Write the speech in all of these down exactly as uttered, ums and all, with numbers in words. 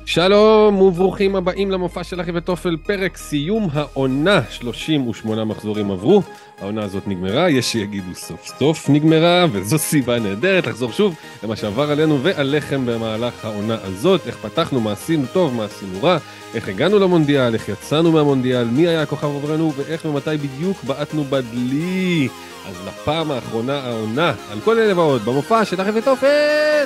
שלום וברוכים הבאים למופע של אחי וטופל, פרק סיום העונה. שלושים ושמונה מחזורים עברו, העונה הזאת נגמרה, יש שיגידו סוף סוף נגמרה, וזו סיבה נהדרת לחזור שוב למה שעבר עלינו ועליכם במהלך העונה הזאת. איך פתחנו, מה עשינו טוב, מה עשינו רע, איך הגענו למונדיאל, איך יצאנו מהמונדיאל, מי היה הכוכב עברנו ואיך ומתי בדיוק בעטנו בדלי. אז לפעם האחרונה העונה, על כל אלה ועוד במופע של אחי וטופל.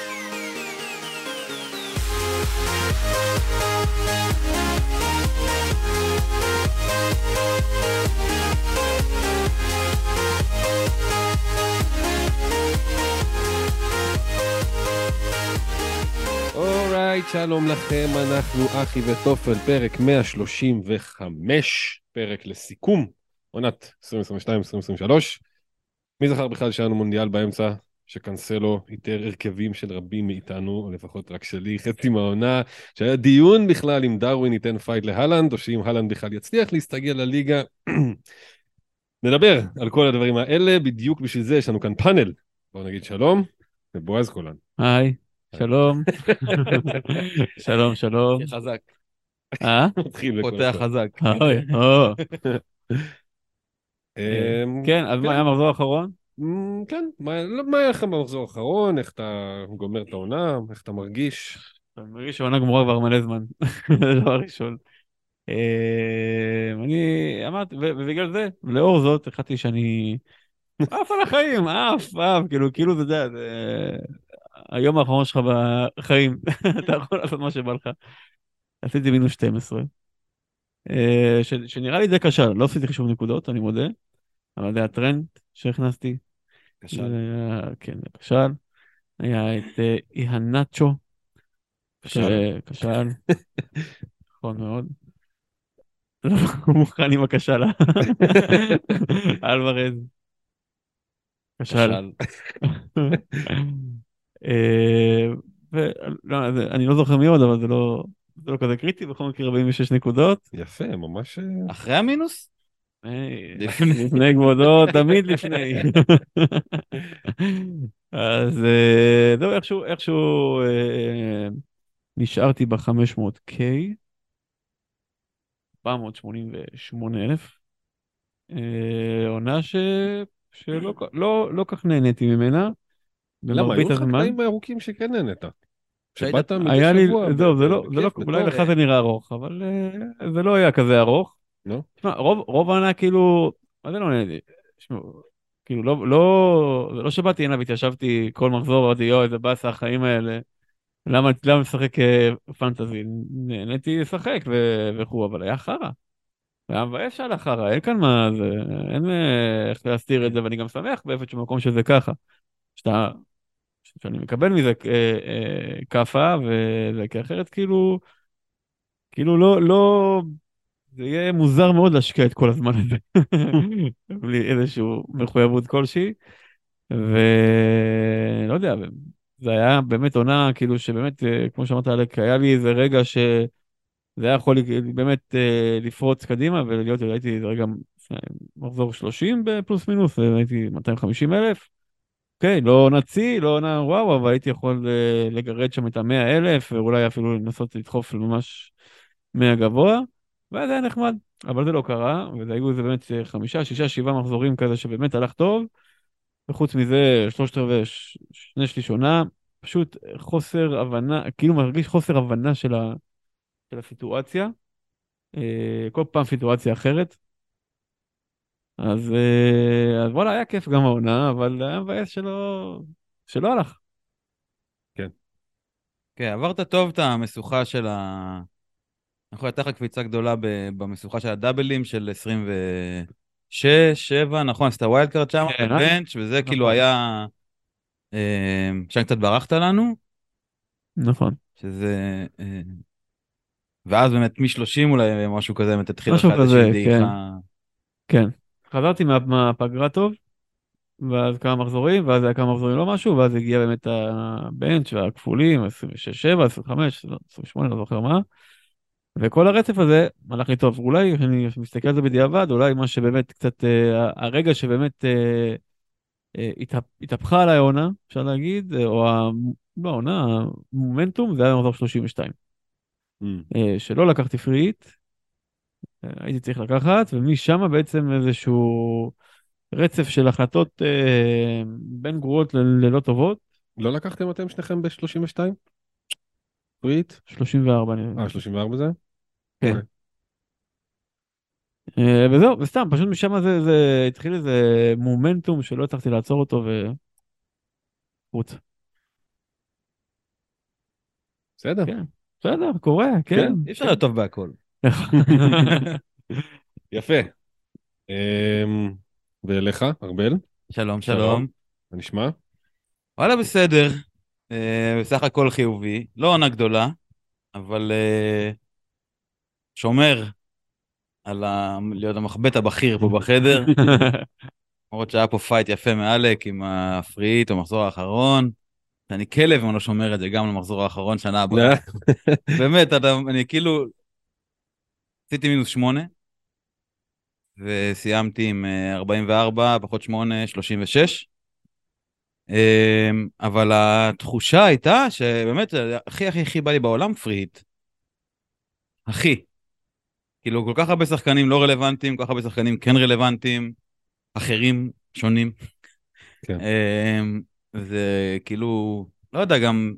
אורייט, שלום לכם, אנחנו אחי וטופל, פרק מאה שלושים וחמש, פרק לסיכום, עונת עשרים עשרים ושתיים עשרים עשרים ושלוש. מי זכר בכלל שהיה לנו מונדיאל באמצע, שקנסלו איתר הרכבים של רבים מאיתנו, או לפחות רק שלי, חצי מהעונה, שהיה דיון בכלל אם דרווין ייתן פייט להלנד, או שאם הלנד בכלל יצליח להסתגל לליגה. נדבר על כל הדברים האלה, בדיוק בשביל זה יש לנו כאן פאנל. בואו נגיד שלום, ובועז קולן. היי, שלום. שלום, שלום. חזק. אה? מתחיל בכל פותח זאת. חזק. אוי, או. אמ, כן, אז מה היה המחזור האחרון? אמ, כן, מה לא, מה היה לך במחזור האחרון, איך אתה גומר את העונה, איך אתה מרגיש? אני מרגיש שעונה גמורה כבר מלא זמן. זה דבר ראשון. אה, אני אמרתי, ו- ובגלל זה, לאור זאת, החלטתי שאני עף על החיים, עף, עף, כאילו, כאילו, אתה יודע, זה היום האחרון שלך בחיים. אתה יכול לעשות מה שבא לך. עשיתי מינוס שתים עשרה. אה, ש- שנראה לי די קשה, לא עשיתי חישוב נקודות, אני מודה. אבל זה הטרנד שהכנסתי. כשל. זה היה, כן, זה כשל. היה את אה, איהנצ'ו. כשל. כשל. נכון מאוד. לא מוכן עם הכשל. אלוורז. כשל. כשל. אה, ו- לא, זה- אני לא זוכר מי עוד, אבל זה לא זה לא כזה קריטי. בכל מקרה ארבעים ושש נקודות. יפה, ממש... אחרי המינוס? אה, לפני. לפני כבודו, תמיד לפני. אז אה, זהו, איכשהו, איכשהו אה, נשארתי ב-חמש מאות קיי, ארבע מאות שמונים ושמונה אלף, אה, עונה ש... שלא לא, לא כך נהניתי ממנה, למה? היו במרבית לך הזמן. קטעים ארוכים שכן נהנית. שהיית- שבאת מדי היה לי, שבוע, זהו, ב- זה ב- לא, זה לא, בכיף, אולי בטוב. לך זה נראה ארוך, אבל אה, זה לא היה כזה ארוך. לא? תשמע, רוב, רוב העונה כאילו, מה זה לא נהניתי? תשמעו, כאילו, לא, לא, זה לא שבאתי הנה והתיישבתי כל מחזור, אמרתי, יואו, איזה באסה החיים האלה. למה, למה לשחק אה, פנטזי? נהניתי לשחק ו- וכו', אבל היה חרא. היה מבאס שעלה חרא, אין כאן מה, זה, אין אה, איך להסתיר את זה, ואני גם שמח באיפשהו מקום שזה ככה. שאתה, שאני מקבל מזה אה, אה, כאפה, וזה כי אחרת כאילו, כאילו לא, לא, זה יהיה מוזר מאוד להשקיע את כל הזמן הזה, בלי איזשהו מחויבות כלשהי, ולא יודע, זה היה באמת עונה, כאילו שבאמת, אה, כמו שאמרת אלק, היה לי איזה רגע שזה היה יכול לי- באמת אה, לפרוץ קדימה ולהיות, הייתי איזה רגע לפני מחזור שלושים בפלוס מינוס, הייתי מאתיים וחמישים אלף. אוקיי, לא עונה צי, לא עונה וואו, אבל הייתי יכול אה, לגרד שם את המאה אלף, ואולי אפילו לנסות לדחוף ממש מהגבוה, וזה היה נחמד, אבל זה לא קרה, וזה היו איזה באמת אה, חמישה, שישה, שבעה מחזורים כזה שבאמת הלך טוב, וחוץ מזה, שלושת רבעי, ש- שני שליש עונה, פשוט חוסר הבנה, כאילו מרגיש חוסר הבנה של, ה, של הסיטואציה, אה, כל פעם סיטואציה אחרת, אז, אה, אז וואלה, היה כיף גם העונה, אבל היה מבאס שלא, שלא הלך. כן. כן, עברת טוב את המשוכה של ה... אנחנו הייתה לך קפיצה גדולה ב- במשוכה של הדאבלים של עשרים ושש, שבע, נכון, עשית ווילד קארד שם, כן, אה? בבנץ', וזה כאילו נכון. היה... אה, שם קצת ברחת לנו, נכון. שזה... אה, ואז באמת מ-שלושים אולי משהו כזה, באמת התחיל לך משהו איזושהי כזה, כן, דעיכה. כן. חזרתי מה, מהפגרה טוב, ואז כמה מחזורים, ואז היה כמה מחזורים לא משהו, ואז הגיע באמת הבנץ' והכפולים, עשרים ושש שבע, עשרים וחמש, עשרים ושמונה, לא זוכר מה, וכל הרצף הזה הלך לי טוב. אולי, אני מסתכל על זה בדיעבד, אולי מה שבאמת קצת, אה, הרגע שבאמת אה, אה, התהפ, התהפכה על העונה, אפשר להגיד, אה, או ה... לא, העונה, המומנטום, זה היה מחזור שלושים ושתיים. Mm. אה, שלא לקחתי פריט, אה, הייתי צריך לקחת, ומשם בעצם איזשהו רצף של החלטות אה, בין גרועות ל- ללא טובות. לא לקחתם אתם שניכם ב-שלושים ושתיים? פריט? שלושים וארבע נראה לי. אה, שלושים וארבע זה? כן. אוקיי. אה, וזהו, וסתם, פשוט משם זה, זה התחיל איזה מומנטום שלא הצלחתי לעצור אותו וחוץ. בסדר. כן, בסדר, קורה, כן. כן. אי אפשר להיות טוב בהכל. יפה. אמ, ולך, ארבל? שלום, שלום. שלום. מה נשמע? וואלה, בסדר. אה, בסך הכל חיובי. לא עונה גדולה, אבל אה, שומר על ה... להיות המחבט הבכיר פה בחדר. למרות שהיה פה פייט יפה מאלק עם הפריט במחזור האחרון. אני כלב אם אני לא שומר את זה גם למחזור האחרון שנה הבאה. באמת, אתה, אני כאילו... עשיתי מינוס שמונה, וסיימתי עם אה, ארבעים וארבע, פחות שמונה, שלושים ושש. אה, אבל התחושה הייתה שבאמת, הכי הכי הכי בא לי בעולם פריט. הכי. כאילו, כל כך הרבה שחקנים לא רלוונטיים, כל כך הרבה שחקנים כן רלוונטיים, אחרים, שונים. כן. אה, זה כאילו, לא יודע, גם...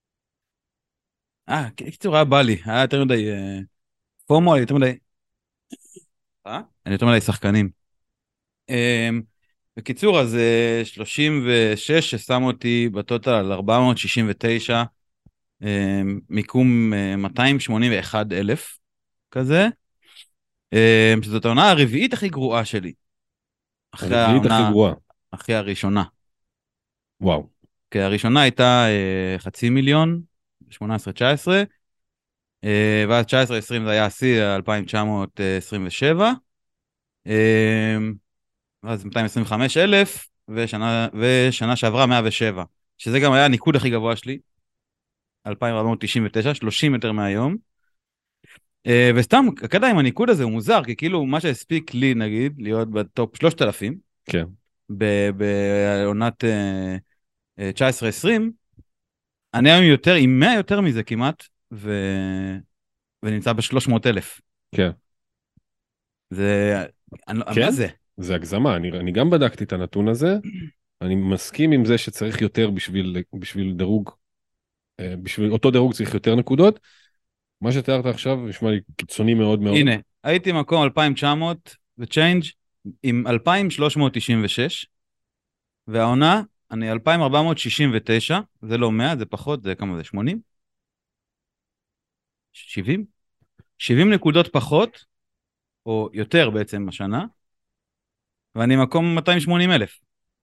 אה, קיצור, היה בא לי, היה יותר מדי... אה, פומו, היה יותר מדי... אה? היה יותר מדי שחקנים. אה, בקיצור, אז אה, שלושים ושש ששם אותי בטוטל על ארבע מאות שישים ותשע, אה, מיקום אה, מאתיים שמונים ואחד אלף כזה, אה, שזאת העונה הרביעית הכי גרועה שלי. אחרי הרביעית הכי העונה, גרועה. אחרי הראשונה. וואו. כי הראשונה הייתה אה, חצי מיליון, שמונה עשרה תשע עשרה, אה, ואז תשע עשרה עשרים זה היה השיא, אלפיים תשע מאות עשרים ושבע, אה, ואז מאתיים עשרים וחמש אלף, ושנה, ושנה שעברה מאה ושבע, שזה גם היה הניקוד הכי גבוה שלי, אלפיים ארבע מאות תשעים ותשע, שלושים יותר מהיום. Uh, וסתם, הקטע עם הניקוד הזה הוא מוזר, כי כאילו מה שהספיק לי, נגיד, להיות בטופ שלושת אלפים, כן. בעונת uh, תשע עשרה עשרים, אני היום יותר, עם מאה יותר מזה כמעט, ו... ונמצא ב-שלוש מאות אלף. כן. זה... אני... כן? מה זה? זה הגזמה, אני, אני גם בדקתי את הנתון הזה, אני מסכים עם זה שצריך יותר בשביל, בשביל דירוג, אה, בשביל אותו דירוג צריך יותר נקודות, מה שתיארת עכשיו נשמע לי קיצוני מאוד מאוד. הנה, הייתי מקום אלפיים תשע מאות וצ'יינג' עם אלפיים שלוש מאות תשעים ושש, והעונה, אני אלפיים ארבע מאות שישים ותשע, זה לא מאה, זה פחות, זה כמה זה, שמונים? שבעים? שבעים נקודות פחות, או יותר בעצם השנה, ואני מקום מאתיים ושמונים אלף.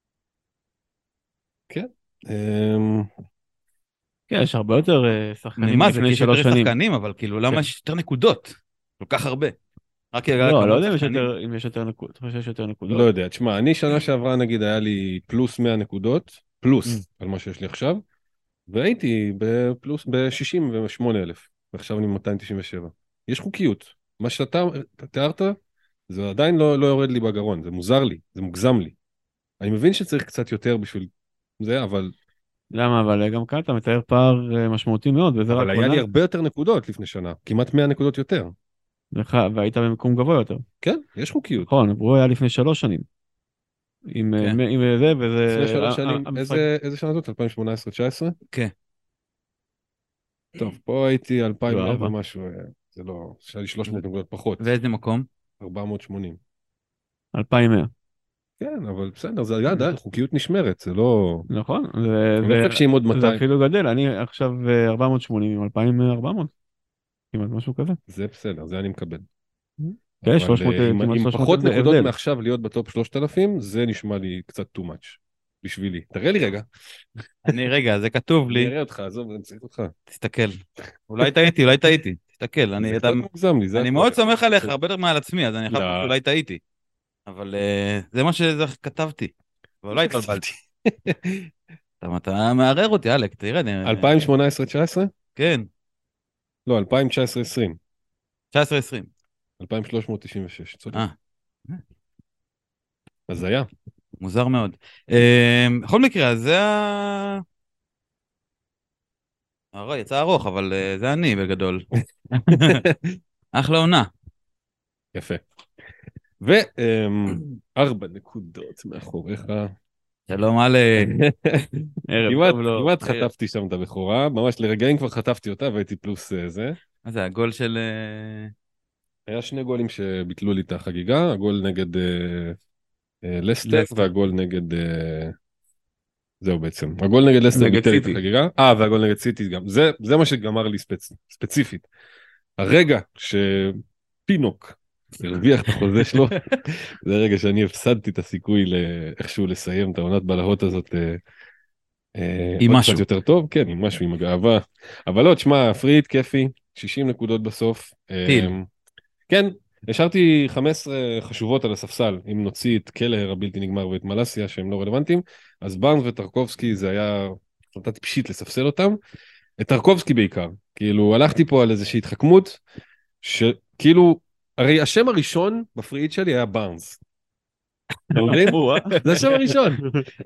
כן. אמ, כן, יש הרבה יותר אה, שחקנים מה זה, כי לפני יש יותר שלוש שנים. שחקנים, אבל כאילו, למה כן. יש יותר נקודות? כל כך הרבה. רק בגלל לא, לא כמות יודע אם יש שחקנים. יותר, אם יש יותר נקודות. אתה חושב שיש יותר לא נקודות? יודע, תשמע, אני שנה שעברה נגיד היה לי פלוס מאה נקודות, Mm. פלוס על מה שיש לי עכשיו, והייתי בפלוס ב-שישים ושמונה אלף, ועכשיו אני מאתיים תשעים ושבע. יש חוקיות. מה שאתה תיארת, זה עדיין לא, לא יורד לי בגרון, זה מוזר לי, זה מוגזם לי. אני מבין שצריך קצת יותר בשביל זה, אבל, למה? אבל גם כאן אתה מתאר פער אה, משמעותי מאוד, וזה רק אבל היה עונה לי הרבה יותר נקודות לפני שנה, כמעט מאה נקודות יותר. לך, והיית במקום גבוה יותר. כן, יש חוקיות. נכון, הוא היה לפני שלוש שנים. עם, אה, כן. מ- עם אה, זה, וזה... לפני שלוש ה- שנים, ה- המשחק- איזה, איזה שנה זאת? אלפיים שמונה עשרה תשע עשרה? כן. טוב, פה הייתי אלפיים ארבע. ומשהו, אה, זה לא, יש לי שלוש מאות נקודות פחות, ואיזה מקום? ארבע מאות ושמונים. אלפיים ומאה. כן, אבל בסדר, זה היה עדיין, חוקיות נשמרת, זה לא... נכון, זה, אני לא חושב שעם עוד זה מאתיים, אפילו גדל, אני עכשיו אה, ארבע מאות ושמונים עם אלפיים וארבע מאות, כמעט משהו כזה. זה בסדר, זה אני מקבל. כן, אבל שלוש מאות, אה, עם כמעט עם שלוש מאות פחות הבדל. נקודות הבדל. מעכשיו להיות בטופ שלושת אלפים, זה נשמע לי קצת too much בשבילי. תראה לי רגע, אני, רגע, זה כתוב אני לי, אראה אותך, עזוב, אני צריך אותך. תסתכל. אולי טעיתי, אולי טעיתי. תסתכל, אני, זה אתה, קצת מוגזם לי, זה אני הכל. מאוד סומך עליך, הרבה יותר מעל עצמי, אז אני חושב לא. שאולי טעיתי. אבל אה, זה מה שכתבתי. ואולי התבלבלתי. אתה- אתה מערער אותי, אלק, תראה. אני- אלפיים שמונה עשרה תשע עשרה? כן, לא, אלפיים תשע עשרה עשרים. תשע עשרה עשרים. אלפיים שלוש מאות תשעים ושש, צודק. אה. אז היה. מוזר מאוד. אה, בכל מקרה, אז זה ה... הרי, יצא ארוך, אבל אה, זה אני בגדול. אחלה עונה. יפה. וארבע נקודות מאחוריך. שלום אלה. ערב כמעט, טוב לו. כמעט ערב. חטפתי שם את הבכורה, ממש לרגעים כבר חטפתי אותה והייתי פלוס אה, זה. מה זה, הגול של... אה, היה שני גולים שביטלו לי את החגיגה, הגול נגד אה, אה, לסטר לסטר. והגול נגד... אה, זהו בעצם. הגול נגד לסטר נגד ביטל לי את סיטי. החגיגה. אה, והגול נגד סיטי גם. זה, זה מה שגמר לי ספצ... ספציפית. הרגע שפינוק הרוויח את החוזה שלו, זה הרגע שאני הפסדתי את הסיכוי לאיכשהו לסיים את העונת בלהות הזאת. אה, אה, עם עוד משהו. קצת יותר טוב, כן, עם משהו, עם הגאווה. אבל לא, תשמע, פריט, כיפי, שישים נקודות בסוף. אה, טיל. כן, השארתי חמש עשרה חשובות על הספסל, אם נוציא את קלהר הבלתי נגמר ואת מלאסיה שהם לא רלוונטיים, אז בארנס וטרקובסקי זה היה החלטה טיפשית לספסל אותם, את טרקובסקי בעיקר, כאילו הלכתי פה על איזושהי התחכמות, שכאילו, הרי השם הראשון בפריט שלי היה בארנס. אתה מבין? זה השם הראשון.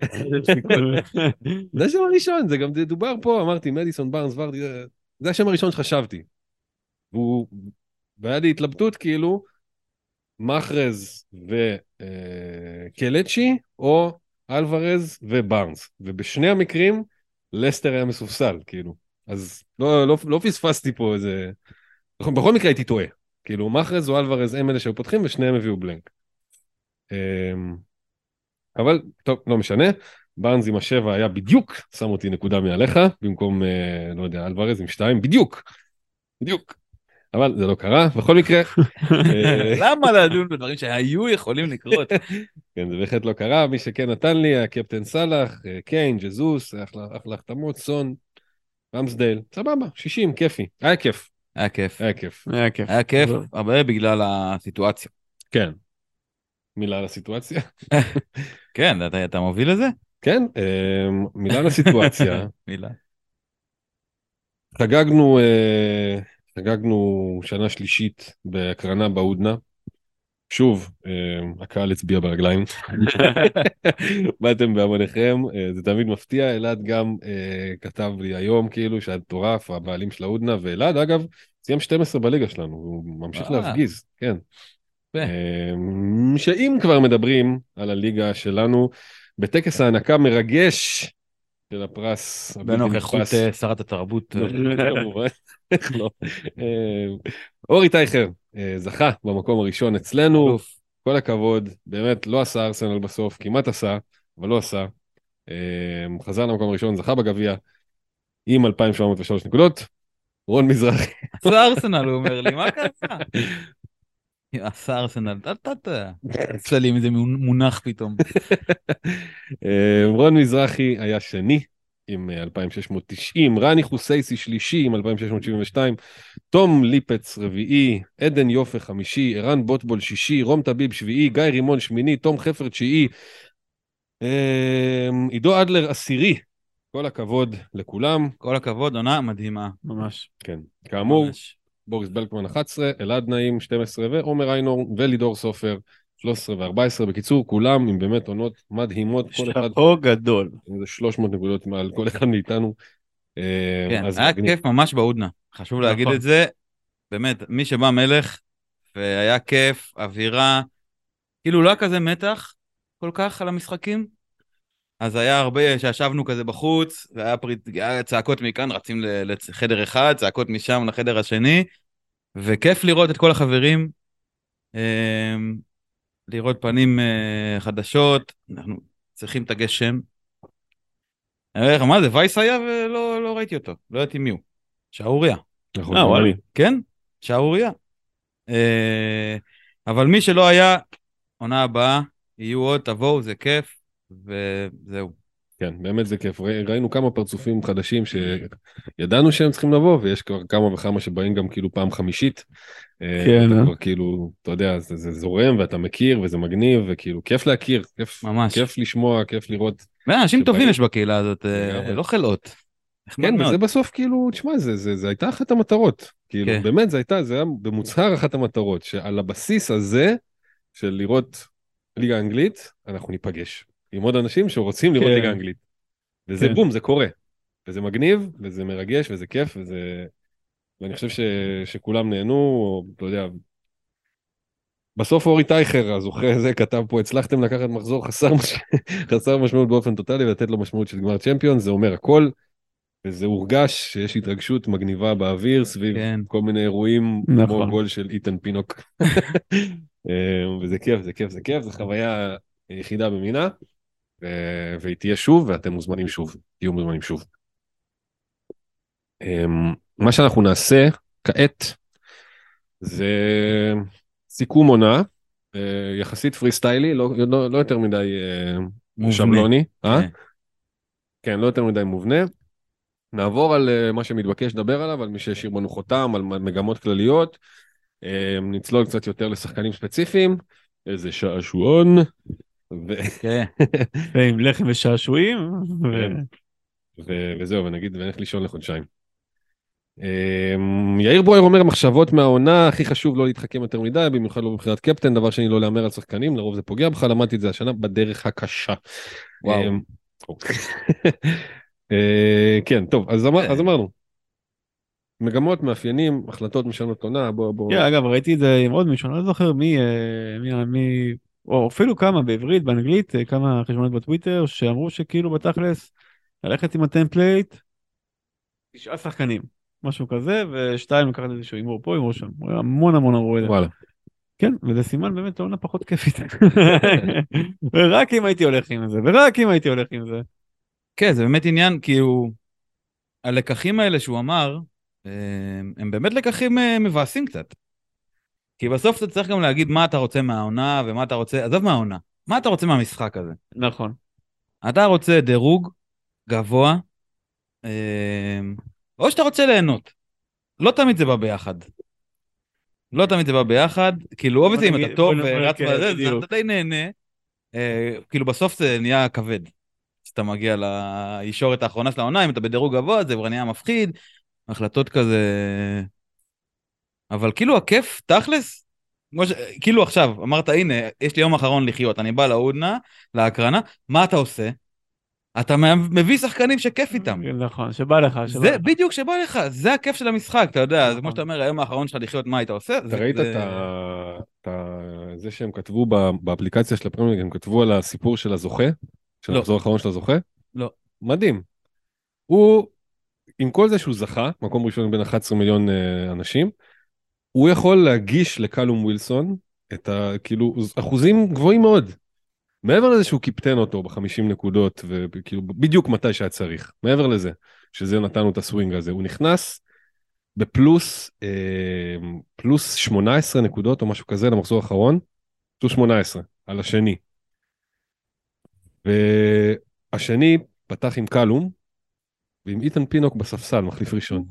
זה השם הראשון, זה גם דובר פה, אמרתי מדיסון, בארנס, ורדי, זה- זה השם הראשון שחשבתי. והוא, והיה לי התלבטות כאילו, מחרז וקלצ'י, או אלוורז ובארנס. ובשני המקרים, לסטר היה מסופסל, כאילו. אז לא, לא, לא פספסתי פה איזה... בכל מקרה הייתי טועה. כאילו, מחרז או אלוורז הם אלה שהיו פותחים, ושניהם הביאו בלנק. אמ, אבל, טוב, לא משנה. בארנס עם השבע היה בדיוק, שם אותי נקודה מעליך, במקום, אה, לא יודע, אלוורז עם שתיים, בדיוק. בדיוק. אבל זה לא קרה, בכל מקרה. אה, למה לדון בדברים שהיו יכולים לקרות? כן, זה בהחלט לא קרה, מי שכן נתן לי, הקפטן סלאח, אה, קיין, ג'זוס, אחלה אחלה החתמות, סון, רמסדייל, סבבה, שישים, כיפי, היה כיף, היה כיף. היה כיף, היה כיף. היה כיף, הרבה בגלל הסיטואציה. כן. מילה על הסיטואציה? כן, אתה, אתה מוביל לזה? כן, אה, מילה על הסיטואציה, מילה. חגגנו, אה, חגגנו שנה שלישית בהקרנה בהודנה, שוב, אה, הקהל הצביע ברגליים, באתם בהמוניכם, אה, זה תמיד מפתיע, אלעד גם אה, כתב לי היום כאילו שאת מטורף, הבעלים של ההודנה, ואלעד אגב סיים שתים עשרה בליגה שלנו, הוא ממשיך וואו. להפגיז, כן. יפה. אה, שאם כבר מדברים על הליגה שלנו, בטקס ההענקה מרגש של הפרס הבלתי בנוכחות נתפס, אה, שרת התרבות. אה, כמובן, איך לא. אה, אורי טייכר אה, זכה במקום הראשון אצלנו, אלוף. כל הכבוד, באמת לא עשה ארסנל בסוף, כמעט עשה, אבל לא עשה. אה, חזר למקום הראשון, זכה בגביע עם אלפיים שבע מאות ושלוש נקודות. רון מזרחי. עשה ארסנל, הוא אומר לי, מה קרה? עשה ארסנל, טה-טה-טה. עשה לי עם איזה מונח פתאום. אה, רון מזרחי היה שני עם אה, אלפיים שש מאות תשעים, רני חוסייסי שלישי עם אלפיים שש מאות שבעים ושתיים, תום ליפץ רביעי, עדן יופה חמישי, ערן בוטבול שישי, רום טביב שביעי, גיא רימון שמיני, תום חפר תשיעי, אה, עידו אדלר עשירי. כל הכבוד לכולם. כל הכבוד, עונה מדהימה. ממש. כן, כאמור, ממש. בוריס בלקמן אחת עשרה, אלעד נעים שתים עשרה ועומר איינור ולידור סופר שלוש עשרה ו-ארבע עשרה. בקיצור, כולם עם באמת עונות מדהימות, כל אחד שאפו גדול. עם איזה שלוש מאות נקודות מעל כל אחד מאיתנו. אה, כן, אז היה מגניב. כיף ממש בהודנה. חשוב להגיד נכון. את זה. באמת, מי שבא מלך, והיה כיף, אווירה, כאילו לא היה כזה מתח כל כך על המשחקים, אז היה הרבה שישבנו כזה בחוץ, והיה פריט, היה צעקות מכאן, רצים ל- לחדר אחד, צעקות משם לחדר השני, וכיף לראות את כל החברים, אה, לראות פנים אה, חדשות, אנחנו צריכים את הגשם. אני אומר לך, מה זה, וייס היה ולא לא ראיתי אותו, לא ידעתי מי הוא. שערוריה. נכון, אה, גם וואלה. אני. כן, שערוריה. אה, אבל מי שלא היה, עונה הבאה, יהיו עוד, תבואו, זה כיף, וזהו. כן, באמת זה כיף. ראי- ראינו כמה פרצופים חדשים שידענו שהם צריכים לבוא, ויש כבר כמה וכמה שבאים גם כאילו פעם חמישית. אה, כן, אתה אה? כבר כאילו, אתה יודע, זה, זה זורם ואתה מכיר וזה מגניב, וכאילו כיף להכיר, כיף, ממש. כיף לשמוע, כיף לראות. ואנשים שבאים. טובים יש בקהילה הזאת, אה, לגמרי. לא חלאות. נחמד כן, מאוד. וזה בסוף כאילו, תשמע, זה, זה, זה הייתה אחת המטרות. כאילו, כן. באמת, זה הייתה, זה היה במוצהר אחת המטרות, שעל הבסיס הזה, של לראות ליגה אנגלית, אנחנו ניפגש. עם עוד אנשים שרוצים לראות כן. ליגה אנגלית. וזה כן. בום, זה קורה. וזה מגניב, וזה מרגש, וזה כיף, וזה... ואני חושב ש, שכולם נהנו, או, אתה יודע, בסוף אורי טייכר, הזוכה הזה, כתב פה, הצלחתם לקחת מחזור חסר, מש... חסר משמעות באופן טוטלי, ולתת לו משמעות של גמר צ'מפיון, זה אומר הכל, וזה הורגש שיש התרגשות מגניבה באוויר, סביב כן. כל מיני אירועים, כמו נכון. גול של איתן פינוק. אה, וזה כיף, זה כיף, זה כיף, זו חוויה יחידה במינה, ו- והיא תהיה שוב, ואתם מוזמנים שוב, תהיו מוזמנים שוב. אמ, מה שאנחנו נעשה כעת, זה סיכום עונה, אה, יחסית פרי סטיילי, לא, לא, לא יותר מדי אה, מובנה. שבלוני, אה? כן. כן, לא יותר מדי מובנה. נעבור על אה, מה שמתבקש לדבר עליו, על מי שהשאיר בנו חותם, על מגמות כלליות, אה, נצלול קצת יותר לשחקנים ספציפיים, איזה שעשועון, ו... כן. ועם לחם ושעשועים. כן. ו- וזהו, ונגיד, ונלך לישון לחודשיים. אמ, יאיר בויר אומר, מחשבות מהעונה, הכי חשוב לא להתחכם יותר מדי, במיוחד לא מבחינת קפטן, דבר שני לא להמר על שחקנים, לרוב זה פוגע בך, למדתי את זה השנה בדרך הקשה. וואו. אמ, אוקיי. אה, כן, טוב, אז אמר- אז אמרנו, מגמות, מאפיינים, החלטות משנות עונה, בוא, בוא. כן, אגב, ראיתי את זה עם עוד מישהו, אני לא זוכר מי, אה, מי, מי, או אפילו כמה בעברית, באנגלית, אה, כמה חשבונות בטוויטר, שאמרו שכאילו בתכלס, ללכת עם הטמפלייט, תשעה שחקנים, משהו כזה, ושתיים לקחת איזשהו הימור פה, הימור שם. המון המון אמרו את זה. וואלה. כן, וזה סימן באמת לעונה פחות כיפית. ורק אם הייתי הולך עם זה, ורק אם הייתי הולך עם זה. כן, זה באמת עניין, כאילו, הלקחים האלה שהוא אמר, אה, הם באמת לקחים אה, מבאסים קצת. כי בסוף אתה צריך גם להגיד מה אתה רוצה מהעונה, ומה אתה רוצה, עזוב מהעונה, מה אתה רוצה מהמשחק הזה. נכון. אתה רוצה דירוג גבוה, אה, או שאתה רוצה ליהנות. לא תמיד זה בא ביחד. לא תמיד זה בא ביחד, כאילו, אובייסלי, אם אתה טוב ורץ בזה, אז אתה די נהנה, אה, כאילו בסוף זה נהיה כבד. כשאתה מגיע לישורת האחרונה של העונה, אם אתה בדירוג גבוה, זה כבר נהיה מפחיד, החלטות כזה... אבל כאילו הכיף, תכלס, ש... כאילו עכשיו, אמרת, הנה, יש לי יום אחרון לחיות, אני בא להודנה, להקרנה, מה אתה עושה? אתה מביא שחקנים שכיף איתם. נכון, שבא לך, שבא זה לך. בדיוק שבא לך, זה הכיף של המשחק, אתה יודע, זה כמו שאתה אומר, היום האחרון שלך לחיות, מה היית עושה? אתה ראית את ה... את ה... זה שהם כתבו ב- באפליקציה של הפרמייר, הם כתבו על הסיפור של הזוכה, של לא. המחזור האחרון של הזוכה? לא. מדהים. הוא, עם כל זה שהוא זכה, מקום ראשון בין אחד עשר מיליון אה, אנשים, הוא יכול להגיש לקלום ווילסון את ה... כאילו, אחוזים גבוהים מאוד. מעבר לזה שהוא קיפטן אותו ב-חמישים נקודות, וכאילו, בדיוק מתי שהיה צריך. מעבר לזה, שזה נתנו את הסווינג הזה. הוא נכנס בפלוס, אה, פלוס שמונה עשרה נקודות או משהו כזה למחזור האחרון, פלוס שמונה עשרה על השני. והשני פתח עם קלום, ועם איתן פינוק בספסל, מחליף ראשון.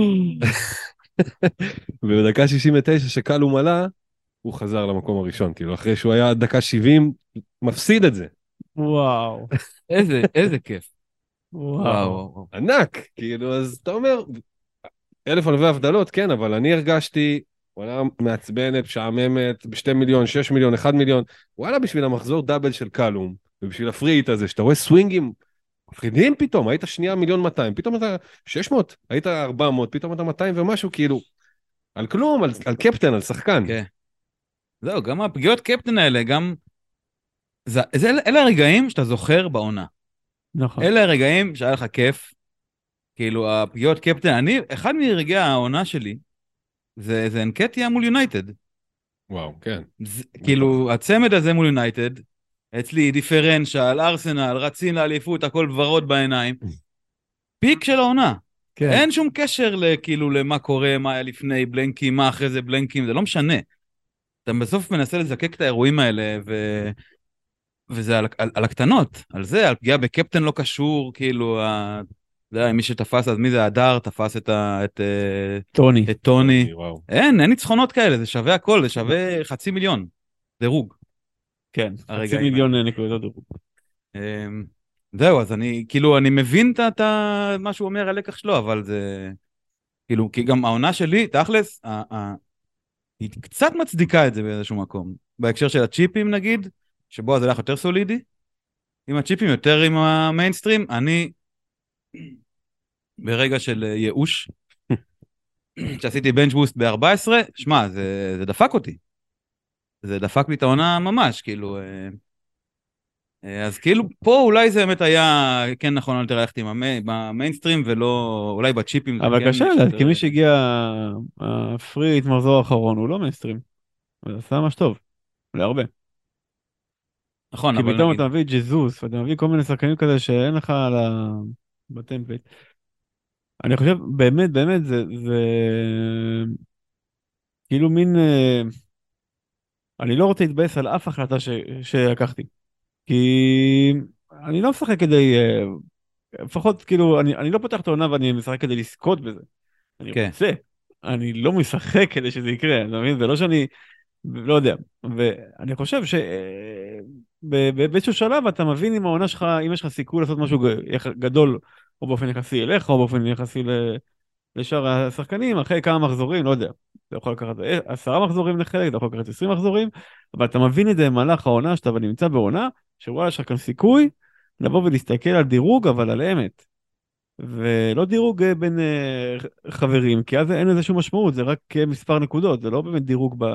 ובדקה שישים ותשע שקלום עלה, הוא חזר למקום הראשון, כאילו אחרי שהוא היה עד דקה שבעים, מפסיד את זה. וואו. איזה, איזה כיף. וואו. וואו. ענק, כאילו, אז אתה אומר, אלף אלפי הבדלות, כן, אבל אני הרגשתי, וואלה, מעצבנת, שעממת, בשתי מיליון, שש מיליון, אחד מיליון, וואלה, בשביל המחזור דאבל של קלום, ובשביל הפריט הזה, שאתה רואה סווינגים, מפחידים פתאום, היית שנייה מיליון מאתיים, פתאום אתה שש מאות, היית ארבע מאות, פתאום אתה מאתיים ומשהו, כאילו, על כלום, על, על קפטן, על שחקן. כן. זהו, גם הפגיעות קפטן האלה, גם... זה, זה, אלה הרגעים שאתה זוכר בעונה. נכון. אלה הרגעים שהיה לך כיף, כאילו הפגיעות קפטן, אני, אחד מרגעי העונה שלי, זה, זה אנקטיה מול יונייטד. וואו, כן. זה, כאילו, הצמד הזה מול יונייטד, אצלי דיפרנציאל, ארסנל, רצים לאליפות, הכל ורוד בעיניים. פיק של העונה. כן. אין שום קשר לכאילו למה קורה, מה היה לפני בלנקים, מה אחרי זה בלנקים, זה לא משנה. אתה בסוף מנסה לזקק את האירועים האלה, ו... וזה על, על, על הקטנות, על זה, על פגיעה בקפטן לא קשור, כאילו, ה... זה היה, מי שתפס, אז מי זה הדר, תפס את, ה... את, טוני. את טוני. וואו. אין, אין ניצחונות כאלה, זה שווה הכל, זה שווה חצי מיליון. דירוג. כן, חצי הרגעים מיליון נקודות דירוג. אמ, זהו, אז אני, כאילו, אני מבין את- את ה- מה שהוא אומר, הלקח שלו, אבל זה... כאילו, כי גם העונה שלי, תכלס, ה- ה- היא קצת מצדיקה את זה באיזשהו מקום. בהקשר של הצ'יפים, נגיד, שבו אז הלך יותר סולידי, עם הצ'יפים יותר עם המיינסטרים, אני ברגע של ייאוש, שעשיתי בנץ' בוסט ב-ארבע עשרה, שמע, זה, זה דפק אותי. זה דפק לי את העונה ממש, כאילו... אה, אה, אז כאילו, פה אולי זה באמת היה כן נכון יותר ללכת עם המי- במיינסטרים, ולא... אולי בצ'יפים זה אבל כן... קשה יש לדעת, יותר- כי מי שהגיע הפריט מחזור האחרון הוא לא מיינסטרים. זה עשה ממש טוב, להרבה. נכון, כי אבל פתאום נגיד... אתה מביא ג'זוס, ואתה מביא כל מיני שחקנים כזה שאין לך על ה... בטמפלייט. אני חושב, באמת, באמת, זה, זה כאילו מין... אה, אני לא רוצה להתבאס על אף החלטה ש... שלקחתי. כי אני לא משחק כדי... אה, לפחות, כאילו, אני, אני לא פותח את העונה ואני משחק כדי לזכות בזה. אני כן, רוצה. אני לא משחק כדי שזה יקרה, אתה מבין? זה לא שאני... לא יודע. ואני חושב שבאיזשהו שלב אתה מבין אם העונה שלך, אם יש לך סיכוי לעשות משהו ג- יח- גדול, או באופן יחסי אליך, או באופן יחסי ל- לשאר השחקנים, אחרי כמה מחזורים, לא יודע. אתה יכול לקחת עשרה מחזורים לחלק, אתה יכול לקחת עשרים מחזורים, אבל אתה מבין את זה במהלך העונה, שאתה נמצא בעונה, שוואלה, יש לך כאן סיכוי לבוא ולהסתכל על דירוג, אבל על אמת. ולא דירוג אה, בין אה, חברים, כי אז אין לזה שום משמעות, זה רק אה, מספר נקודות, זה לא באמת דירוג ב...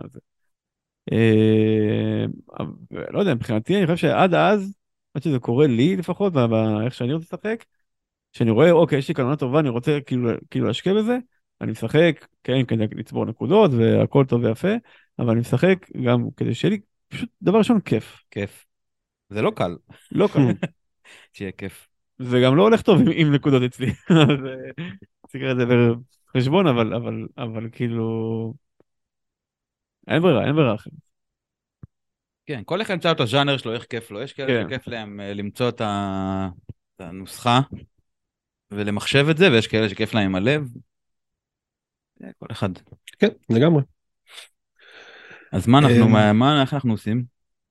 אה, לא יודע, מבחינתי אני חושב שעד אז, עד שזה קורה לי לפחות, באיך שאני רוצה לשחק, שאני רואה, אוקיי, יש לי כאן עונה טובה, אני רוצה כאילו, כאילו להשקיע בזה, אני משחק, כן, כדי לצבור נקודות, והכל טוב ויפה, אבל אני משחק גם כדי שיהיה לי פשוט דבר ראשון כיף. כיף. זה לא קל, לא קל. שיהיה כיף. זה גם לא הולך טוב עם, עם נקודות אצלי. אז אה, צריך את זה בחשבון, אבל, אבל, אבל כאילו, אין ברירה, אין ברירה אחרת. כן, כל אחד ימצא את הז'אנר שלו, איך כיף לו. יש כאלה כן. שכיף להם אה, למצוא את ה- את הנוסחה ולמחשב את זה, ויש כאלה שכיף להם עם הלב. זה כל אחד. כן, לגמרי. אז מה אנחנו, אמ, מה, מה- איך אנחנו עושים?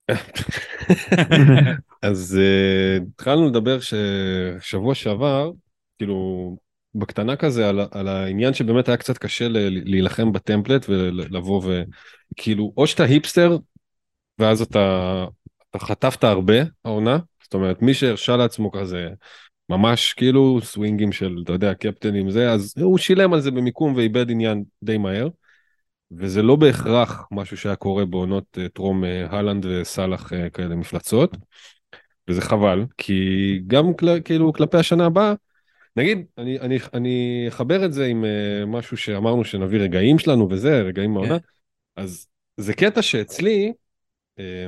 אז uh, התחלנו לדבר ששבוע שעבר, כאילו, בקטנה כזה, על, ה- על העניין שבאמת היה קצת קשה ל- להילחם בטמפלט ולבוא וכאילו, או שאתה היפסטר, ואז אתה, אתה חטפת הרבה העונה, זאת אומרת, מי שהרשה לעצמו כזה, ממש כאילו סווינגים של, אתה יודע, קפטנים זה, אז הוא שילם על זה במיקום ואיבד עניין די מהר. וזה לא בהכרח משהו שהיה קורה בעונות אה, טרום אה, הלנד וסאלח אה, כאלה מפלצות, וזה חבל, כי גם כל, כאילו כלפי השנה הבאה, נגיד, אני, אני, אני אחבר את זה עם אה, משהו שאמרנו שנביא רגעים שלנו וזה, רגעים מהעונה, כן. אז זה קטע שאצלי, אה,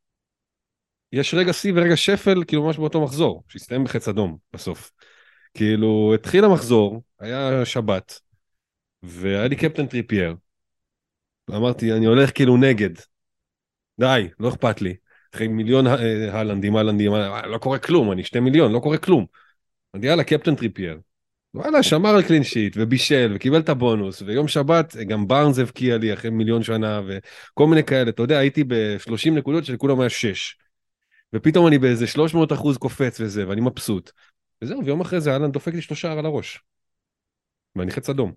יש רגע שיא ורגע שפל, כאילו ממש באותו מחזור, שהסתיים בחץ אדום בסוף. כאילו, התחיל המחזור, היה שבת, והיה לי קפטן טריפייר, ואמרתי, אני הולך כאילו נגד, די, לא אכפת לי. אחרי מיליון אה, הלנדים, הלנדים, אה, לא קורה כלום, אני שתי מיליון, לא קורה כלום. אמרתי, יאללה, קפטן טריפייר. וואלה, שמר על קלין שיט, ובישל, וקיבל את הבונוס, ויום שבת גם בארנס הבקיע לי אחרי מיליון שנה, וכל מיני כאלה. אתה יודע, הייתי ב-שלושים נקודות שלכולם היה שש. ופתאום אני באיזה שלוש מאות אחוז קופץ וזה, ואני מבסוט. וזהו, ויום אחרי זה אהלן דופק לי שלושה על הראש. ואני חץ אדום.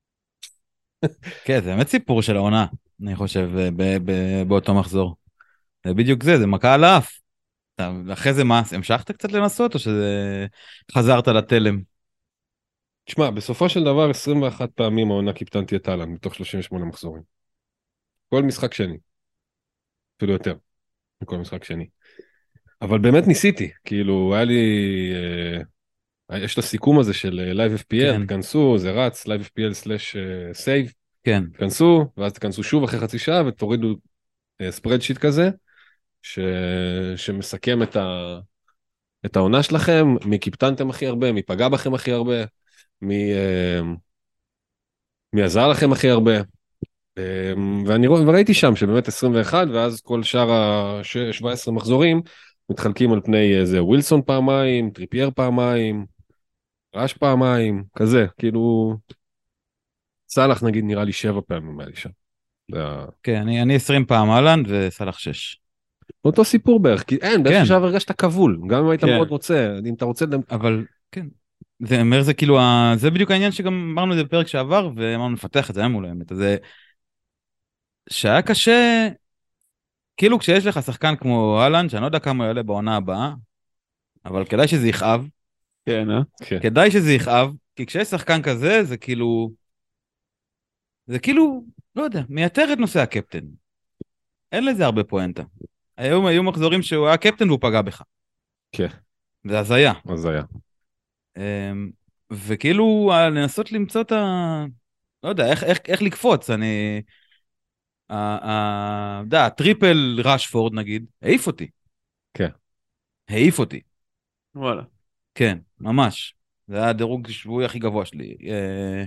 כן, זה באמת סיפור של העונה, אני חושב, ב- ב- באותו מחזור. זה בדיוק זה, זה מכה על האף. אתה- אחרי זה מה, המשכת קצת לנסות, או שזה חזרת לתלם? תשמע, בסופו של דבר עשרים ואחת פעמים העונה קיפטנתי את אהלן, מתוך שלושים ושמונה מחזורים. כל משחק שני. אפילו יותר. מכל משחק שני. אבל באמת ניסיתי, כאילו, היה לי, אה, יש את הסיכום הזה של לייב אף פי אל, כן, תכנסו, זה רץ, לייב אף פי אל סלאש סייב, כן. תכנסו, ואז תכנסו שוב אחרי חצי שעה ותורידו ספרדשיט כזה, ש... שמסכם את, ה... את העונה שלכם, מי קיפטנתם הכי הרבה, מי פגע בכם הכי הרבה, מי, אה, מי עזר לכם הכי הרבה. אה, ואני רוא- וראיתי שם שבאמת עשרים ואחת, ואז כל שאר ה-שבע עשרה מחזורים, מתחלקים על פני איזה ווילסון פעמיים, טריפייר פעמיים, רש פעמיים, כזה, כאילו, סאלח נגיד נראה לי שבע פעמים היה לי שם. זה היה- כן, אני, אני עשרים פעם אהלנד וסלח שש. אותו סיפור בערך, כי אין, באיזשהו כן, שלב הרגשת כבול, גם אם היית כן. מאוד רוצה, אם אתה רוצה, אבל כן. זה אומר, זה כאילו, ה- זה בדיוק העניין שגם אמרנו את זה בפרק שעבר, ואמרנו לפתח את זה, היה מול האמת. אז זה, שהיה קשה, כאילו כשיש לך שחקן כמו אהלנד, שאני לא יודע כמה הוא יעלה בעונה הבאה, אבל כדאי שזה יכאב, כן, אה? כן, כדאי שזה יכאב, כי כשיש שחקן כזה, זה כאילו, זה כאילו, לא יודע, מייתר את נושא הקפטן. אין לזה הרבה פואנטה. היום היו מחזורים שהוא היה קפטן והוא פגע בך. כן, זה הזיה. אז היה. אמ, וכאילו, אה, לנסות למצוא את ה... לא יודע, איך, איך, איך לקפוץ, אני... ה- ה- אתה יודע, טריפל רשפורד נגיד, העיף אותי. כן. העיף אותי. וואלה. כן, ממש. זה היה הדירוג שבועי הכי גבוה שלי. אה,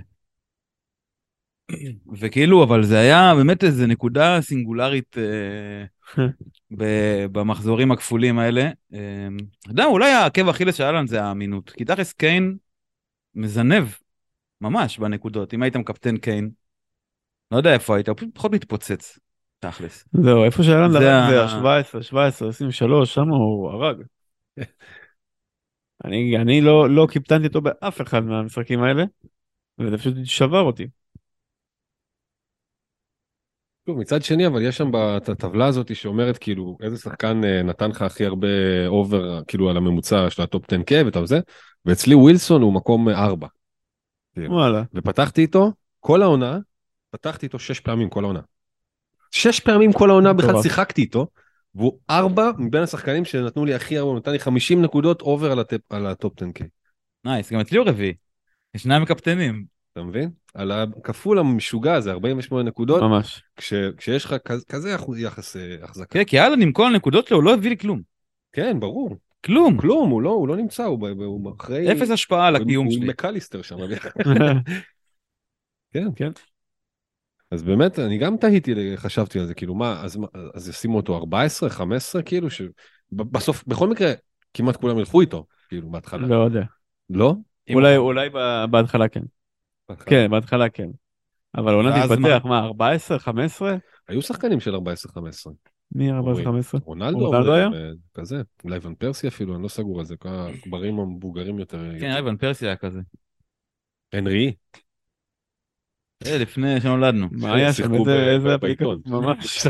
וכאילו, אבל זה היה באמת איזו נקודה סינגולרית אה, ב- במחזורים הכפולים האלה. אה, אתה יודע, אולי העקב אכילס של אהלן זה האמינות. כי תכלס קיין מזנב ממש בנקודות. אם היית מקפטן קיין, לא יודע איפה היית, הוא פשוט פחות מתפוצץ, תכלס. זהו, איפה שאלן זה דרג זה ה- ה-שבע עשרה, שבע עשרה, עשרים ושלוש, שם הוא הרג. אני, אני לא, לא קיפטנתי אותו באף אחד מהמשחקים האלה, וזה פשוט שבר אותי. טוב, מצד שני, אבל יש שם את הטבלה הזאת שאומרת כאילו איזה שחקן אה, נתן לך הכי הרבה אובר, כאילו על הממוצע של הטופ עשר קיי ואתה וזה, ואצלי ווילסון הוא מקום ארבע. וואלה. ופתחתי איתו כל העונה, פתחתי איתו שש פעמים כל העונה. שש פעמים כל העונה בכלל מטורף. שיחקתי איתו, והוא ארבע מבין השחקנים שנתנו לי הכי הרבה, הוא נתן לי חמישים נקודות אובר על, הטפ, על הטופ עשר קיי. נייס, גם אצלי הוא רביעי. יש שניים מקפטנים. אתה מבין? על הכפול המשוגע הזה, ארבעים ושמונה נקודות, ממש. כש, כשיש לך כזה, כזה אחוז- יחס אה, החזקה. כן, כי אהלן עם כל הנקודות שלו, הוא לא הביא לי כלום. כן, ברור. כלום. כלום, הוא לא, הוא לא נמצא, הוא, ב- הוא אחרי... אפס השפעה על הוא, הקיום הוא עם שלי. מקליסטר שם. כן. כן. אז באמת, אני גם תהיתי, חשבתי על זה, כאילו מה, אז, מה- אז ישימו אותו ארבע עשרה, חמש עשרה, כאילו, שבסוף, בכל מקרה, כמעט כולם ילכו איתו, כאילו, בהתחלה. לא יודע. לא? אולי, אולי ב- בהתחלה כן. בהתחלה. כן, בהתחלה כן. אבל עונה ואז תתפתח, מה, ארבע עשרה, חמש עשרה? היו שחקנים של ארבע עשרה חמש עשרה. מי ארבע עשרה, חמש עשרה? רונלדו, רונלדו היה? ו- כזה, אולי ון פרסי אפילו, אני לא סגור על זה, כל העכברים המבוגרים יותר. כן, אייבן פרסי היה כזה. הנרי. אה, לפני שנולדנו. מה היה שם? שיחקו איזה ב- איזה ב- בעיתון. ממש.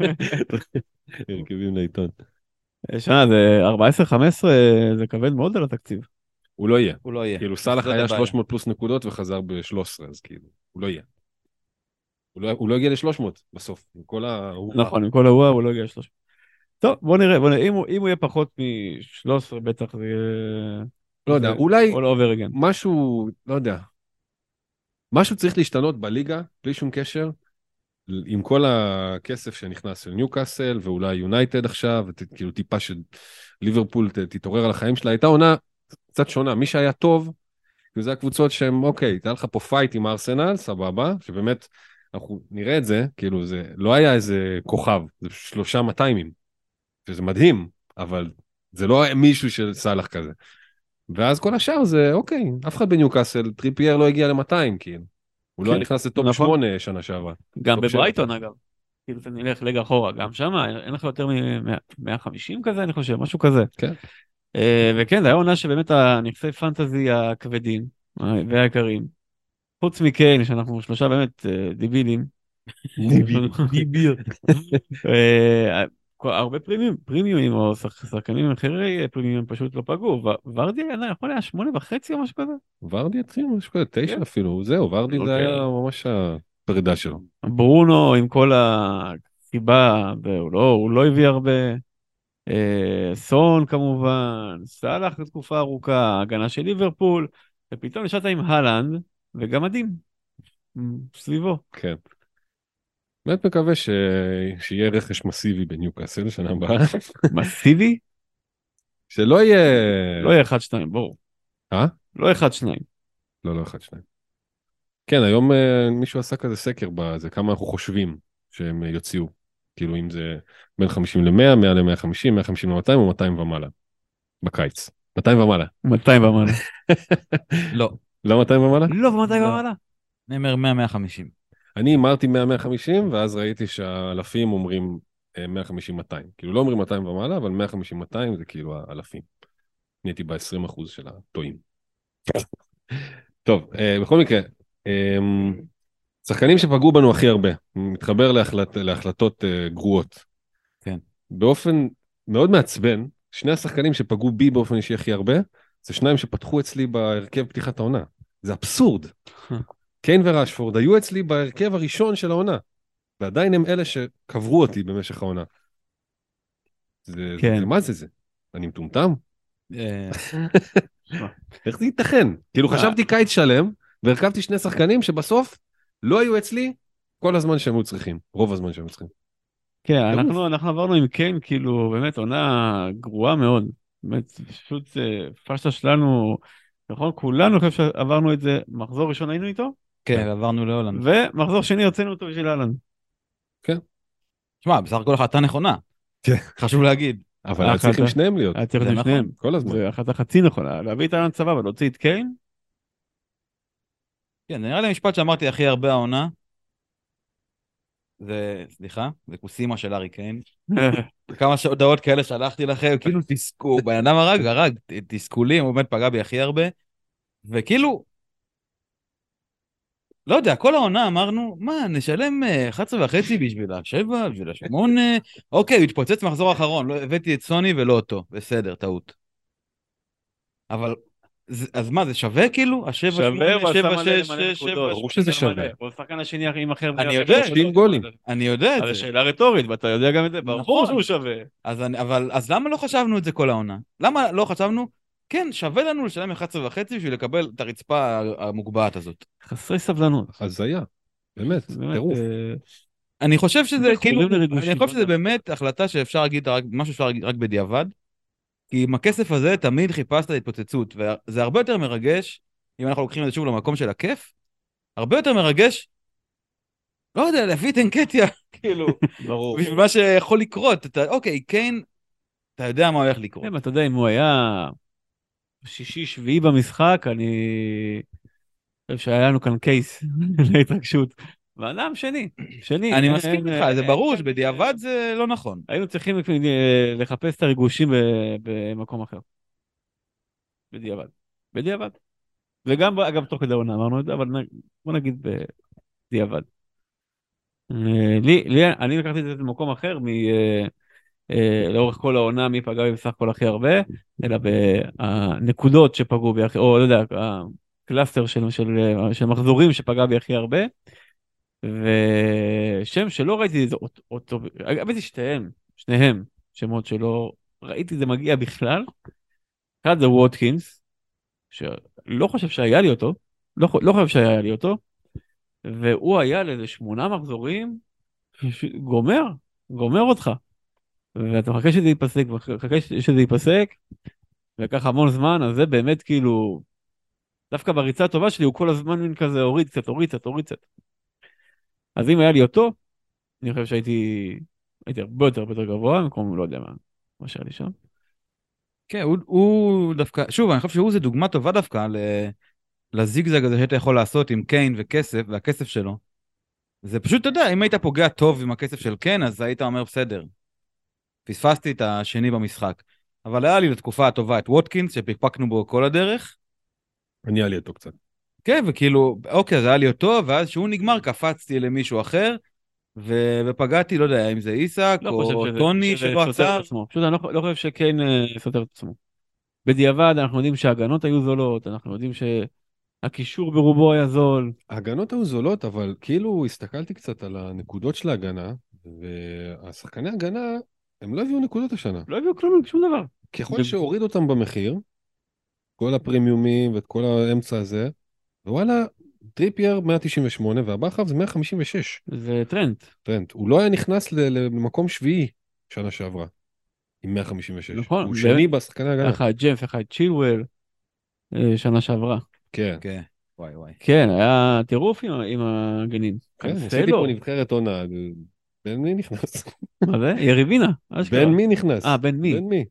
הרכבים לעיתון. שנה, זה ארבע עשרה, חמש עשרה, זה כבד מאוד על התקציב. הוא לא יהיה. הוא לא יהיה. כאילו סאלח זאת היה הבעיה. שלוש מאות פלוס נקודות וחזר ב-שלוש עשרה, אז כאילו, הוא לא יהיה. הוא לא, הוא לא הגיע ל-שלוש מאות בסוף, עם כל ה... נכון, עם כל ההוא הוא לא הגיע ל-שלוש מאות. טוב, בוא נראה, בוא נראה, אם הוא, אם הוא יהיה פחות מ-שלוש עשרה, בטח זה יהיה... לא יודע, זה אולי all over again. משהו, לא יודע, משהו צריך להשתנות בליגה, בלי שום קשר, עם כל הכסף שנכנס של ניוקאסל, ואולי יונייטד עכשיו, כאילו טיפה שליברפול תתעורר על החיים שלה, הייתה עונה קצת שונה, מי שהיה טוב, זה הקבוצות שהם, אוקיי, הייתה לך פה פייט עם ארסנל, סבבה, שבאמת, אנחנו נראה את זה, כאילו זה לא היה איזה כוכב, זה שלושה מאתיים, שזה מדהים, אבל זה לא היה מישהו של סאלח כזה. ואז כל השאר זה, אוקיי, אף אחד בניוקאסל, טריפייר לא הגיע ל-מאתיים, כאילו. הוא לא כן, נכנס לטופ נכון. שמונה שנה שעברה. גם טוב, בברייטון אגב. כאילו אתה נלך ליגה אחורה, גם שם אין לך יותר מ-מאה וחמישים כזה, אני חושב, משהו כזה. כן. אה, וכן, זה היה עונה שבאמת הנכסי פנטזי הכבדים אה, והיקרים, חוץ מקיין, שאנחנו שלושה באמת אה, דיבילים. דיביר. אה, כל- הרבה פרימיום, פרימיומים או שח- שחקנים אחרי פרימיום פשוט לא פגעו. ו- ורדי היה יכול היה שמונה וחצי או משהו כזה. ורדי התחיל משהו כזה, תשע כן. אפילו, זהו, ורדי זה אוקיי. היה ממש הפרידה שלו. ברונו עם כל הסיבה, והוא לא, הוא לא הביא הרבה. אה, סון כמובן, סאלח לתקופה ארוכה, הגנה של ליברפול, ופתאום נשארת עם הלנד וגמדים מ, סביבו. כן. באמת מקווה ש... שיהיה רכש מסיבי בניוקאסל שנה הבאה. מסיבי? שלא יהיה... לא יהיה אחד שניים, ברור. אה? לא אחד שניים. לא, לא אחד שניים. כן, היום אה, מישהו עשה כזה סקר בזה, כמה אנחנו חושבים שהם אה, יוציאו. כאילו אם זה בין חמישים ל-מאה, מאה ל-מאה וחמישים, מאה וחמישים ל-מאתיים או מאתיים ומעלה. בקיץ. מאתיים ומעלה. מאתיים ומעלה. לא. לא מאתיים ומעלה? לא, מאתיים לא. ומעלה. אני אומר מאה מאה וחמישים. אני אמרתי מאה מאה וחמישים, ואז ראיתי שהאלפים אומרים אה, מאה וחמישים מאתיים. כאילו לא אומרים מאתיים ומעלה, אבל מאה וחמישים מאתיים זה כאילו האלפים. אני הייתי ב-עשרים אחוז של הטועים. טוב, אה, בכל מקרה, אה, שחקנים שפגעו בנו הכי הרבה, מתחבר להחלט, להחלטות אה, גרועות. כן. באופן מאוד מעצבן, שני השחקנים שפגעו בי באופן אישי הכי הרבה, זה שניים שפתחו אצלי בהרכב פתיחת העונה. זה אבסורד. קיין ורשפורד היו אצלי בהרכב הראשון של העונה, ועדיין הם אלה שקברו אותי במשך העונה. זה, כן. זה, מה זה זה? אני מטומטם? אה, איך זה ייתכן? כאילו חשבתי קיץ שלם, והרכבתי שני שחקנים שבסוף לא היו אצלי כל הזמן שהם היו צריכים, רוב הזמן שהם היו צריכים. כן, טירוף. אנחנו, אנחנו עברנו עם קיין, כאילו, באמת עונה גרועה מאוד. באמת, פשוט אה, פשטה שלנו, נכון? כולנו, אני חושב שעברנו את זה, מחזור ראשון היינו איתו, כן, עברנו להולנד. ומחזור שני יוצאנו אותו בשביל אהלן. שמע, בסך הכל החלטה נכונה. כן. חשוב להגיד. אבל היה צריך עם ההחלטה- שניהם להיות, היה צריך זה עם נכון, שניהם. כל הזמן. זה החלטה חצי נכונה, להביא את אהלן צבא ולהוציא את קיין. כן, זה נראה לי המשפט שאמרתי הכי הרבה העונה. זה, סליחה, זה כוסימה של ארי קיין. כמה הודעות כאלה שלחתי לכם, כאילו תסכו, בן אדם הרג, הרג, תסכולים, הוא באמת פגע בי הכי הרבה. וכאילו, לא יודע, כל העונה אמרנו, מה, נשלם אה, אחת עשרה וחצי בשביל השבע, בשביל השמונה, אוקיי, הוא התפוצץ מחזור האחרון, לא הבאתי את סוני ולא אותו, בסדר, טעות. אבל, זה- אז מה, זה שווה כאילו? השבע, שווה, שמונה, הוא שבע, עשה מלא שש, מלא שש, נקודות. שבע, ברור שזה יותר מלא. שווה. הוא השחקן השני עם הכי הרבה. אני יודע. שלושים גולים. אני יודע את אז זה. זו שאלה רטורית, ואתה יודע גם את זה, ברור נכון. שהוא שווה. אז, אני, אבל, אז למה לא חשבנו את זה כל העונה? למה לא חשבנו? כן, שווה לנו לשלם אחת עשרה וחצי בשביל לקבל את הרצפה המוגבעת הזאת. חסרי סבלנות. הזיה, באמת, באמת, טירוף. אה, אני חושב שזה זה כאילו, חולים לריגושים, אני חושב לא שזה יודע. באמת החלטה שאפשר להגיד, רק, משהו שאפשר להגיד רק בדיעבד, כי עם הכסף הזה תמיד חיפשת התפוצצות, וזה הרבה יותר מרגש, אם אנחנו לוקחים את זה שוב למקום של הכיף, הרבה יותר מרגש, לא יודע, להביא את אנקטיה, כאילו, ברור. בשביל מה שיכול לקרות, אתה, אוקיי, קיין, אתה יודע מה הולך לקרות. כן, אתה יודע, אם הוא היה שישי, שביעי במשחק, אני חושב שהיה לנו כאן קייס להתרגשות. ואדם שני, שני. אני אין- מסכים אין- איתך, זה אין- ברור אין- שבדיעבד זה לא נכון. היינו צריכים אה, לחפש את הריגושים ב- במקום אחר. בדיעבד. בדיעבד. וגם, אגב, תוך כדי עונה אמרנו את זה, אבל נ- בוא נגיד בדיעבד. אה, לי, לי, אני לקחתי את זה למקום אחר, מ, אה, אה, לאורך כל העונה, מי פגע בי בסך הכל הכי הרבה, אלא בנקודות שפגעו בי הכי, או לא יודע, הקלאסטר של, של, של מחזורים שפגע בי הכי הרבה, ושם שלא ראיתי את זה, אותו, אגב, זה שתיהם, שניהם, שמות שלא ראיתי זה מגיע בכלל. אחד זה ווטקינס, שלא חושב שהיה לי אותו, לא, לא חושב שהיה לי אותו, והוא היה לאיזה שמונה מחזורים, ש- גומר, גומר אותך. ואתה מחכה שזה ייפסק, מחכה שזה ייפסק, ולקח המון זמן, אז זה באמת כאילו, דווקא בריצה הטובה שלי הוא כל הזמן מין כזה הוריד קצת, הוריד קצת, הוריד קצת. אז אם היה לי אותו, אני חושב שהייתי, הייתי הרבה יותר, הרבה יותר גבוה, במקום לא יודע מה, מה שהיה לי שם. כן, הוא, הוא דווקא, שוב, אני חושב שהוא זה דוגמה טובה דווקא ל, לזיגזג הזה שאתה יכול לעשות עם קיין וכסף, והכסף שלו. זה פשוט, אתה יודע, אם היית פוגע טוב עם הכסף של קיין, אז היית אומר, בסדר, פספסתי את השני במשחק. אבל היה לי לתקופה הטובה את ווטקינס, שפיקפקנו בו כל הדרך. אני עלי אותו קצת. כן, וכאילו, אוקיי, אז היה לי אותו, ואז שהוא נגמר, קפצתי למישהו אחר, ו... ופגעתי, לא יודע, אם זה איסק, לא או חושב שזה, טוני שזה שלא סותר עצר. את עצמו. פשוט אני לא, לא חושב שקיין אה, סותר את עצמו. בדיעבד אנחנו יודעים שההגנות היו זולות, אנחנו יודעים שהקישור ברובו היה זול. ההגנות היו זולות, אבל כאילו הסתכלתי קצת על הנקודות של ההגנה, והשחקני הגנה, הם לא הביאו נקודות השנה. לא הביאו כלום, שום דבר. ככל ו- שהוריד אותם במחיר, כל הפרימיומים ואת כל האמצע הזה, ווואלה, טריפייר מאה תשעים ושמונה, והבחב זה מאה חמישים ושש. זה טרנד. טרנט. הוא לא היה נכנס ל- למקום שביעי שנה שעברה, עם מאה חמישים ושש. נכון, הוא ב- שני בשחקני הגנה. אחד ג'מס, אחד צ'ילואל, אה, שנה שעברה. כן. כן, וואי וואי. כן, היה טירוף עם, ה- עם הגנים. כן, עשיתי קנסלו, פה נבחרת עונה, בן מי נכנס? מה זה? יריבינה, אשכרה. בן מי נכנס? אה, בן מי? בן מי?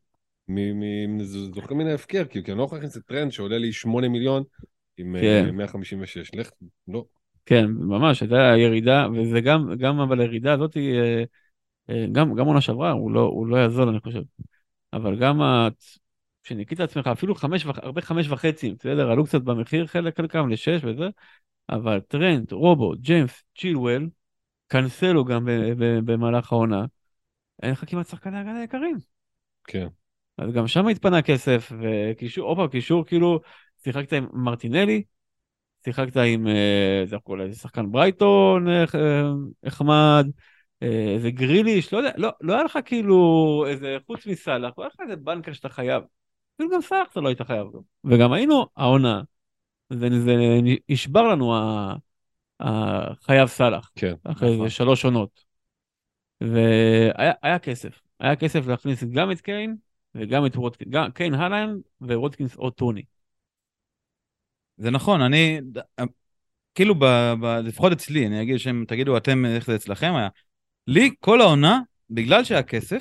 מ- מ- ז- זוכרים מן ההפקר, כי כי אני לא יכול להכניס את טרנד שעולה לי שמונה מיליון עם אה, כן. מאה חמישים ושש. לך, לא. כן, ממש, הייתה ירידה, וזה גם, גם אבל הירידה הזאת, אה, אה, גם, גם עונה שעברה, הוא לא, הוא לא יעזור, אני חושב. אבל גם, ה- שניקית עצמך, אפילו חמש, וח- הרבה חמש וחצי, בסדר, עלו קצת במחיר, חלק חלקם לשש וזה, אבל טרנט, רובו, ג'יימס, צ'ילואל, קנסלו גם ב- ב- במהלך העונה, אין לך כמעט שחקני הגנה יקרים. כן. אז גם שם התפנה כסף, וקישור, אופה, קישור כאילו, שיחקת עם מרטינלי, שיחקת עם, אה, זה הכל, איזה שחקן ברייטון, אה, אה, החמד, אה, איזה גריליש, לא יודע, לא, לא היה לך כאילו איזה, חוץ מסלאח, לא היה לך איזה בנקר שאתה חייב. אפילו גם סלאח אתה לא היית חייב לו. וגם היינו העונה, זה, זה נשבר לנו ה- החייב סלאח, כן. אחרי נכון. איזה שלוש עונות. והיה היה כסף, היה כסף להכניס גם את קיין, וגם את וודקינס, גם קיין הלנד ווודקינס או טוני. זה נכון, אני, כאילו, ב, ב, לפחות אצלי, אני אגיד שהם, תגידו אתם איך זה אצלכם היה. לי, כל העונה, בגלל שהיה כסף,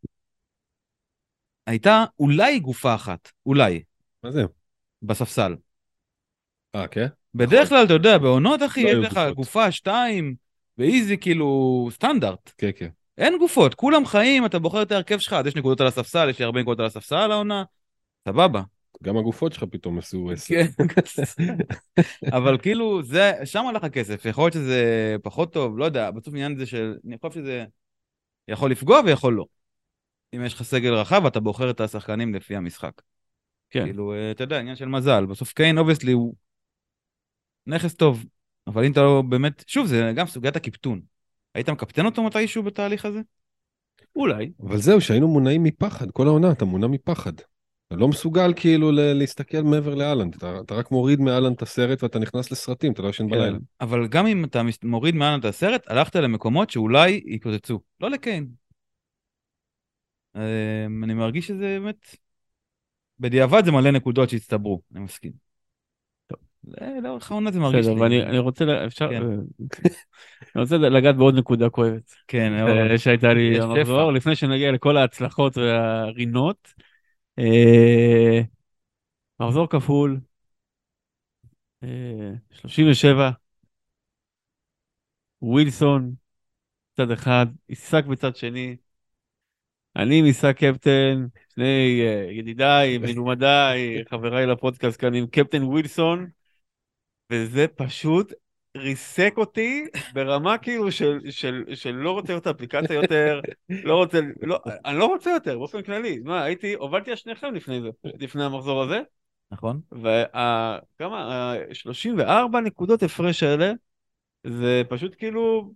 הייתה אולי גופה אחת, אולי, מה זה? בספסל. אה, כן? בדרך כלל, אתה יודע, בעונות, אחי, לא יש היו לך גופות. גופה, שתיים, ואיזי, כאילו, סטנדרט. כן, כן. אין גופות, כולם חיים, אתה בוחר את ההרכב שלך, אז יש נקודות על הספסל, יש לי הרבה נקודות על הספסל העונה, סבבה. גם הגופות שלך פתאום עשו עשר. כן, אבל כאילו, זה, שם הלך הכסף, יכול להיות שזה פחות טוב, לא יודע, בסוף עניין זה של, אני חושב שזה יכול לפגוע ויכול לא. אם יש לך סגל רחב, אתה בוחר את השחקנים לפי המשחק. כן. כאילו, אתה יודע, עניין של מזל. בסוף קיין, אובייסלי, הוא נכס טוב, אבל אם אתה לא באמת, שוב, זה גם סוגיית הקיפטון. היית מקפטן אותו מתישהו בתהליך הזה? אולי. אבל זהו, שהיינו מונעים מפחד, כל העונה, אתה מונע מפחד. אתה לא מסוגל כאילו ל- להסתכל מעבר לאלנד, אתה, אתה רק מוריד מאלנד את הסרט ואתה נכנס לסרטים, אתה לא ישן בלילה. אבל גם אם אתה מס- מוריד מעל את הסרט, הלכת למקומות שאולי יקוצצו. לא לקיין. אמ, אני מרגיש שזה באמת... בדיעבד זה מלא נקודות שהצטברו, אני מסכים. טוב, זה- לאורך העונה זה מרגיש בסדר, לי... ואני אני רוצה, ל- אפשר, כן. אני רוצה לגעת בעוד נקודה כואבת. כן, אה, מאוד. שהייתה לי יש במחזור, שפע. לפני שנגיע לכל ההצלחות והרינות. אה, מחזור כפול, אה, שלושים ושבע, ווילסון, צד אחד, עיסק בצד שני, אני משחק קפטן, שני אה, ידידיי, מלומדיי, חבריי לפודקאסט כאן עם קפטן ווילסון, וזה פשוט ריסק אותי ברמה כאילו של, של, של לא רוצה להיות אפליקציה יותר, לא רוצה, לא, אני לא רוצה יותר, באופן כללי. מה, הייתי, הובלתי על שניכם לפני זה, לפני המחזור הזה, נכון? וכמה, שלושים וארבע נקודות הפרש האלה, זה פשוט כאילו,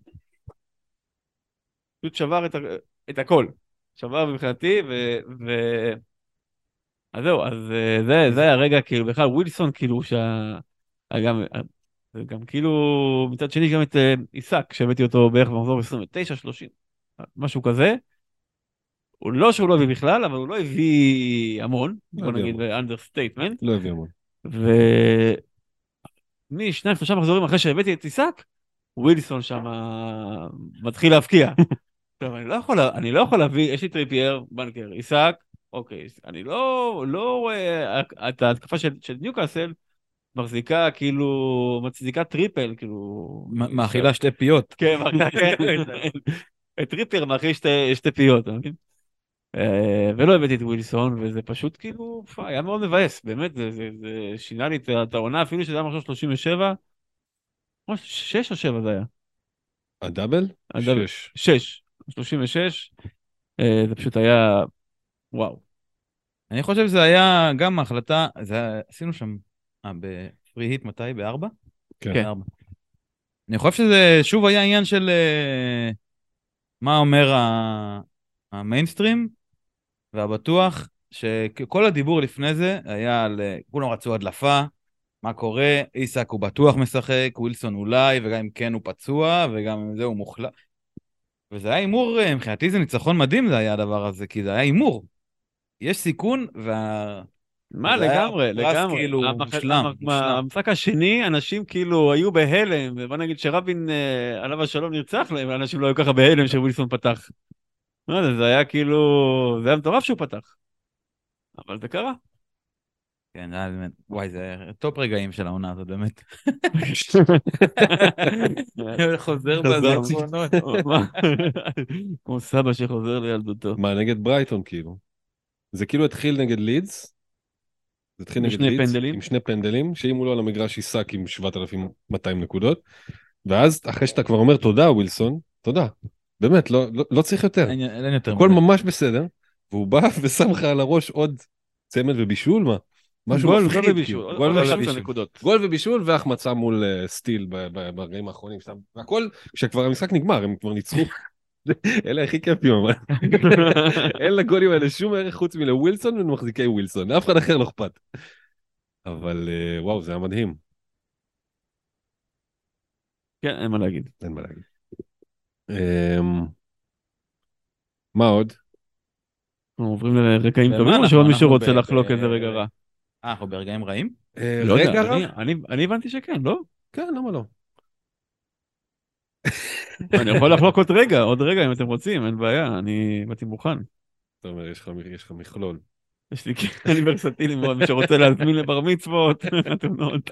פשוט שבר את, ה, את הכל. שבר מבחינתי, ו... ו... אז זהו, אז אה, זה, זה היה הרגע, כאילו, בכלל ווילסון, כאילו, שה... גם, גם כאילו, מצד שני, גם את אה, עיסק, שהבאתי אותו בערך במחזור עשרים ותשע שלושים, משהו כזה. הוא לא שהוא לא הביא בכלל, אבל הוא לא הביא המון, לא בוא הביא נגיד, המון. באנדרסטייטמנט. לא הביא המון. ומשניים, שלושה מחזורים אחרי שהבאתי את עיסק, ווילסון שם מתחיל להפקיע. טוב, אני לא יכול, אני לא יכול להביא, יש לי טריפייר, בנקר, עיסק, אוקיי, אני לא, לא רואה את ההתקפה של, של ניוקאסל, מחזיקה כאילו, מצדיקה טריפל, כאילו... מ- מאכילה שתי פיות. כן, מאכילה, כן. טריפר מאכיל שתי, שתי פיות, אתה מבין? אה, ולא הבאתי את ווילסון, וזה פשוט כאילו, פע, היה מאוד מבאס, באמת, זה, זה, זה שינה לי את את העונה, אפילו שזה היה מחזור שלושים ושבע, ממש שש או שבע זה היה. הדאבל? הדאבל. שש. שש, שלושים ושש, אה, זה פשוט היה, וואו. אני חושב שזה היה גם ההחלטה, זה היה- עשינו שם, אה, בפרי היט מתי? בארבע? כן. כן. בארבע. אני חושב שזה שוב היה עניין של אה, מה אומר ה- המיינסטרים, והבטוח שכל הדיבור לפני זה היה על, אה, כולם רצו הדלפה, מה קורה, איסק הוא בטוח משחק, ווילסון אולי, וגם אם כן הוא פצוע, וגם אם זה הוא מוחלט. וזה היה הימור, אה, מבחינתי זה ניצחון מדהים זה היה הדבר הזה, כי זה היה הימור. יש סיכון, וה... מה, זה היה לגמרי, פרס לגמרי. כאילו המח- מושלם, המ- מושלם. המשחק השני, אנשים כאילו היו בהלם, ובוא נגיד שרבין, אה, עליו השלום נרצח להם, אנשים לא היו ככה בהלם שווילסון פתח. לא יודע, זה היה כאילו, זה היה מטורף שהוא פתח. אבל זה קרה. כן, זה היה באמת, וואי, זה טופ רגעים של העונה הזאת, באמת. חוזר בזיכרונות. כמו סבא שחוזר לילדותו. מה, נגד ברייטון כאילו? זה כאילו התחיל נגד לידס, זה התחיל נגד בשני לידס, פנדלים. עם שני פנדלים, שאם הוא לא על המגרש ייסק עם שבעת אלפים ומאתיים נקודות, ואז אחרי שאתה כבר אומר תודה ווילסון, תודה, באמת, לא, לא, לא צריך יותר, אין אין יותר הכל מזה. ממש בסדר, והוא בא ושם לך על הראש עוד צמד ובישול, מה? משהו גול, מפחיד, גול ובישול. כאילו. עוד- גול עוד ובישול. אחת נקודות. גול ובישול והחמצה מול אה, סטיל ב- ב- ברגעים האחרונים. סתם. והכל, כשכבר המשחק נגמר, הם כבר ניצחו. אלה הכי כיפים, אבל אין לגולים האלה שום ערך חוץ מלווילסון ומחזיקי ווילסון. לאף אחד אחר לא אכפת. אבל אה, וואו, זה היה מדהים. כן, אין מה להגיד. אין מה להגיד. אמ, מה עוד? אנחנו עוברים לרגעים ומה טובים, או אנחנו? שעוד מישהו אנחנו רוצה ב- לחלוק ב- איזה רגע רע? אה, אנחנו ברגעים רעים? אה, לא יודע, רגע רע? אני- אני- אני הבנתי שכן, לא? כן, למה לא? אני יכול לחלוק עוד רגע, עוד רגע אם אתם רוצים, אין בעיה, אני באתי מוכן. אתה אומר, יש לך יש לך מכלול. יש לי, אני ורסטילי מאוד, מי שרוצה להזמין לבר מצוות, חתונות.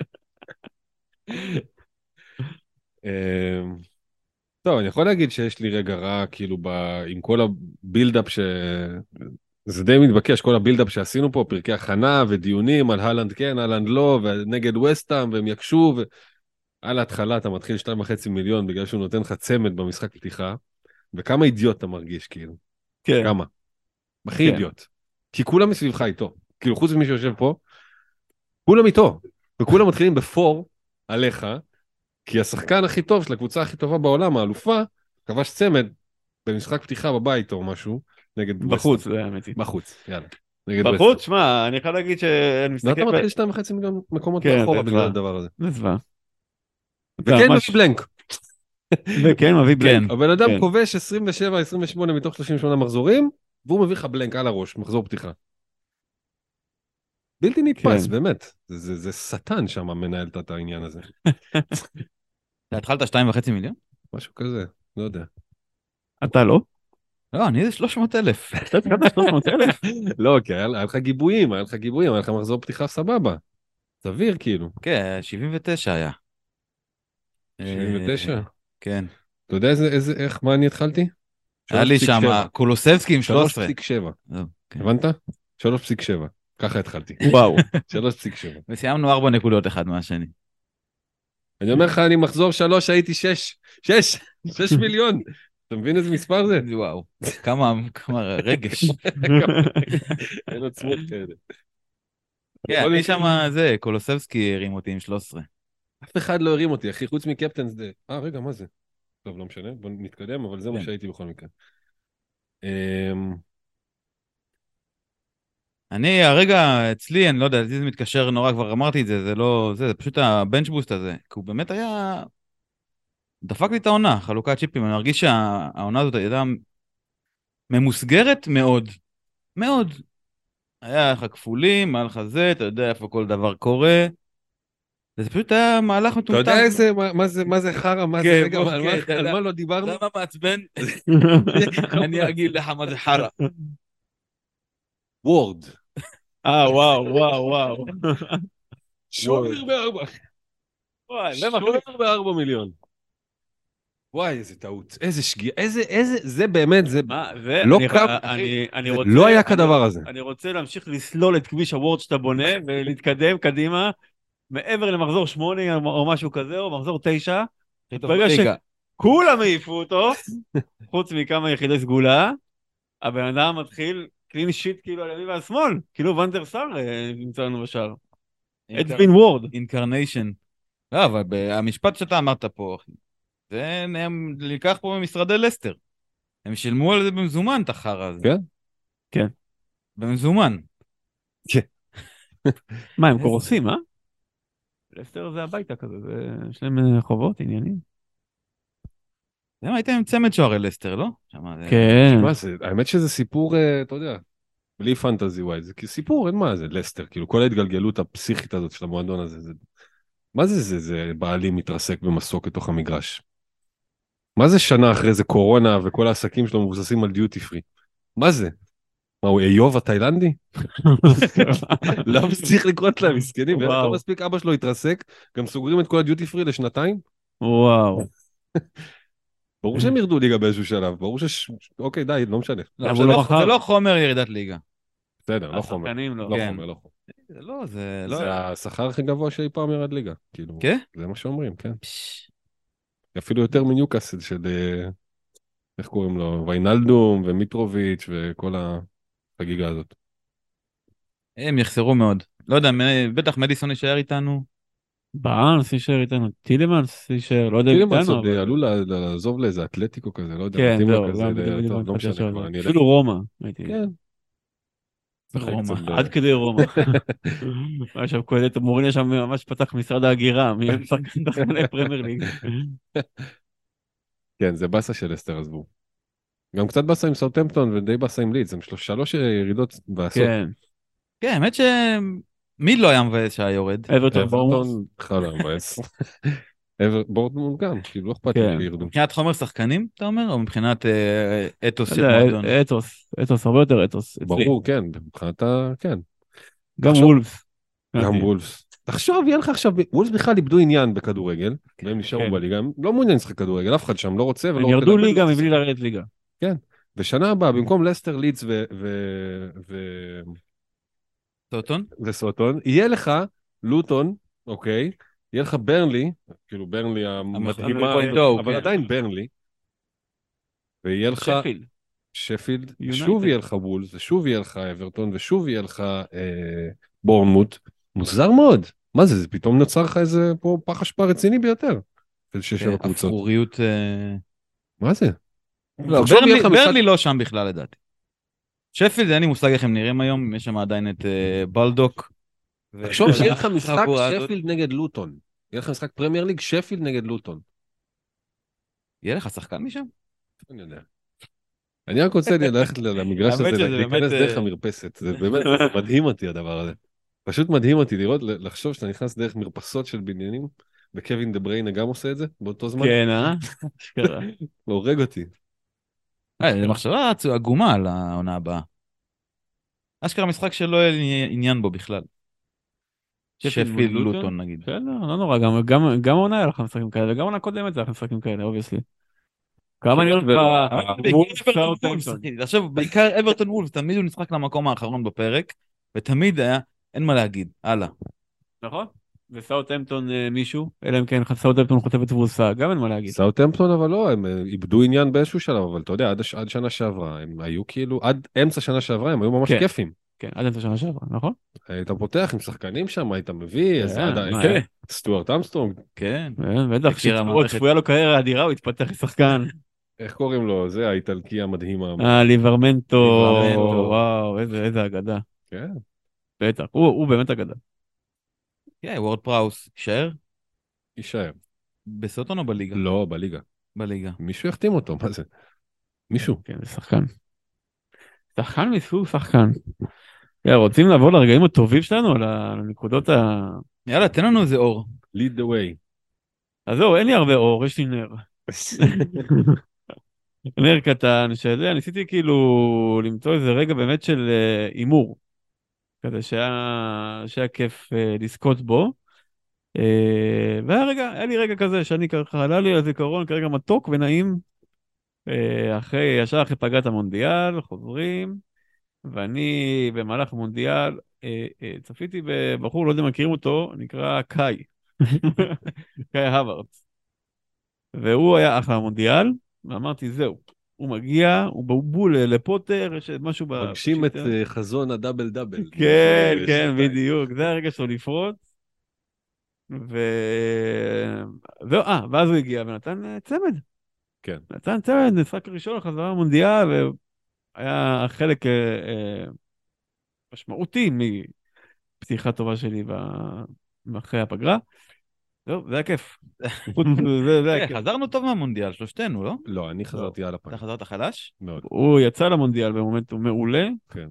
אמ, טוב, אני יכול להגיד שיש לי רגע רע, כאילו, ב... עם כל הבילדאפ ש... זה די מתבקש, כל הבילדאפ שעשינו פה, פרקי הכנה ודיונים על הלנד כן, הלנד לא, ונגד וסטאם, והם יקשו, ועל ההתחלה אתה מתחיל שתיים וחצי מיליון, בגלל שהוא נותן לך צמד במשחק פתיחה, וכמה אידיוט אתה מרגיש, כאילו. כן, כמה? הכי כן. אידיוט. כי כולם מסביבך איתו. כאילו, חוץ ממי שיושב פה, כולם איתו. וכולם מתחילים בפור עליך, כי השחקן הכי טוב של הקבוצה הכי טובה בעולם, האלופה, כבש צמד במשחק פתיחה בבית או משהו, נגד ווסטהאם. בחוץ, זה האמת היא. בחוץ, יאללה. נגד בחוץ, ווסטהאם. שמע, אני יכול להגיד שאני מסתכל... ואתה ב- מתחיל שתיים וחצי מיליון מקומות כן, מאחורה זה בגלל זוועה. הדבר הזה. זה זוועה. וכן ממש- מביא בלנק. וכן, מביא בלנק. הבן אדם כן. כובש עשרים ושבע עשרים ושמונה מתוך שלושים ושמונה מחזורים, והוא מביא לך בלנק על הראש, מחזור פתיחה. בלתי נתפס, כן. באמת. זה, זה, זה שטן שם מנהל את העניין הזה. אתה התחלת שתיים וחצי מיליון? משהו כזה, לא יודע. אתה לא? לא, אני זה שלוש מאות אלף. אתה התחלת שלוש מאות אלף? לא, כי היה, היה לך גיבויים, היה לך גיבויים, היה לך מחזור פתיחה סבבה. סביר, כאילו. כן, שבעים ותשע היה. שבעים ותשע? אה, כן. אתה יודע איזה, איזה, איך, מה אני התחלתי? היה לי שם קולוסבסקי עם שלוש עשרה. שלוש נקודה שבע. זהו, כן. הבנת? שלוש נקודה שבע. ככה התחלתי. וואו. שלוש נקודה שבע. וסיימנו ארבע נקודות אחד מהשני. אני אומר לך, אני מחזור שלוש, הייתי שש. שש. שש מיליון. אתה מבין איזה מספר זה? וואו, כמה כמה רגש. אין עוצמות כאלה. כן, בוא אני נתחיל. שם, זה, קולוסבסקי הרים אותי עם שלוש עשרה. אף אחד לא הרים אותי, אחי, חוץ מקפטנס דה. אה, רגע, מה זה? טוב, לא משנה, בוא נתקדם, אבל זה מה כן. שהייתי בכל מקרה. אמ, אני, הרגע אצלי, אני לא יודע, זה מתקשר נורא, כבר אמרתי את זה, זה לא, זה, זה פשוט הבנץ' בוסט הזה, כי הוא באמת היה, דפק לי את העונה, חלוקת צ'יפים, אני מרגיש שהעונה הזאת הייתה ממוסגרת מאוד, מאוד. היה לך כפולים, היה לך זה, אתה יודע איפה כל דבר קורה, וזה פשוט היה מהלך אתה מטומטם. יודע איזה, מה- מה זה, מה זה חרא, מה כן, זה, רגע, בוא, על כן, מה- אתה על יודע. מה לא דיברנו? למה מעצבן? אני אגיד לך מה זה חרא. וורד. אה, וואו, וואו, וואו. שומר בארבע. וואי, זה מחליף. שומר בארבע מיליון. וואי, איזה טעות. איזה שגיאה, איזה, איזה, זה באמת, זה מה, זה, לא אני- קם, אני- אני זה רוצה- לא היה אני- כדבר הזה. אני רוצה להמשיך לסלול את כביש הוורד שאתה בונה ולהתקדם קדימה, מעבר למחזור שמונה או משהו כזה, או מחזור תשע, ברגע ליגה. שכולם העיפו אותו, חוץ מכמה יחידי סגולה, הבן אדם מתחיל קלין שיט כאילו על ימין ועל שמאל, כאילו ונדר סאר אה, נמצא לנו בשער. אדווין וורד. אינקרניישן. לא, אבל ב- המשפט שאתה אמרת פה, אחי, זה נהם- נלקח פה ממשרדי לסטר. הם שילמו על זה במזומן, את החרא הזה. כן? כן. במזומן. מה, הם קורסים, אה? לסטר זה הביתה כזה, זה- יש להם אה, חובות, עניינים. אתם הייתם עם צמד שוערי לסטר, לא? שמה זה- כן. מה זה, האמת שזה סיפור, אה, אתה יודע, בלי פנטזי וואי, זה כי סיפור, אין מה זה, לסטר, כאילו כל ההתגלגלות הפסיכית הזאת של המועדון הזה, זה, מה זה זה, זה בעלים מתרסק במסוק לתוך המגרש? מה זה שנה אחרי זה קורונה וכל העסקים שלו מבוססים על דיוטי פרי? מה זה? מה, הוא איוב התאילנדי? למה זה צריך לקרות להם, מסכנים? וואו. לא מספיק אבא שלו התרסק, גם סוגרים את כל הדיוטי פרי לשנתיים? וואו. ברור שהם ירדו ליגה באיזשהו שלב, ברור ש... אוקיי, די, לא משנה. לא, אבל זה הוא לא- לא מכר. זה לא חומר ירידת ליגה. בסדר, לא חומר. השחקנים לא. לא כן. חומר, לא חומר. זה לא, זה לא... זה השכר הכי גבוה שאי פעם ירד ליגה. כאילו, כן? זה מה שאומרים, כן. פש, אפילו יותר מניוקאסל של, אה, איך קוראים לו, ויינלדום ומיטרוביץ' וכל החגיגה הזאת. הם יחסרו מאוד. לא יודע, מ- בטח מדיסון יישאר איתנו. בארנס יישאר איתנו, טילמנס יישאר, לא יודע אם טילמנס איתנו, עוד אבל... עלול ל- לעזוב לאיזה אתלטיקו כזה, לא יודע, כן, מתאים לו זהו, כזה, גם בדיוק ל- בדיוק טוב, לא התחלתי משנה לחשוב על כבר, זה. אני אלך. אפילו רומא, הייתי... כן, שחק רומא. קצת ב... עד כדי רומא. עכשיו קולט, מוריניו שם ממש פתח משרד ההגירה, מי הם שחקני פרמייר ליג. כן, זה באסה של אסטר עזבו. גם קצת באסה עם סאוטהמפטון ודי באסה עם לידס, הם שלוש, שלוש ירידות באסות. כן, כן, האמת ש... מי לא היה מבאס שהיה יורד? אברטון בורמוס. אברטון בכלל לא מבאס. אבר- בורטמונד גם, כאילו לא אכפת לי כן. שירדו. מבחינת חומר שחקנים, אתה אומר? או מבחינת אה, אתוס לא של יודע, מועדון? אתוס, אתוס, הרבה יותר אתוס. אצלי. ברור, כן, מבחינת ה... כן. גם תחשוב- וולפס. גם מבחינתי. וולפס. תחשוב, יהיה לך עכשיו, וולפס בכלל איבדו עניין בכדורגל, והם נשארו כן. בליגה, הם לא מעוניין לשחק כדורגל, אף אחד שם לא רוצה ולא הם רוצה... ירדו לאבד, ליגה לא רוצה מבלי לשחק. לרדת ליגה. ושנה הבאה, במקום לסטר, לידס ו- ו- ו- טוטון? וסוטון, יהיה לך לוטון, אוקיי? יהיה לך ברנלי, כאילו ברנלי המדהימה, המדהימה, אבל כן. עדיין ברנלי, ויהיה לך שפילד. שפילד, United. ושוב יהיה לך וולס, ושוב יהיה לך אברטון, ושוב יהיה לך אה, בורנמוט. מוזר מאוד. מה זה, זה פתאום נוצר לך איזה פה פח אשפה רציני ביותר. של שש שבע קבוצות. אפרוריות... אה, מה זה? לא, תחשוב, יהיה ברנלי לך משחק- ברנלי לא שם בכלל לדעתי. שפילד, אין לי מושג איך הם נראים היום, יש שם עדיין את אה, בלדוק. ו- תחשוב שיהיה לך משחק החבורה הזאת. שפילד נגד לוטון. יהיה לך משחק פרמייר ליג, שפילד נגד לוטון. יהיה לך שחקן משם? אני יודע. אני רק רוצה ללכת למגרש האמת הזה, שזה להיכנס באמת, דרך אה, המרפסת. זה באמת זה מדהים אותי הדבר הזה. פשוט מדהים אותי לראות, לחשוב שאתה נכנס דרך מרפסות של בניינים, וקווין דה בריינה גם עושה את זה באותו זמן. כן, אה? אשכרה. והורג אותי. אה, זה מחשבה עצ- עגומה על העונה הבאה. אשכרה משחק שלא יהיה לי עניין בו בכלל. שפילד מול שפילד לוטון? לוטון נגיד. בסדר, לא נורא, גם- גם- גם העונה היה לך משחקים כאלה, וגם העונה קודמת היה לך משחקים כאלה, אובייסלי. כמה אני אוהב בעיקר ב... אברטון וולפס, אחי. עכשיו בעיקר אברטון וולפס, תמיד הוא נשחק למקום האחרון בפרק, ותמיד היה, אין מה להגיד, הלאה. נכון? וסאוטהמפטון אה, מישהו, אלא אם כן סאוטהמפטון חוטפת תבוסה, גם אין מה להגיד. סאוטהמפטון אבל לא, הם אה, איבדו עניין באיזשהו שלב, אבל אתה יודע, עד, הש- עד שנה שעברה, הם היו כאילו, עד אמצע שנה שעברה, הם היו ממש כן. כיפים. כן, עד אמצע שנה שעברה, נכון? היית פותח עם שחקנים שם, היית מביא, אז כן, עד מה, כן, אה? סטוארט אמסטרונג, כן. כן, בטח, הכיר כשצפויות המערכת. צפויה לו קריירה אדירה, הוא התפתח כשחקן. איך קוראים לו? זה האיטלקי המדהים. ה- אה, ליברמנטו, ליברמנטו. וואו, איזה איזה אגדה. כן, בטח, הוא הוא באמת אגדה. כן, וורד פראוס, יישאר? יישאר. בסוטון או בליגה? לא, בליגה. בליגה. מישהו יחתים אותו, מה זה? מישהו. כן, זה שחקן. שחקן מסוג שחקן. יאללה, רוצים לעבור לרגעים הטובים שלנו, על הנקודות ה... יאללה, תן לנו איזה אור. lead the way. אז זהו, אין לי הרבה אור, יש לי נר. נר קטן, שזה, ניסיתי כאילו למצוא איזה רגע באמת של אה, הימור. כזה שהיה, שהיה כיף אה, לזכות בו. אה, והיה רגע, היה לי רגע כזה שאני ככה, עלה לי הזיכרון כרגע מתוק ונעים. אה, אחרי, ישר אחרי פגרת המונדיאל, חוזרים, ואני במהלך המונדיאל אה, אה, צפיתי בבחור, לא יודע אם מכירים אותו, נקרא קאי. קאי הווארדס. והוא היה אחלה המונדיאל, ואמרתי זהו, הוא מגיע, הוא בול לפוטר, יש משהו ב... מגשים את בשיטה. אה, חזון הדאבל דאבל. כן, זה כן, שנתיים. בדיוק, זה הרגע שלו לפרוץ. ו... זהו, אה, ואז הוא הגיע ונתן אה, צמד. כן. נתן צמד, משחק ראשון לחזרה למונדיאל, והיה חלק אה, אה, משמעותי מפתיחה טובה שלי ב- אחרי הפגרה. זהו, זה היה כיף. חוץ מזה, זה היה אה, כיף. חזרנו טוב מהמונדיאל, שלושתנו, לא? לא, אני חזרתי על הפעם. אתה חזרת חלש? מאוד. הוא יצא למונדיאל במומנטום מעולה.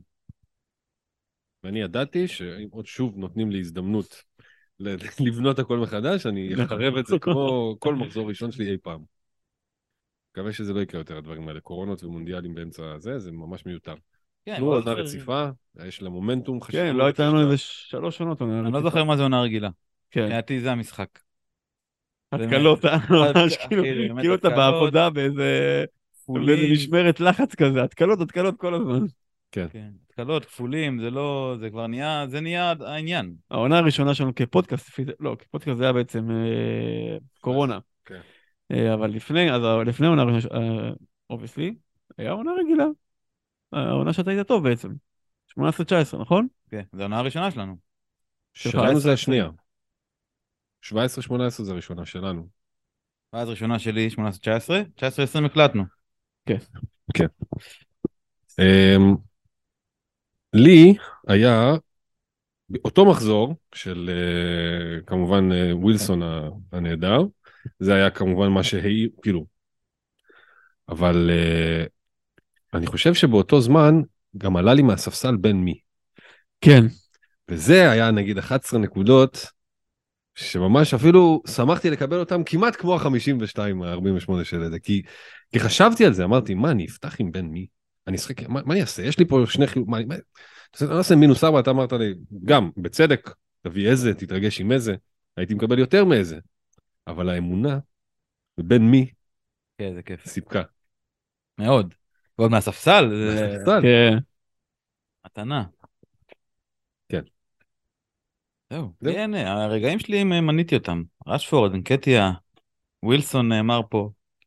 ואני ידעתי שאם עוד שוב נותנים לי הזדמנות ל- לבנות הכל מחדש, אני אחרב את זה כמו כל מחזור ראשון שלי אי פעם. מקווה שזה לא יקרה יותר, הדברים האלה. קורונות ומונדיאלים באמצע הזה, זה ממש מיותר. כן, תנו לא עונה זוכר- רציפה, יש לה מומנטום חשוב. כן, לא הייתה לנו איזה שלוש עונות. אני לא זוכר מה זה עונה רגילה. כן, מבחינתי זה המשחק. התקלות, אה, ממש אחי, כאילו, באמת כאילו אתה התקלות. בעבודה באיזה כפולים. באיזה משמרת לחץ כזה, התקלות, התקלות כל הזמן. כן, התקלות, כפולים, זה לא, זה כבר נהיה, זה נהיה העניין. העונה הראשונה שלנו כפודקאסט, לפי זה- לא, כפודקאסט זה היה בעצם אה, קורונה. כן. אה, אבל לפני, אז לפני העונה הראשונה, אובייסלי, היה עונה רגילה. העונה שאתה היית טוב בעצם. שמונה עשרה תשע עשרה, נכון? כן, זו העונה הראשונה שלנו. שלנו זה השנייה. שבע עשרה שמונה עשרה זה הראשונה שלנו. ואז ראשונה שלי שמונה עשרה תשע עשרה, תשע עשרה עשרים הקלטנו. כן. כן. Um, לי היה באותו מחזור של uh, כמובן uh, ווילסון הנהדר, זה היה כמובן מה שהיא, כאילו, אבל uh, אני חושב שבאותו זמן גם עלה לי מהספסל בן מי. כן. וזה היה נגיד אחת עשרה נקודות, שממש אפילו שמחתי לקבל אותם כמעט כמו ה-חמישים ושתיים, ה-ארבעים ושמונה של זה, כי, כי חשבתי על זה, אמרתי, מה, אני אפתח עם בן מי? אני אשחק, מה, מה אני אעשה? יש לי פה שני חיוב, מה, מה, אני אעשה מינוס ארבע, אתה אמרת לי, גם, בצדק, תביא איזה, תתרגש עם איזה, הייתי מקבל יותר מאיזה, אבל האמונה, בן מי, כן, זה כיף. סיפקה. מאוד. ועוד מהספסל, זה מהספסל. כן. מתנה. כן. זהו, זהו. הנה, הרגעים שלי מניתי אותם. רשפורד, אנקטיה, ווילסון נאמר פה.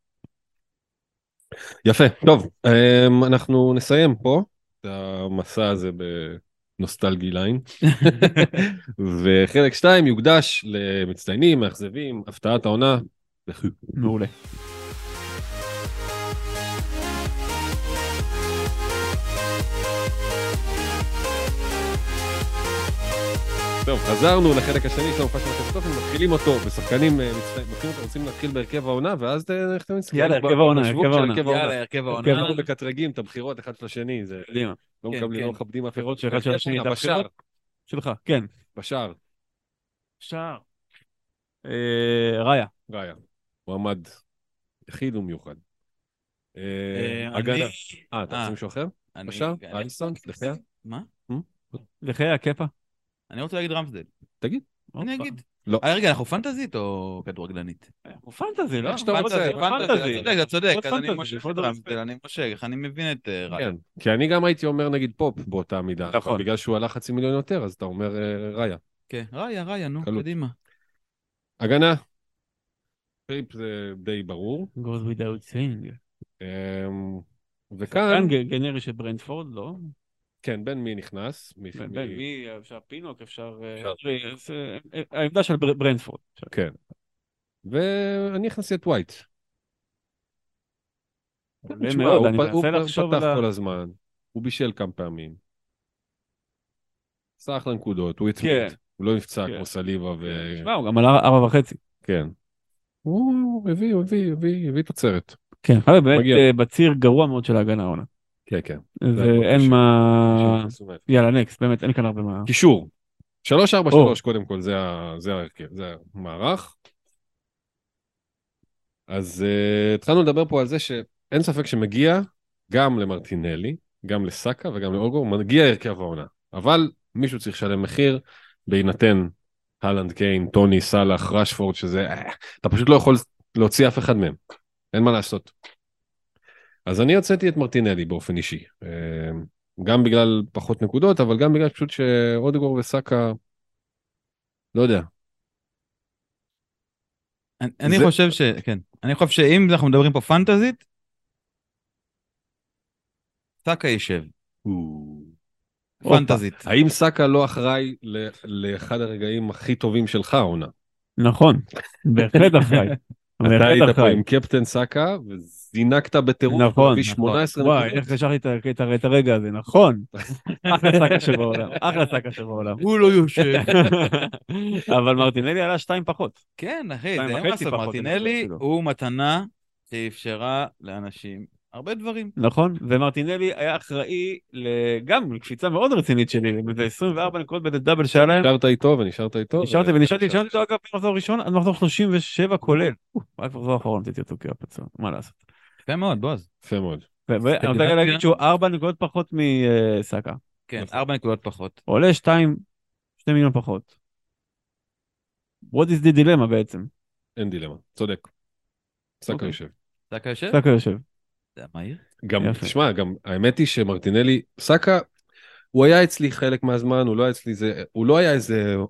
יפה, טוב, אמ, אנחנו נסיים פה את המסע הזה בנוסטלגי ליין, וחלק שתיים יוקדש למצטיינים, מאכזבים, הפתעת העונה, וכו'. מעולה. טוב, חזרנו לחלק השני של המופע של הכסטופים, מתחילים אותו, ושחקנים מצטיינים, מתחילים אותו, רוצים להתחיל בהרכב העונה, ואז איך אתם מצטיינים? יאללה, הרכב העונה, הרכב העונה. יאללה, הרכב העונה. אנחנו מקטרגים את הבחירות אחד של השני, זה קדימה. לא כן, מקבלים, כן. לא מכבדים אף אחד. הבחירות של אחד של השני, את בשער, הבחירות שלך, כן. בשער, שער. אה, ראיה. ראיה, מועמד יחיד ומיוחד. אה, אה, הגנה. אני- אה, אתה אה, רוצה מישהו אחר? אני- בשער? אני- אליסון? דחיה? מה? לחיי הקפה. אני רוצה להגיד רמסדל. תגיד. אני אגיד. לא. אה, רגע, אנחנו פנטזית או כדורגלנית? הוא פנטזי, לא? איך שאתה רוצה, פנטזי, פנטזי, אתה צודק, אתה צודק, עוד אז אני פנטזי, מושך עוד את עוד רמסדל, אני מושך, איך אני מבין את אה, ראיה. כן, כי אני גם הייתי אומר נגיד פופ באותה מידה, נכון. אבל בגלל שהוא עלה חצי מיליון יותר, אז אתה אומר אה, ראיה. כן, ראיה, ראיה, נו, קלות. קדימה. הגנה. טריפ זה די ברור. goes without saying. אמ, וכאן, כאן ג- גנרי של ברנדפורד, לא? כן, בן מי נכנס. מי- בין מי- מי אפשר פינוק, אפשר... אה, אפשר. אה, זה- אה, העמדה של בר- ברנדפורד. כן. ואני הכנסתי את ווייט. עולה תשמע, מאוד, הוא אני פ- הוא מנסה פ- לחשוב פתח על ה... כל הזמן, הוא בישל כמה פעמים. עשה אחלה נקודות, הוא התמיד. כן. הוא לא נפצע כן. כמו סליבה ו... תשמע, הוא גם עלה ארבע וחצי. כן. הוא הביא, הוא הביא, הביא, הביא תוצרת. כן, אבל באמת מגיע. אה, בציר גרוע מאוד של ההגנה העונה. כן, כן. ואין הכל מה... קשור. יאללה, נקסט, באמת, אין כאן הרבה מה... קישור. שלוש ארבע או. שלוש קודם כל, זה ה- זה ההרכב, זה המערך. אז uh, התחלנו לדבר פה על זה שאין ספק שמגיע גם למרטינלי, גם לסאקה וגם לאוגו, מגיע הרכב העונה. אבל מישהו צריך לשלם מחיר, בהינתן הלנד, קיין, טוני, סלאח, רשפורד, שזה, אה, אתה פשוט לא יכול להוציא אף אחד מהם. אין מה לעשות. אז אני הוצאתי את מרטינלי באופן אישי. אה, גם בגלל פחות נקודות, אבל גם בגלל פשוט שאודגור וסאקה, לא יודע. אני- אני זה- חושב ש... כן. אני חושב שאם אנחנו מדברים פה פנטזית, סאקה יישב. פנטזית. האם סאקה לא אחראי ל- לאחד הרגעים הכי טובים שלך, עונה? נכון, בהחלט אחראי. אתה בהחלט היית פה אחראי. עם קפטן סאקה, וזינקת בטירוף, נכון, להביא נכון. שמונה עשרה וואי, נקודות. איך השארתי את ה- את ה- את הרגע הזה, נכון. אחלה סאקה שבעולם, אחלה סאקה שבעולם. הוא לא יושב. אבל מרטינלי עלה שתיים פחות. כן, אחי, שתיים זה אין וחצי מה לעשות. פחות, אני מרטינלי חושב, הוא מתנה שאפשרה לאנשים הרבה דברים. נכון, ומרטינלי היה אחראי ל- גם לקפיצה מאוד רצינית שלי, זה עשרים וארבע נקודות בדאבל שהיה להם. נשארת איתו ונשארת איתו. נשארתי ו- ונשארתי, נשארתי אותו אגב במחזור ראשון עד מחזור שלושים ושבע כולל. רק מחזור האחרון נתתי אותו כפצוע, מה לעשות. יפה מאוד, בועז. יפה מאוד. ואני רוצה להגיד שהוא ארבע נקודות פחות מסאקה. כן, נכון. ארבע נקודות פחות. עולה שתיים, שני מיליון פחות. What is the dilemma בעצם? אין דילמה, צודק. סאקה אוקיי. יושב. סאקה יושב? סאקה יושב. זה היה מהיר. גם, יפה. תשמע, גם האמת היא שמרטינלי, סאקה, הוא היה אצלי חלק מהזמן, הוא לא היה אצלי זה, הוא לא היה איזה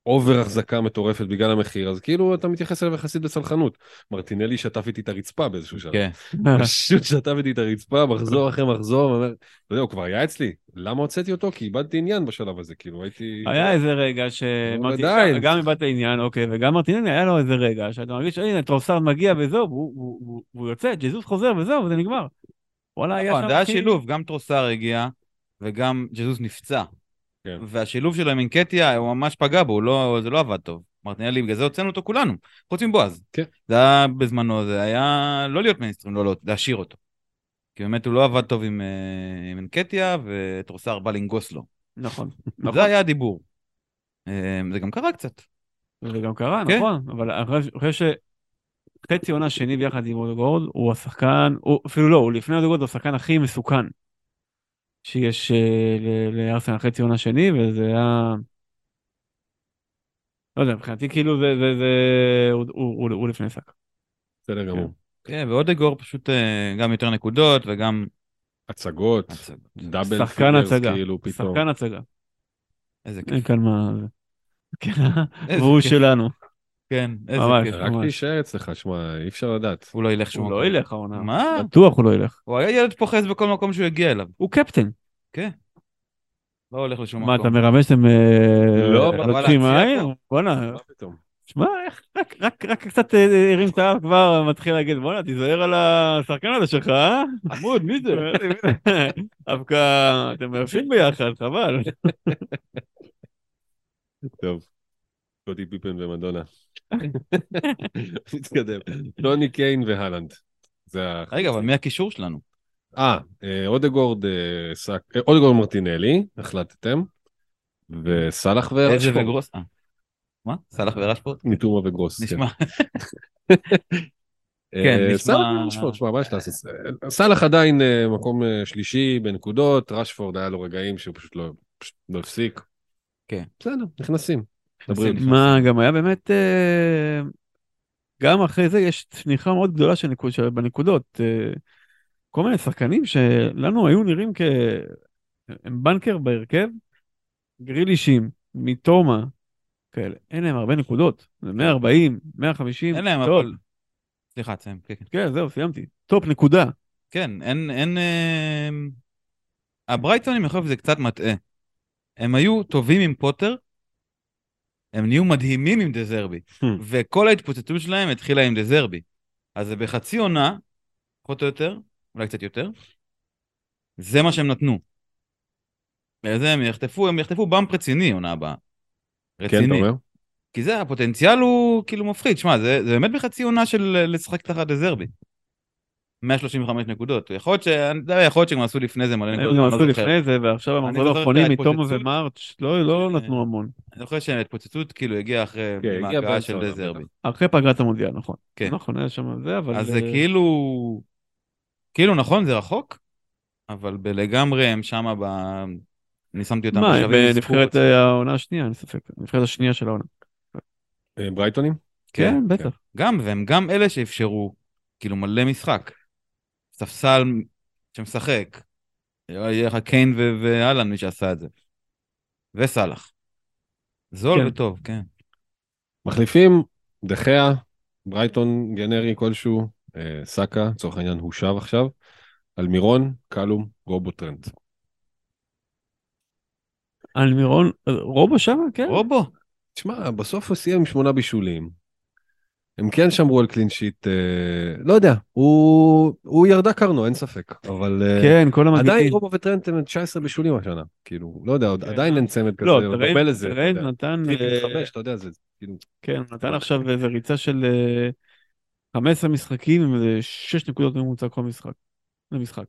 אובר החזקה מטורפת בגלל המחיר, אז כאילו אתה מתייחס אליו יחסית בסלחנות. מרטינלי שטף איתי את הרצפה באיזשהו שלב. כן. פשוט שטף איתי את הרצפה, מחזור אחרי מחזור, ואומר, אתה יודע, הוא כבר היה אצלי, למה הוצאתי אותו? כי איבדתי עניין בשלב הזה, כאילו הייתי... היה איזה רגע אבל עדיין. שגם איבדת עניין, אוקיי, וגם מרטינלי היה לו איזה רגע, שאתה מרגיש, הנה, טרוסארד מגיע וזהו, והוא- והוא והוא- והוא יוצא, ג'זוס חוזר וזהו, וזה נגמר. וואלה, היה נכון, שם... זה היה הכי- שילוב, גם טרוסר הגיע, וגם ג'זוס נפצע. כן. והשילוב שלו עם אינקטיה, הוא ממש פגע בו, הוא לא, זה לא עבד טוב. מרטינלי, בגלל זה הוצאנו אותו כולנו, חוץ מבועז. כן. זה היה בזמנו, זה היה לא להיות מיינסטרים, לא, לא, להשאיר אותו. כי באמת הוא לא עבד טוב עם, אה, עם אינקטיה, וטרוסר בא לנגוס לו. נכון, זה נכון. היה הדיבור. אה, זה גם קרה קצת. זה גם קרה, כן. נכון, אבל אני חושב שחצי עונה שני ביחד עם אודגורד, הוא השחקן, הוא- אפילו לא, הוא לפני אודגורד, הוא השחקן הכי מסוכן שיש אה, ל- לארסנל חצי עונה שני, וזה היה... לא יודע, מבחינתי כאילו זה, זה, זה, הוא, הוא, הוא, הוא לפני שק. בסדר גמור. כן, ואודגור פשוט אה, גם יותר נקודות, וגם... הצגות, הצגות. דאבל שחקן פיגרס, הצגה, כאילו פתאום. שחקן הצגה. איזה אין כיף. כאן מה... זה. כן, איזה והוא כיף. שלנו. כן, איזה ממש. כיף. רק ממש. להישאר אצלך, שמע, אי אפשר לדעת. הוא לא ילך שום הוא מקום. לא ילך העונה. מה? בטוח הוא לא ילך. הוא היה ילד פוחז בכל מקום שהוא הגיע אליו. הוא קפטן. כן. לא הולך לשום מה, אתה מקום. מרמז שאתם לא, אבל לוקחים להציע עין? פה. בואנה, מה פתאום? שמע, איך רק- רק רק קצת אה, הרים את האף כבר מתחיל להגיד, בואנה, תיזהר על השחקן הזה שלך, אה? עמוד, מי זה? דווקא אתם יפים ביחד, חבל. טוב. קודי פיפן ומדונה. נתקדם. טוני קיין והלנד. זה החלוצים. רגע, אבל מי הקישור שלנו? אה, אה, אודגורד, אה, סק- אה, אודגורד מרטינלי, החלטתם, וסלאח איזה ורשפורד. וגרוס? אה. מה? סלאח ורשפורד? ניטומה וגרוס. כן. נשמע. אה, כן, נשמע- סלאח ורשפורד, שמע, מה יש לעשות? אה, סלאח עדיין אה, מקום אה, שלישי בנקודות, רשפורד היה לו רגעים שהוא פשוט לא פשוט לא הפסיק. כן. בסדר, נכנסים. נכנסים, דברי. מה, גם היה באמת, אה, גם אחרי זה יש צניחה מאוד גדולה של נקוד- של- בנקודות. אה, כל מיני שחקנים שלנו היו נראים כהם בנקר בהרכב, גרילישים, מתומה, כאלה. אין להם הרבה נקודות. זה מאה וארבעים, מאה וחמישים. אין להם, טופ. אבל... סליחה, תסיים. כן, כן. כן, זהו, סיימתי. טופ נקודה. כן, אין... אין אה, הברייטונים, אני חושב שזה קצת מטעה. הם היו טובים עם פוטר, הם נהיו מדהימים עם דזרבי, וכל ההתפוצצות שלהם התחילה עם דזרבי. אז זה בחצי עונה, פחות או יותר, אולי קצת יותר, זה מה שהם נתנו. זה הם יחטפו, הם יחטפו באמפ רציני עונה הבאה. כן, אתה רציני. אומר? כי זה, הפוטנציאל הוא כאילו מפחיד. שמע, זה, זה באמת בחצי עונה של לשחק תחת דזרבי. מאה שלושים וחמש נקודות. יכול להיות ש... יכול להיות שהם עשו לפני זה מלא הם נקודות. גם אני לא עשו זוכר. לפני זה, ועכשיו אני המחזור זוכר האחרונים מתומה שההתפוצצות- ומרץ' לא לא כן. נתנו המון. אני זוכר שההתפוצצות כאילו הגיעה אחרי כן, עם הגיע ההגעה באמצע של העונה, דזרבי. בטח. אחרי פגרת המונדיאל, נכון. כן. נכון, היה שם זה, אבל... אז זה אה, כאילו... כאילו נכון, זה רחוק, אבל בלגמרי הם שמה ב... אני שמתי אותם מה, בשווים עם בנבחרת ספורט. אה, העונה השנייה, אין ספק. הנבחרת השנייה של העונה. אה, ברייטונים? כן, בטח. גם, והם גם אלה שאפשרו כאילו מלא משחק. ספסל שמשחק. יהיה לך קיין ו- ואלן מי שעשה את זה. וסלח. זול כן. וטוב, כן. מחליפים, דחיה, ברייטון גנרי כלשהו, אה, סאקה, לצורך העניין הושב עכשיו, אלמירון, קלום, רובו טרנט. אלמירון, רובו שם, כן? רובו. תשמע, בסוף הוא סיים עם שמונה בישולים. הם כן שמרו על קלין שיט, אה, לא יודע, הוא, הוא ירדה קרנו, אין ספק, אבל אה, כן, כל עדיין המגנים. רובו וטרנט הם תשע עשרה בישולים השנה, כאילו, לא יודע, עוד- כן. עדיין אין צמד כזה, לא, עוד טרנד- דומה לזה, אתה טרנד יודע. נתן... טריפל אה, חמש, אתה יודע, זה כאילו, כן, הוא נתן עכשיו איזה ריצה של אה, חמישה עשר משחקים עם איזה שש נקודות ממוצע כל משחק. למשחק.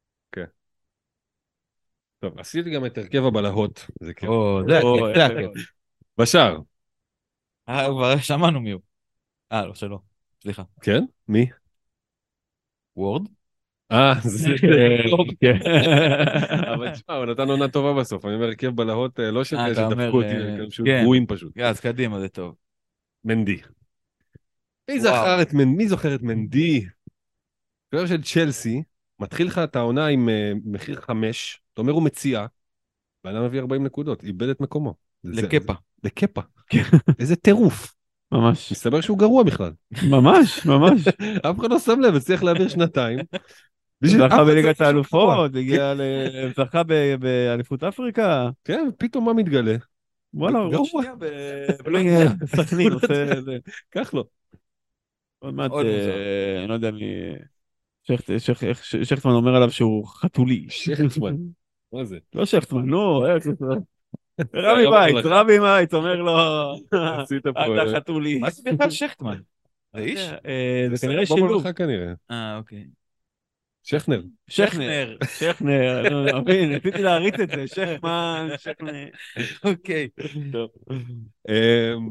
טוב, עשיתי גם את הרכב הבלהות, זה כיף. או, זה או, הכיף, זה יפה הכיף. מאוד. בשער, אה, כבר שמענו מי הוא. אה, לא, שלא. סליחה. כן? מי? וורד? אה, זה... כן. אבל תשמע, הוא נתן עונה טובה בסוף, אני אומר הרכב בלהות, אה, לא של אה, כאלה אתה אומר, שדפקו אותי, אה, כאלה שהיו כן. גרועים פשוט. אז קדימה, זה טוב. מנדי. מי וואו. זכר את מנדי? מי זוכר את מנדי? שוער של צ'לסי, מתחיל לך את העונה עם אה, מחיר חמש, אתה אומר הוא מציע, ואדם מביא ארבעים נקודות, איבד את מקומו. זה- לקפה. זה- לקפה. איזה טירוף. ממש, מסתבר שהוא גרוע בכלל. ממש, ממש. אף אחד לא שם לב, הצליח להעביר שנתיים. בשביל- אף זכה אחד לא בליגת חשב שהוא גרוע. האלופות, הגיע ל... זכה ב- באליפות אפריקה. כן, פתאום מה מתגלה? וואלה, גרוע. ראש שנייה ב... סכנין עושה את זה. קח לו. עוד מעט, עוד מוזר. אה, אני לא יודע מי... שכט- שכ- איך ש- שכטמן אומר עליו שהוא חתולי. שכטמן. מה זה? לא שכטמן, נו, איך זה? רבי יום בייץ, המלאכה. רבי בייץ אומר לו, עשית פה... אתה חתולי. מה זה בכלל שכטמן? זה איש? אה, זה כנראה בוא שילוב. במלאכה כנראה. אה, אוקיי. שכנר. שכנר, שכנר, נו, מבין, רציתי להריץ את זה, שכמן, שכנר. אוקיי. טוב. אמ,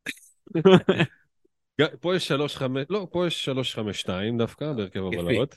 ג- פה יש שלוש חמש, לא, פה יש שלוש חמש שתיים דווקא, בהרכב יפי. הבלהות.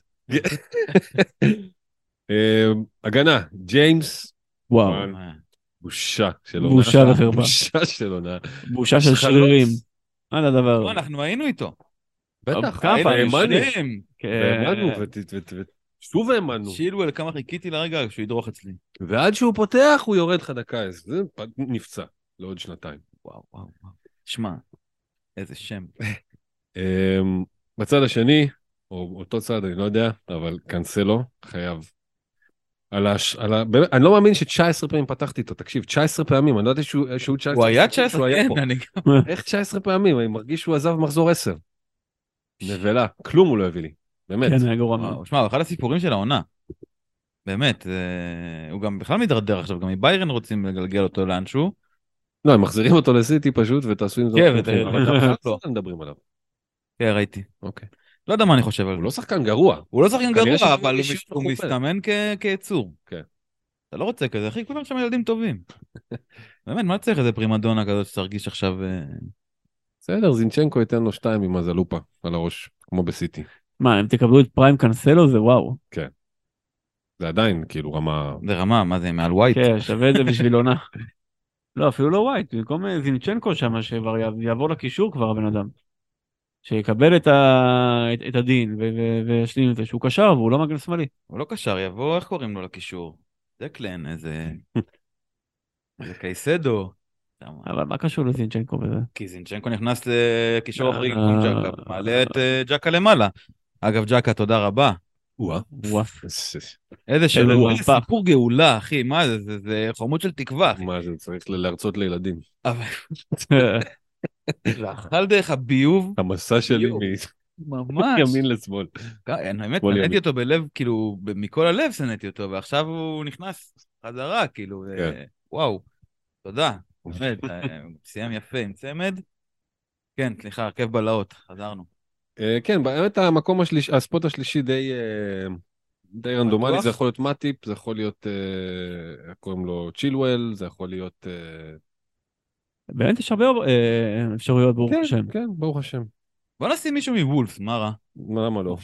אמ, הגנה, ג'יימס, וואו, וואן. בושה של עונה. בושה וחרפה. בושה של עונה. בושה של חלוץ. שרירים. מה הדבר לא, הזה? אנחנו היינו איתו. בטח, כמה היינו, פעמים, האמנו, שניהם. והאמנו, כן. ות- ות- ות- שוב האמנו. שילואל, כמה חיכיתי לרגע שהוא ידרוך אצלי. ועד שהוא פותח, הוא יורד לך דקה, אז זה פ- נפצע לעוד שנתיים. וואו, וואו, וואו. שמע, איזה שם. אמ, בצד השני, או אותו צד, אני לא יודע, אבל קנסלו חייב. על הש... על ה... באמת, אני לא מאמין ש-תשע עשרה פעמים פתחתי איתו, תקשיב, תשע עשרה פעמים, אני לא יודע שהוא, שהוא תשע עשרה הוא היה פעמים תשע עשרה, שהוא היה כן, פה. אני גם... איך תשע עשרה פעמים? אני מרגיש שהוא עזב מחזור עשר. נבלה, כלום הוא לא הביא לי, באמת. כן, היה גרוע מאוד. וואו, שמע, הוא אחד הסיפורים של העונה. באמת, זה- הוא גם בכלל מתדרדר עכשיו, גם מביירן רוצים לגלגל אותו לאנשהו. לא, הם מחזירים אותו לסיטי פשוט, ותעשו עם זה... כן, מה ות- שאתם רוצים. ות- אבל לא. לא מדברים עליו. כן, ראיתי. אוקיי. לא יודע מה אני חושב על הוא זה. לא שחקן גרוע. הוא לא שחקן כנראה גרוע, שהוא אבל הוא אישיות מס- הוא מכובדת. מסתמן כ- כיצור. כן. אתה לא רוצה כזה, אחי, כולם שם ילדים טובים. באמת, מה צריך איזה פרימדונה כזאת שתרגיש עכשיו... אה, בסדר, זינצ'נקו ייתן לו שתיים עם הזלופה על הראש, כמו בסיטי. מה, אם תקבלו את פריים קנסלו זה וואו. זה עדיין כאילו רמה... זה רמה, מה זה, מעל ווייט? כן, שווה את זה בשביל עונה. לא, אפילו לא ווייט, במקום אה, זינצ'נקו שם, שכבר יע- יעבור לקישור כבר הבן אדם. שיקבל את, ה... את, את הדין ו- ו- וישלים את זה, שהוא קשר והוא לא מגן שמאלי. הוא לא קשר, יבוא, איך קוראים לו לקישור? דקלן, איזה... איזה קייסדו. אבל מה קשור לזינצ'נקו בזה? כי זינצ'נקו נכנס לקישור אחרי אה. במקום ג'קה, מעלה את אה, ג'קה למעלה. אגב, ג'קה, תודה רבה. וואה. וואו. איזה שלום, איזה איזה מהפך. סיפור גאולה, אחי, מה זה, זה, זה חומות של תקווה, אחי. מה זה, צריך להרצות לילדים. אבל זה אכל דרך הביוב, המסע שלי יואו. ממש. מימין לשמאל. כן, האמת, שמאל שנאתי ימין. אותו בלב, כאילו, ב- מכל הלב שנאתי אותו, ועכשיו הוא נכנס חזרה, כאילו, ו- כן. וואו, תודה, באמת, אה, סיים יפה עם צמד. כן, סליחה, הרכב בלהות, חזרנו. אה, כן, באמת המקום השלישי, הספוט השלישי די אה, די רנדומלי, בטוח? זה יכול להיות מאטיפ, זה יכול להיות, אה, איך קוראים לו, צ'ילואל, זה יכול להיות... אה, באמת יש הרבה אה, אפשרויות ברוך כן, השם. כן, ברוך השם. בוא נשים מישהו מוולפס, מה רע? למה לא?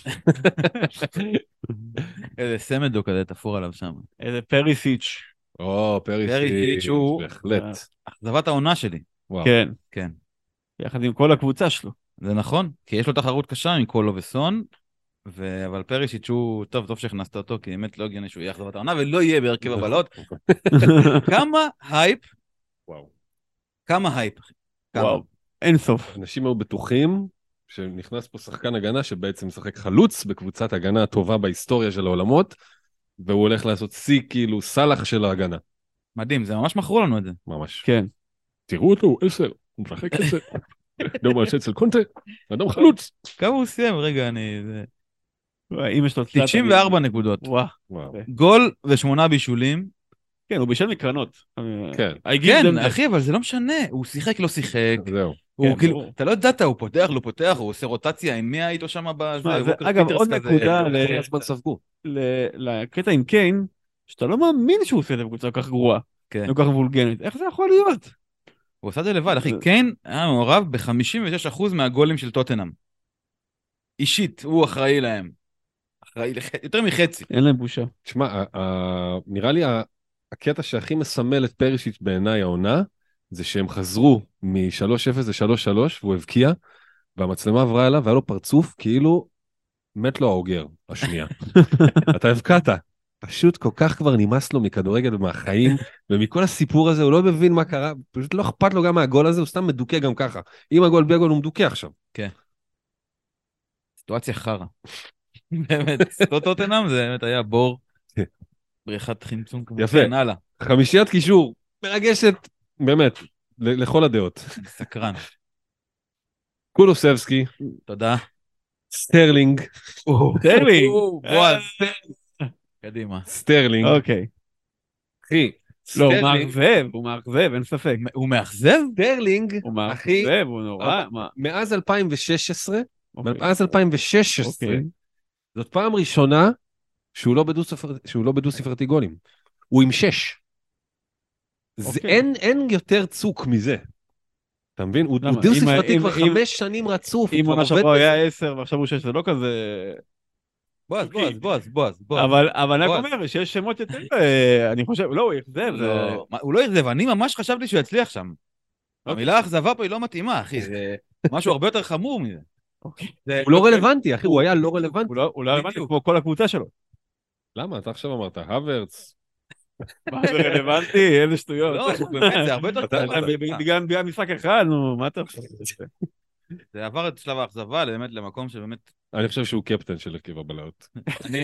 איזה סמדו כזה תפור עליו שם. איזה פריסיץ'. או, פרי פרי סיץ', סיץ' הוא- בהחלט. אכזבת העונה שלי, וואו. כן, כן. יחד עם כל הקבוצה שלו. זה נכון, כי יש לו תחרות קשה עם קולו וסון, ו... אבל פרישיץ' הוא, טוב, טוב שהכנסת אותו, כי באמת לא הגיוני שהוא יהיה אכזבת העונה, ולא יהיה בהרכב הבלהות. כמה הייפ, וואו. כמה הייפ, אחי. כמה? וואו, אין סוף. אנשים היו בטוחים שנכנס פה שחקן הגנה שבעצם משחק חלוץ בקבוצת הגנה הטובה בהיסטוריה של העולמות, והוא הולך לעשות שיא כאילו סלח של ההגנה. מדהים, זה ממש מכרו לנו את זה. ממש. כן. תראו אותו, עשר, הוא משחק עשר. לא מה שאצל קונטה, אדם חלוץ. כמה הוא סיים? רגע, אני... זה- וואי, אם יש לו צלט, תשעים וארבע נקודות. וואו. וואו. גול ושמונה בישולים. כן, הוא בישל מקרנות. כן. I give כן, them that. אחי, אבל זה לא משנה. הוא שיחק, לא שיחק. זהו. הוא כן, כאילו, ברור. אתה לא ידעת, הוא פותח, לא פותח, הוא עושה רוטציה עם מי היית שם בזה. שמע, זה- ווקר אגב, פיטרס עוד כזה. נקודה ל- כל הזמן ספגו. ל- לקטע עם קיין, שאתה לא מאמין שהוא עושה את זה בקבוצה כל כך גרועה. כן. כל כך וולגנית. איך זה יכול להיות? הוא עשה את זה לבד, אחי. קיין היה מעורב ב-חמישים ושש אחוז מהגולים של טוטנאם. אישית, הוא אחראי להם. אחראי לח... יותר מחצי. אין להם בושה. תשמע, ה- ה- נראה לי ה- הקטע שהכי מסמל את פרישיץ' בעיניי העונה, זה שהם חזרו מ-שלוש אפס ל-שלוש שלוש, והוא הבקיע, והמצלמה עברה אליו, והיה לו פרצוף כאילו מת לו האוגר, השנייה. אתה הבקעת. פשוט כל כך כבר נמאס לו מכדורגל ומהחיים, ומכל הסיפור הזה, הוא לא מבין מה קרה, פשוט לא אכפת לו גם מהגול הזה, הוא סתם מדוכא גם ככה. אם הגול בלי הגול הוא מדוכא עכשיו. כן. סיטואציה חרה. באמת, טוטנהאם זה באמת היה בור. בריחת חמצון. יפה. כן, הלאה. חמישיית קישור, מרגשת, באמת, ל- לכל הדעות. סקרן. קולוסבסקי, תודה. סטרלינג, סטרלינג. בועז. קדימה. סטרלינג, אוקיי. אחי, לא, הוא סטרלינג, מאכזב, הוא מאכזב, אין ספק. הוא מאכזב? סטרלינג, הוא אחי, מאכזב, הוא נורא. מה? מאז אלפיים ושש עשרה, אוקיי. מאז אלפיים ושש עשרה, אוקיי. זאת פעם ראשונה שהוא לא בדו ספרתי, שהוא לא בדו ספרתי גולים. הוא עם שש. זה, אוקיי. אין, אין יותר צוק מזה. אתה מבין? הוא, למה? הוא דו אם- ספרתי אם- כבר אם- חמש שנים רצוף. הוא אם כבר עונה עובד שעברה בזה. היה עשר ועכשיו הוא שש, זה לא כזה... בועז, בועז, בועז, בועז, בועז. אבל אבל אני רק בועז. אומר שיש שמות יותר, אה, אני חושב, לא, הוא אכזב. זה- לא, מה, הוא לא אכזב, אני ממש חשבתי שהוא יצליח שם. המילה אכזבה פה היא לא מתאימה, אחי, זה משהו הרבה יותר חמור מזה. אוקיי. זה- הוא לא רלוונטי, אחי, הוא היה לא רלוונטי. הוא לא- הוא לא רלוונטי בדיוק. כמו כל הקבוצה שלו. למה? אתה עכשיו אמרת, הוורץ. מה זה רלוונטי? איזה שטויות. לא, הוא באמת, זה הרבה יותר אתה- טוב. אתה- בגלל בגלל משחק אחד, נו, מה אתה חושב? זה עבר את שלב האכזבה, באמת למקום שבאמת... אני חושב שהוא קפטן של הרכב הבלהות. אני...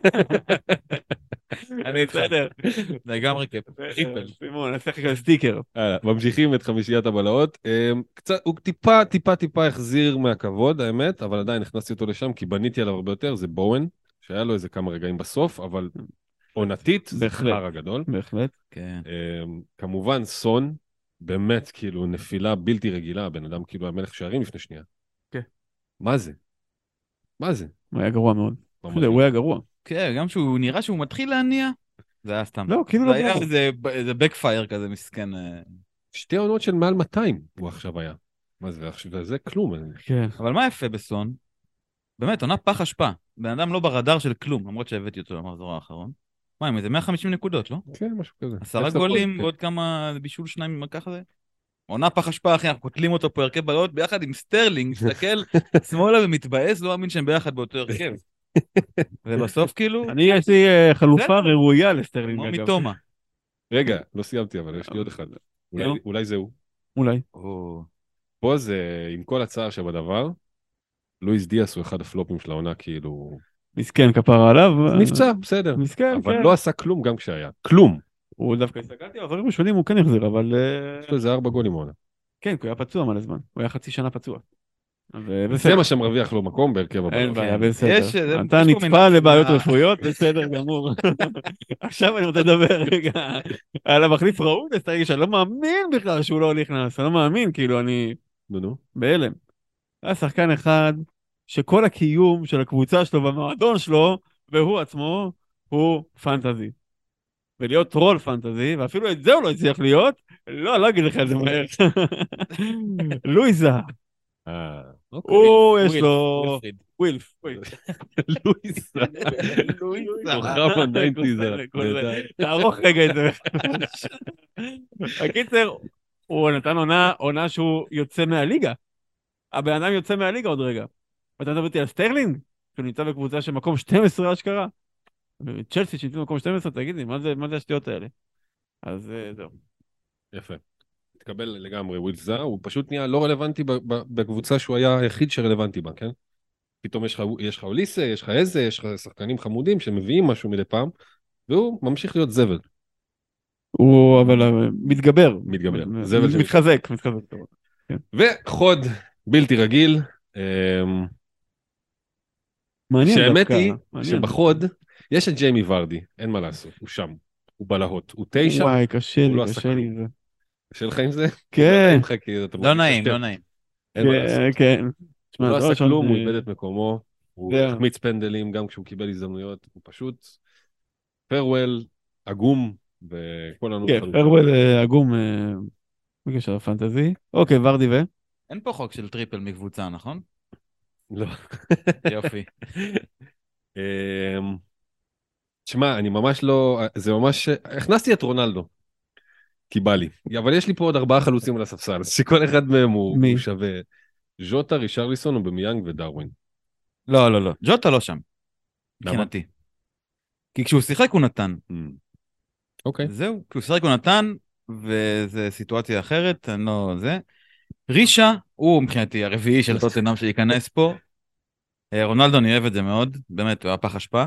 אני בסדר. לגמרי כיף. טריפל. סימון, אני אעשה לך סטיקר. הלאה, ממשיכים את חמישיית הבלהות. אמ, קצת, הוא טיפה, טיפה, טיפה החזיר מהכבוד, האמת, אבל עדיין הכנסתי אותו לשם, כי בניתי עליו הרבה יותר, זה בואן, שהיה לו איזה כמה רגעים בסוף, אבל עונתית, זה בהחלט. חרא גדול. בהחלט. כן. אמ, כמובן, סון, באמת, כאילו, נפילה בלתי רגילה, הבן אדם כאילו המלך שערים לפני שנייה. כן. מה זה? מה זה? הוא היה גרוע מאוד. ממש. הוא היה גרוע. כן, גם שהוא נראה שהוא מתחיל להניע, זה היה סתם. לא, כאילו זה לא היה גרוע. איזה- איזה backfire כזה מסכן. אה. שתי עונות של מעל מאתיים הוא עכשיו היה. מה זה? עכשיו, זה כלום. כן. אבל מה יפה בסון? באמת, עונה פח אשפה. בן אדם לא ברדאר של כלום, למרות שהבאתי אותו למחזור האחרון. מה, עם איזה מאה וחמישים נקודות, לא? כן, משהו כזה. עשרה אפס גולים הפועל, ועוד כמה בישול שניים ככה זה. עונה פח אשפה, אחי, אנחנו קוטלים אותו פה הרכב בלהות ביחד עם סטרלינג, מסתכל שמאלה ומתבאס, לא מאמין שהם ביחד באותו הרכב. ובסוף כאילו, אני, יש לי אה, חלופה בסדר. ראויה לסטרלינג, כמו אגב. מתומה. רגע, לא סיימתי, אבל יש לי עוד אחד. אולי- נו. אולי זהו. אולי. או, פה זה, עם כל הצער שבדבר, לואיס דיאס הוא אחד הפלופים של העונה, כאילו... מסכן כפרה עליו. נפצע, בסדר. מסכן, אבל כן. לא עשה כלום גם כשהיה. כלום. הוא דווקא הסתכלתי, אבל דברים ראשונים הוא כן החזיר, אבל... אה, יש לו איזה ארבע גולים העונה. כן, כי הוא היה פצוע מלא זמן. הוא היה חצי שנה פצוע. אז, אה, זה בסדר. מה שמרוויח לו מקום בהרכב אין הבא. בעיה, כן. בסדר. יש- זה- אתה יש פה נצפה מנעד לבעיות מה- רפואיות, בסדר גמור. עכשיו אני רוצה לדבר רגע על המחליף ראוי, לסטרלינג, שאני לא מאמין בכלל שהוא לא נכנס, אני לא מאמין, כאילו, אני נו, נו. בהלם. היה שחקן אחד שכל הקיום של הקבוצה שלו והמועדון שלו, והוא עצמו, הוא פנטזי. ולהיות טרול פנטזי, ואפילו את זה הוא לא הצליח להיות, לא, לא אגיד לך את זה מהר. לואיזה, אה, אוקיי. הוא יש ווילף, לו... ווילפריד. ווילף, ווילף. לואיס. כוכב הניינטיז. תערוך רגע את זה. הקיצר, הוא נתן עונה, עונה שהוא יוצא מהליגה. הבן אדם יוצא מהליגה עוד רגע. ואתה מדבר איתי על סטרלינג, שהוא נמצא בקבוצה של מקום שתים עשרה אשכרה. צ'לסי שנמצא במקום שתים עשרה, תגיד לי, מה זה, מה זה השטויות האלה? אז אה, זהו. יפה. התקבל לגמרי ווילס זר, הוא פשוט נהיה לא רלוונטי ב- ב- בקבוצה שהוא היה היחיד שרלוונטי בה, כן? פתאום יש לך, יש לך אוליסה, יש לך איזה, יש לך שחקנים חמודים שמביאים משהו מדי פעם, והוא ממשיך להיות זבל. הוא אבל אה, מתגבר. מתגבר. מ- זבל של- מתחזק, מתחזק. וחוד בלתי רגיל, אמ, מעניין שהאמת דווקא. היא מעניין. שבחוד יש את ג'יימי ורדי, אין מה לעשות, הוא שם, הוא בלהות, הוא תשע, וואי, קשה הוא לא לי, עשה קשה לי. כלום. זה. קשה לך עם זה? כן, אין לך כי אתה לא מרגיש נעים, יותר. לא נעים. אין מה כן, לעשות. כן. הוא תשמע, לא דבר עשה ראשון, כלום, הוא זה- איבד את מקומו, הוא זה- החמיץ פנדלים גם כשהוא קיבל הזדמנויות, הוא פשוט פרוול, עגום, וכל לנו כן, פרוול אה, עגום אה, בקשר לפנטזי. אוקיי, ורדי ו? אין פה חוק של טריפל מקבוצה, נכון? לא. יופי. אמ, תשמע, אני ממש לא, זה ממש, הכנסתי את רונלדו, כי בא לי, אבל יש לי פה עוד ארבעה חלוצים על הספסל, אז שכל אחד מהם הוא מי? הוא שווה. ז'וטה, רישרליסון, אובמיאנג ודרווין. לא, לא, לא. ג'וטה לא שם. למה? מבחינתי. כי כשהוא שיחק הוא נתן. אוקיי. זהו, כשהוא שיחק הוא נתן, וזה סיטואציה אחרת, אני לא זה. רישה, הוא מבחינתי הרביעי של טוטנהאם שייכנס פה. רונלדו, אני אוהב את זה מאוד, באמת, הוא היה פח אשפה.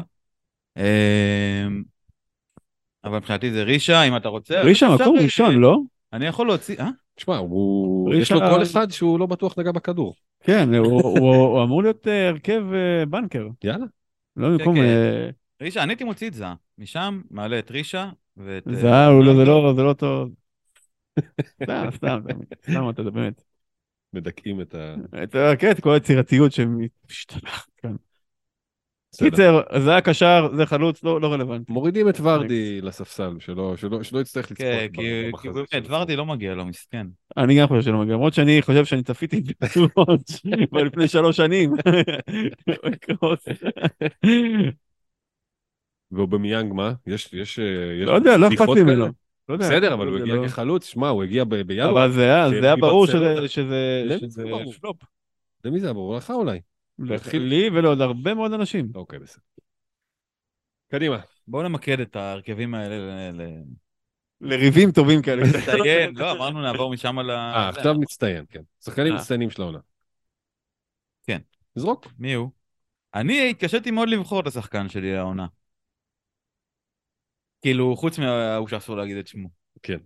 אבל מבחינתי זה רישה, אם אתה רוצה. רישה מקום ראשון, לא? אני יכול להוציא, אה? תשמע, יש לו כל אחד שהוא לא בטוח נגע בכדור. כן, הוא אמור להיות הרכב בנקר. יאללה. לא במקום... רישה, אני הייתי מוציא את זה. משם מעלה את רישה ואת... זה לא טוב. סתם, סתם, סתם אתה באמת. מדכאים את ה... את כל היצירתיות שמשתלחת כאן. קיצר, זה היה קשר, זה חלוץ, לא רלוונטי. מורידים את ורדי לספסל, שלא יצטרך לצפות. כן, כי באמת, ורדי לא מגיע, לא מסכן. אני גם חושב שלא מגיע, למרות שאני חושב שאני צפיתי בתלונות לפני שלוש שנים. ואובמיאנג מה? יש... לא יודע, לא אכפת לי ממנו. בסדר, אבל הוא הגיע כחלוץ, שמע, הוא הגיע בינואר. אבל זה היה ברור שזה פלופ. למי זה היה ברור? לך אולי. לי ולעוד הרבה מאוד אנשים. אוקיי, בסדר. קדימה. בואו נמקד את ההרכבים האלה לריבים טובים כאלה. מצטיין, לא, אמרנו נעבור משם על ה... אה, עכשיו מצטיין, כן. שחקנים מצטיינים של העונה. כן. נזרוק. מי הוא? אני התקשיתי מאוד לבחור את השחקן שלי לעונה. כאילו, חוץ מהוא שאסור להגיד את שמו. כן.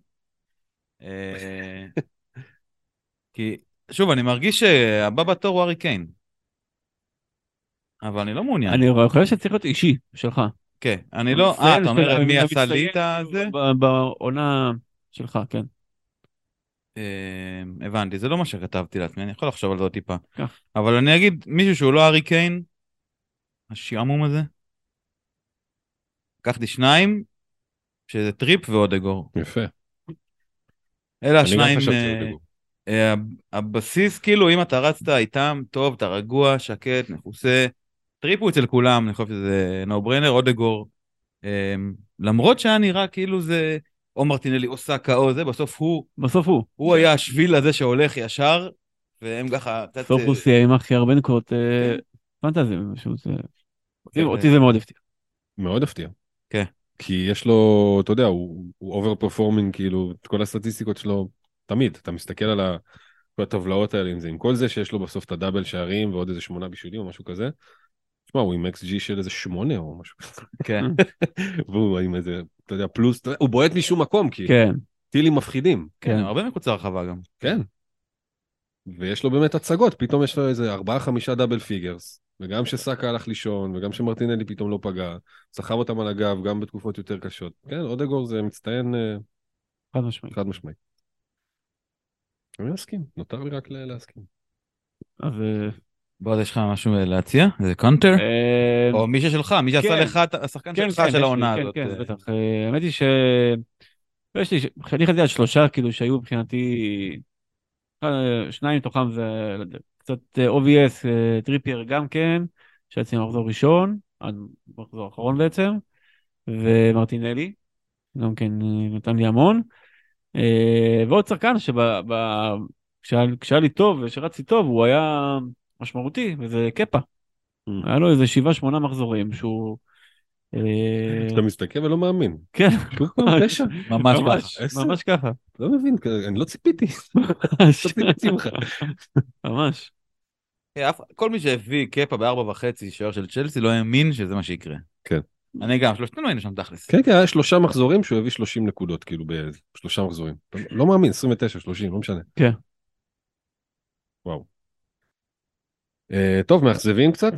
כי, שוב, אני מרגיש שהבא בתור הוא ארי קיין. אבל אני לא מעוניין. אני חושב שצריך להיות אישי, שלך. כן, אני לא... אה, אתה אומר, מי עשה לי את זה? בעונה שלך, כן. הבנתי, זה לא מה שכתבתי לעצמי, אני יכול לחשוב על זה עוד טיפה. אבל אני אגיד, מישהו שהוא לא ארי קיין, השעמום הזה, לקחתי שניים, שזה טריפ ואודגור. יפה. אלה השניים, הבסיס, כאילו, אם אתה רצת איתם, טוב, אתה רגוע, שקט, מחוסה, טריפ הוא אצל כולם, אני חושב שזה נו ברנר, אודגור, למרות שהיה נראה כאילו זה או מרטינלי או סאקה או זה, בסוף הוא, בסוף הוא, הוא היה השביל הזה שהולך ישר, והם ככה... בסוף הוא סיים עם הכי הרבה נקות, פנטזי, אותי זה מאוד הפתיע. מאוד הפתיע. כן. כי יש לו, אתה יודע, הוא אובר פרפורמינג, כאילו, את כל הסטטיסטיקות שלו, תמיד, אתה מסתכל על הטבלאות האלה עם זה, עם כל זה שיש לו בסוף את הדאבל שערים, ועוד איזה שמונה בישולים או משהו כזה, תשמע, הוא עם אקס ג'י של איזה שמונה או משהו כזה. כן. והוא עם איזה, אתה יודע, פלוס, הוא בועט משום מקום, כי כן. טילים מפחידים. כן, הרבה מקוצר הרחבה גם. כן. ויש לו באמת הצגות, פתאום יש לו איזה ארבעה חמישה דאבל פיגרס, וגם שסאקה הלך לישון, וגם שמרטינלי פתאום לא פגע, סחב אותם על הגב, גם בתקופות יותר קשות. כן, אודגור זה מצטיין חד משמעי. חד משמעי. אני מסכים, נותר לי רק להסכים. אז... בוא, יש לך משהו להציע? זה קונטר? או מישהו שלך, מי שעשה לך את השחקן שלך של העונה הזאת. כן, כן, בטח. האמת היא ש... יש לי, אני חייתי על שלושה, כאילו, שהיו מבחינתי... שניים מתוכם זה קצת או וי אס, טריפייר גם כן, שיצא מחזור ראשון, עד מחזור האחרון בעצם, ומרטינלי, גם כן נתן לי המון, ועוד שחקן שכשהיה לי טוב ושרצתי טוב, הוא היה משמעותי, וזה קפה. היה לו איזה שבעה שמונה מחזורים שהוא... אתה מסתכל ולא מאמין. כן. שוב פעם תשע. ממש ככה. ממש ככה. לא מבין, אני לא ציפיתי. לא ציפיתי ממך. ממש. כל מי שהביא קפה בארבע וחצי שוער של צ'לסי לא האמין שזה מה שיקרה. כן. אני גם, שלושתנו היינו שם תכלס. כן, כן, היה שלושה מחזורים שהוא הביא שלושים נקודות, כאילו בשלושה מחזורים. לא מאמין, עשרים ותשע, שלושים, לא משנה. כן. וואו. טוב, מאכזבים קצת?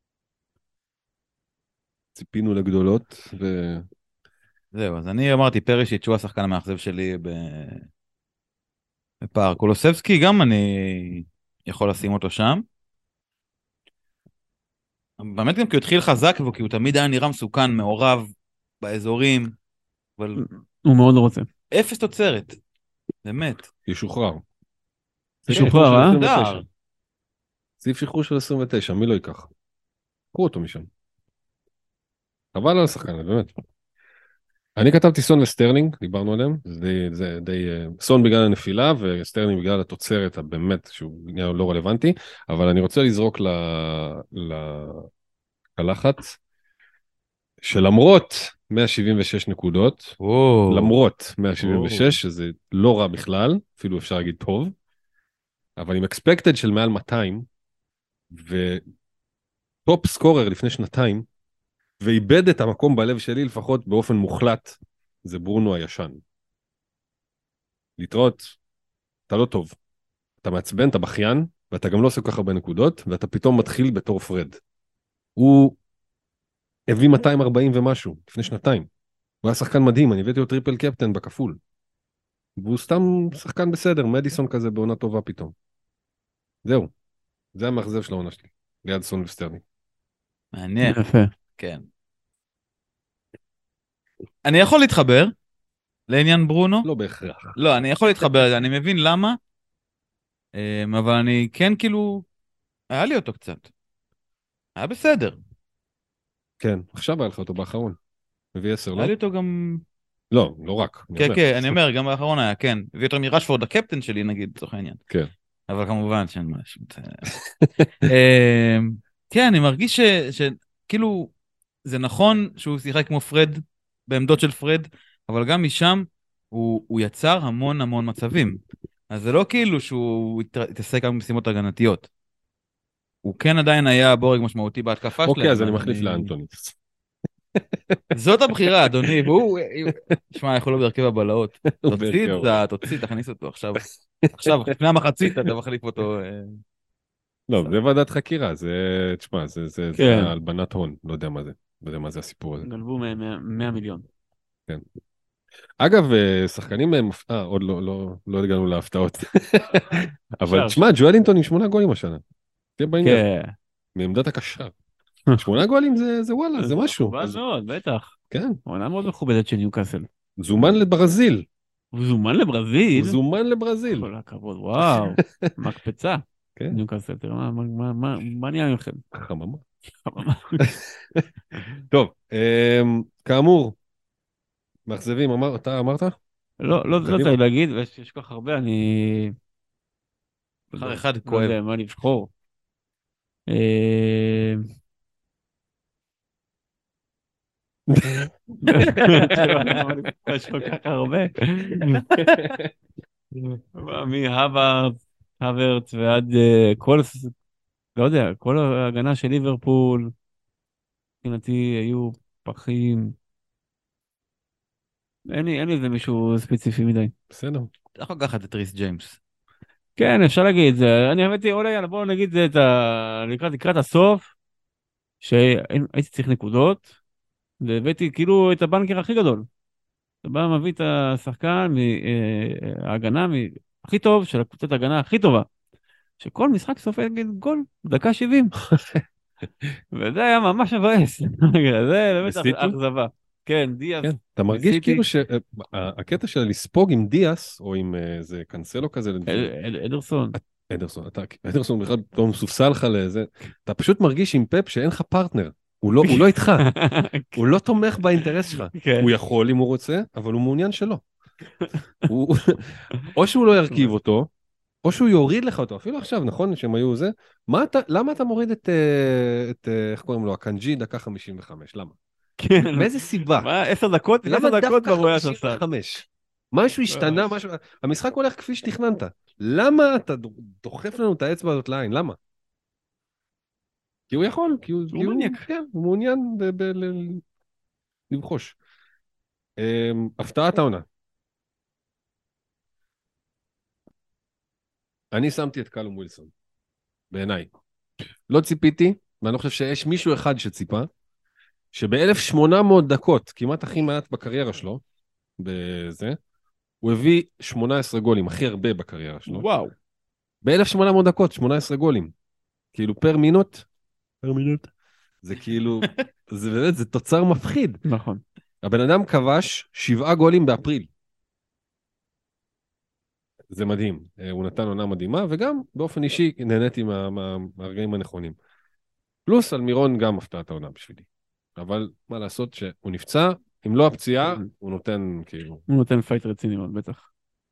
ציפינו לגדולות, ו... זהו, אז אני אמרתי, פרישיץ' הוא השחקן המאכזב שלי בפער. קולוסבסקי גם אני יכול לשים אותו שם. באמת גם כי הוא התחיל חזק, וכי הוא תמיד היה נראה מסוכן, מעורב באזורים, אבל... הוא מאוד לא רוצה. אפס תוצרת, באמת. ישוחרר. ישוחרר, אה? דאר. סעיף שחרור של עשרים ותשע, מי לא ייקח? קחו אותו משם. חבל על השחקן, באמת. אני כתבתי סון וסטרלינג, דיברנו עליהם, זה, זה די, סון בגלל הנפילה, וסטרלינג בגלל התוצרת, הבאמת, שהוא לא רלוונטי, אבל אני רוצה לזרוק ל... לקלחת, שלמרות מאה שבעים ושש נקודות, וואו. למרות מאה שבעים ושש, וואו. שזה לא רע בכלל, אפילו אפשר להגיד טוב, אבל עם אקספקטד של מעל מאתיים, וטופ סקורר לפני שנתיים, ואיבד את המקום בלב שלי לפחות באופן מוחלט, זה ברונו הישן. להתראות, אתה לא טוב. אתה מעצבן, אתה בכיין, ואתה גם לא עושה כל כך הרבה נקודות, ואתה פתאום מתחיל בתור פרד. הוא הביא מאתיים וארבעים ומשהו, לפני שנתיים. הוא היה שחקן מדהים, אני הבאתי לו טריפל קפטן בכפול. והוא סתם שחקן בסדר, מדיסון כזה בעונה טובה פתאום. זהו, זה המאכזב של העונה שלי, ליד סון וסטרלינג. מעניין. יפה. כן. אני יכול להתחבר לעניין ברונו? לא בהכרח. לא, אני יכול להתחבר, אני מבין למה, אמ, אבל אני כן כאילו, היה לי אותו קצת. היה בסדר. כן, עכשיו היה לך אותו באחרון. מביא עשר, לא? היה לי אותו גם... לא, לא רק. אני כן, אומר. כן, אני אומר, גם באחרון היה, כן. הביא אותו מרשפורד, הקפטן שלי, נגיד, לצורך העניין. כן. אבל כמובן שאין משהו. אמ, כן, אני מרגיש ש- שכאילו, זה נכון שהוא שיחק כמו פרד, בעמדות של פרד, אבל גם משם הוא, הוא יצר המון המון מצבים. אז זה לא כאילו שהוא הת- התעסק רק במשימות הגנתיות. הוא כן עדיין היה בורג משמעותי בהתקפה שלהם. אוקיי, אז אני מחליף לאנטוני. זאת הבחירה, אדוני, והוא... שמע, יכול לו בהרכב הבלהות. הוא תוציא בהרכב את זה, תוציא, תכניס אותו עכשיו. עכשיו, לפני המחצית, אתה מחליף אותו. אה, לא, זה ועדת חקירה, זה, תשמע, זה, זה, זה כן. הלבנת הון, לא יודע מה זה, לא יודע מה זה הסיפור הזה. גנבו מאה מיליון. אגב, אה, שחקנים, אה, מפ- אה, עוד לא, לא, לא הגענו להפתעות. אבל עכשיו. תשמע, ג'ואלינטון עם שמונה גולים השנה. תהיה בעניין, כן. מעמדת הקשר. שמונה גולים זה, זה וואלה, זה משהו. מכובד אז- מאוד, בטח. כן, עונה מאוד מכובדת של ניוקאסל. זומן לברזיל, הוא זומן לברזיל. הוא זומן לברזיל. כל הכבוד, וואו. מקפצה. כן. ניוקאסל, תראה מה- מה- מה- מה- מה נהיה מכם? חממה. טוב, אמ, כאמור, מאכזבים, אמר, אתה אמרת? לא, לא, לא קדימה. צריך להגיד, ויש יש כל כך הרבה, אני בחר אחד לא כואב. יודע מה לבחור. אה, יש כל כך הרבה. מהווארד, הוורץ ועד אה, כל, לא יודע, כל ההגנה של ליברפול, מבחינתי היו פחים. אין לי, אין לי איזה מישהו ספציפי מדי. בסדר. אתה יכול לקחת את ריס ג'יימס. כן, אפשר להגיד את זה. אני האמת היא, אולי, יאללה, בואו נגיד את ה... לקראת, לקראת הסוף, שהייתי צריך נקודות, והבאתי כאילו את הבנקר הכי גדול. אתה בא, מביא את השחקן מההגנה הכי טוב, של הקבוצת ההגנה הכי טובה, שכל משחק סופג גול, דקה שבעים. וזה היה ממש מבאס. זה באמת וסיטי? אכזבה. כן, דיאס. כן, אתה מרגיש ניסיתי. כאילו שהקטע של לספוג עם דיאס, או עם איזה קנסלו כזה, אד- אד- אדרסון. אדרסון, אתה, אדרסון בכלל פתאום מסופסל לך לזה, אתה פשוט מרגיש עם פפ שאין לך פרטנר, הוא לא, הוא לא איתך, הוא לא תומך באינטרס שלך, כן. הוא יכול אם הוא רוצה, אבל הוא מעוניין שלא. הוא, או שהוא לא ירכיב אותו, או שהוא יוריד לך אותו, אפילו עכשיו, נכון, שהם היו זה, מה אתה, למה אתה מוריד את, אה, את אה, איך קוראים לו, הקנג'י, דקה חמישים וחמש, למה? כן. באיזה סיבה? מה, עשר דקות? למה עשר דקות דווקא כבר היה חמישים ספסל. וחמש? משהו השתנה, משהו... המשחק הולך כפי שתכננת. למה אתה דוחף לנו את האצבע הזאת לעין? למה? כי הוא יכול, כי הוא... הוא כי הוא מניאק. כן, הוא מעוניין ב- ב- ל- לבחוש. אמ, הפתעת העונה. אני שמתי את קלום ווילסון, בעיניי. לא ציפיתי, ואני לא חושב שיש מישהו אחד שציפה, שב-אלף ושמונה מאות דקות, כמעט הכי מעט בקריירה שלו, בזה, הוא הביא שמונה עשרה גולים, הכי הרבה בקריירה שלו. וואו. ב-אלף ושמונה מאות דקות, שמונה עשרה גולים. כאילו פר מינוט, פר מינוט. זה כאילו, זה באמת, זה תוצר מפחיד. נכון. הבן אדם כבש שבעה גולים באפריל. זה מדהים. אה, הוא נתן עונה מדהימה, וגם באופן אישי נהניתי מה- מה- מהרגעים הנכונים. פלוס על מירון גם הפתעת העונה בשבילי. אבל מה לעשות שהוא נפצע, אם לא הפציעה, הוא נותן כאילו, הוא נותן פייט רציני מאוד, בטח.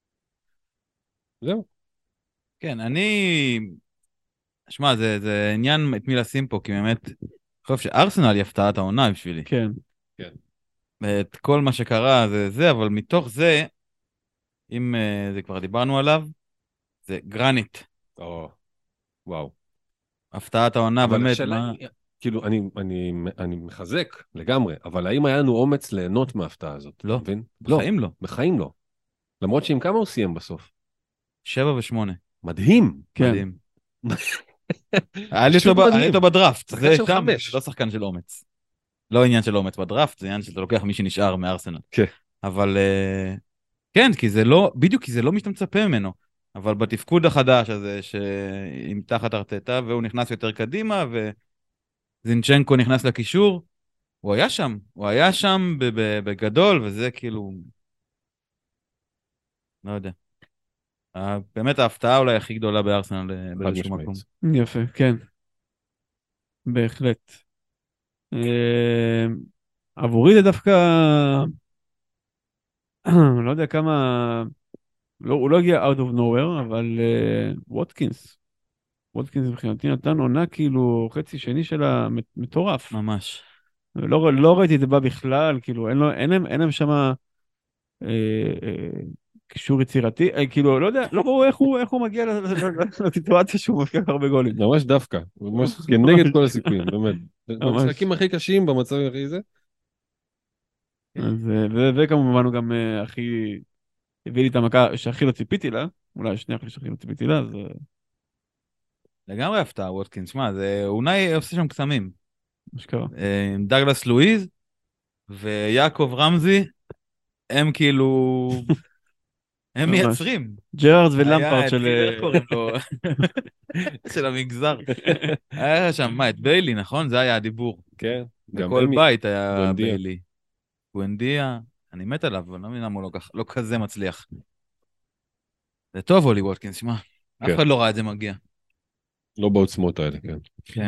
זהו. כן, אני... שמע, זה, זה עניין את מי לשים פה, כי באמת, אני חושב שארסנל היא הפתעת העונה בשבילי. כן. כן. את כל מה שקרה זה זה, אבל מתוך זה, אם אה, זה כבר דיברנו עליו, זה גרניט. או, וואו. הפתעת העונה, אבל באמת, השאלה מה? היא, כאילו, אני, אני, אני מחזק לגמרי, אבל האם היה לנו אומץ ליהנות מההפתעה הזאת? לא, אתה מבין? בחיים לא. בחיים לא. למרות שעם כמה הוא סיים בסוף. שבע ושמונה. מדהים. כן. מדהים. היה לי פשוט אותו ב- היה לי מדהים. אותו בדראפט, שחקן זה שם שם, חמש. זה לא שחקן של אומץ. לא עניין של אומץ בדראפט, זה עניין שאתה לוקח מי שנשאר מארסנל. כן. אבל אה, כן, כי זה לא, בדיוק כי זה לא מי שאתה מצפה ממנו. אבל בתפקוד החדש הזה, שעם תחת ארטטה, והוא נכנס יותר קדימה, וזינצ'נקו נכנס לקישור, הוא היה שם, הוא היה שם ב- ב- בגדול, וזה כאילו, לא יודע. אה, באמת ההפתעה אולי הכי גדולה בארסנל אה, חד באיזשהו משמעית. מקום. יפה, כן. בהחלט. אה, עבורי זה דווקא, אני לא יודע כמה, לא, הוא לא הגיע out of nowhere, אבל אה, ווטקינס, ווטקינס מבחינתי נתן עונה כאילו חצי שני שלה מט- מטורף. ממש. לא, לא ראיתי את זה בא בכלל, כאילו אין, לו, אין להם, אין להם שם אה, אה, קישור יצירתי, אה, כאילו לא יודע, לא ברור איך הוא, איך הוא מגיע ל- ל- ל- לסיטואציה שהוא מבקיע כל כך הרבה גולים. ממש דווקא. ממש כנגד כל הסיכויים, באמת. ממש. במשחקים הכי קשים, במצבים הכי זה. אז, אה, ו- וכמובן הוא גם אה, הכי, הביא לי את המכה שהכי לא ציפיתי לה, אולי השנייה הכי שהכי לא ציפיתי לה, אז אה, לגמרי הפתעה, ווטקינס. שמע, זה אולי עושה שם קסמים. מה שקרה. אה, עם דגלס לואיז ויעקב רמזי, הם כאילו, הם ממש. מייצרים. ג'רארד היה ולמפרד את, של... איך קוראים לו? של המגזר. היה שם, מה, את ביילי, נכון? זה היה הדיבור. כן. גם בכל אמי- בית היה בואנדיה. ביילי. בואנדיה, אני מת עליו, אבל אני לא מבין למה הוא לא כך- לא כזה מצליח. זה טוב, אולי ווטקינס, שמע. אף כן. אחד לא ראה את זה מגיע. לא בעוצמות האלה, כן. כן.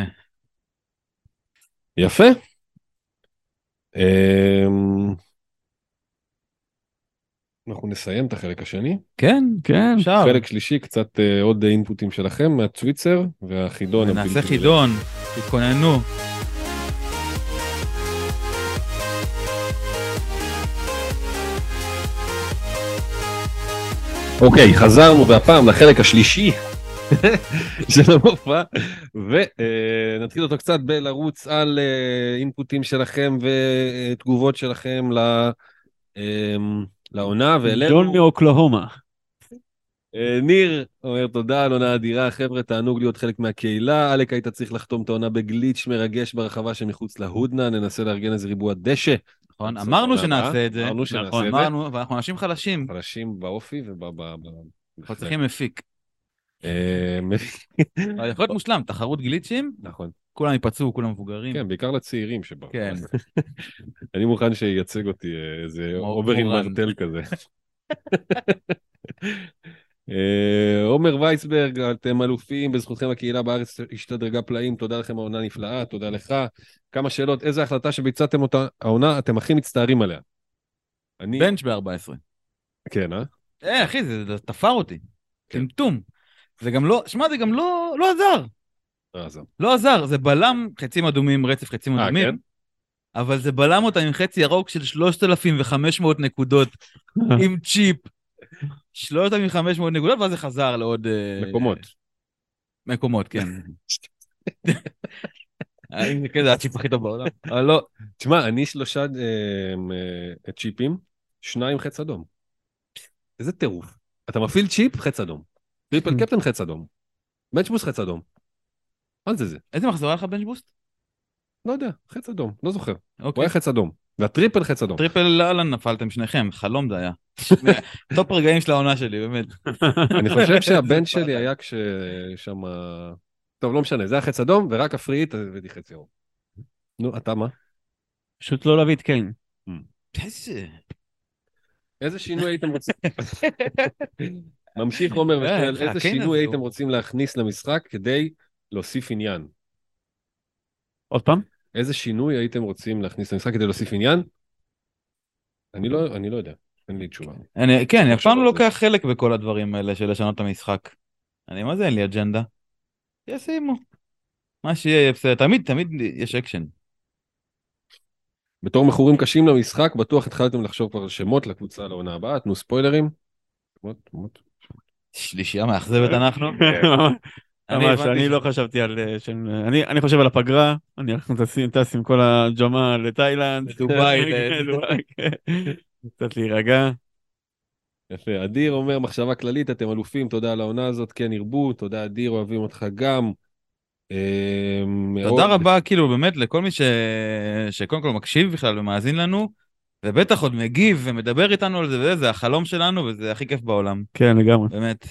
יפה. אמ, אנחנו נסיים את החלק השני. כן, כן. אפשר. חלק שלישי, קצת אה, עוד אינפוטים שלכם מהטוויצר, והחידון. נעשה הבלתי חידון, תתכוננו. אוקיי, חזרנו והפעם לחלק השלישי של המופע, ונתחיל אותו קצת בלרוץ על אה, אינפוטים שלכם ותגובות שלכם ל- אמ, לעונה, ואלינו. ג'ון מאוקלהומה. אה, ניר אומר תודה על עונה אדירה, חבר'ה, תענוג להיות חלק מהקהילה. אלק, היית צריך לחתום את העונה בגליץ' מרגש ברחבה שמחוץ להודנה, ננסה לארגן איזה ריבוע דשא. נכון, בסוף אמרנו העונה שנעשה הבאה. את זה. אמרנו שנעשה נכון, את זה. אמרנו, ואנחנו אנשים חלשים. חלשים באופי וב... ב- ב- אנחנו צריכים מפיק. אה, אבל יכול להיות מושלם, תחרות גליצ'ים, נכון. כולם ייפצעו, כולם מבוגרים. כן, בעיקר לצעירים שבאו. כן. אני מוכן שייצג אותי אה, איזה כמו עובר עם מורן. מרטל כזה. אה, עומר וייסברג, אתם אלופים, בזכותכם הקהילה בארץ השתדרגה פלאים, תודה לכם, העונה נפלאה, תודה לך. כמה שאלות, איזה החלטה שביצעתם אותה, העונה, אתם הכי מצטערים עליה? אני... בנץ' ב-ארבע עשרה. כן, אה? אה, אחי, זה זה תפר אותי. כן. טמטום. זה גם לא, שמע, זה גם לא, לא עזר. אה, עזר. לא עזר, זה בלם חצים אדומים, רצף חצים אה, אדומים. כן? אבל זה בלם אותם עם חצי ירוק של שלושת אלפים וחמש מאות נקודות, עם צ'יפ. שלושת אלפים וחמש מאות נקודות, ואז זה חזר לעוד... אה, מקומות. מקומות, כן. האם זה כזה הצ'יפ הכי טוב בעולם? אבל לא. תשמע, אני שלושה אה, אה, צ'יפים, שניים חץ אדום. איזה טירוף. אתה מפעיל צ'יפ, חץ אדום. טריפל קפטן, חץ אדום. בנצ'בוס, חץ אדום. מה זה זה? איזה מחזור היה לך בנץ' בוסט? לא יודע, חץ אדום, לא זוכר. הוא אוקיי. היה חץ אדום. והטריפל חץ אדום. טריפל אהלן נפלתם שניכם, חלום זה היה. טופ רגעים של העונה שלי, באמת. אני חושב שהבן שלי היה כששם... טוב, לא משנה, זה היה חץ אדום, ורק הפריעית, אז הבאתי חץ ירוק. נו, אתה מה? פשוט לא להביא את קיין. איזה... איזה שינוי הייתם רוצים? ממשיך עומר אה, ושואל, איך איזה הקיין שינוי הזה הייתם הוא- רוצים להכניס למשחק כדי להוסיף עניין? עוד פעם? איזה שינוי הייתם רוצים להכניס למשחק כדי להוסיף עניין? אני לא, אני לא יודע, אין לי תשובה. אני, כן, אני אף פעם לא מחשבות. לוקח חלק בכל הדברים האלה של לשנות את המשחק. אני, מה זה, אין לי אג'נדה? ישימו. מה שיהיה יהיה בסדר. תמיד, תמיד יש אקשן. בתור מכורים קשים למשחק, בטוח התחלתם לחשוב כבר על שמות לקבוצה לעונה הבאה, תנו ספוילרים. שמות, שמות. שלישייה מאכזבת אנחנו. אני ממש, הבנתי אני ש- לא חשבתי על אה, שם, אני אני חושב על הפגרה, אני אנחנו טסים טס עם כל הג'מה לתאילנד. דובאי, כן, ל- דובאי, כן. קצת להירגע. יפה, אדיר אומר, מחשבה כללית, אתם אלופים, תודה על העונה הזאת, כן ירבו, תודה אדיר, אוהבים אותך גם. אה, תודה מאוד. רבה, כאילו, באמת, לכל מי ש... שקודם כל מקשיב בכלל ומאזין לנו, ובטח עוד מגיב ומדבר איתנו על זה וזה, זה החלום שלנו, וזה הכי כיף בעולם. כן, לגמרי. באמת.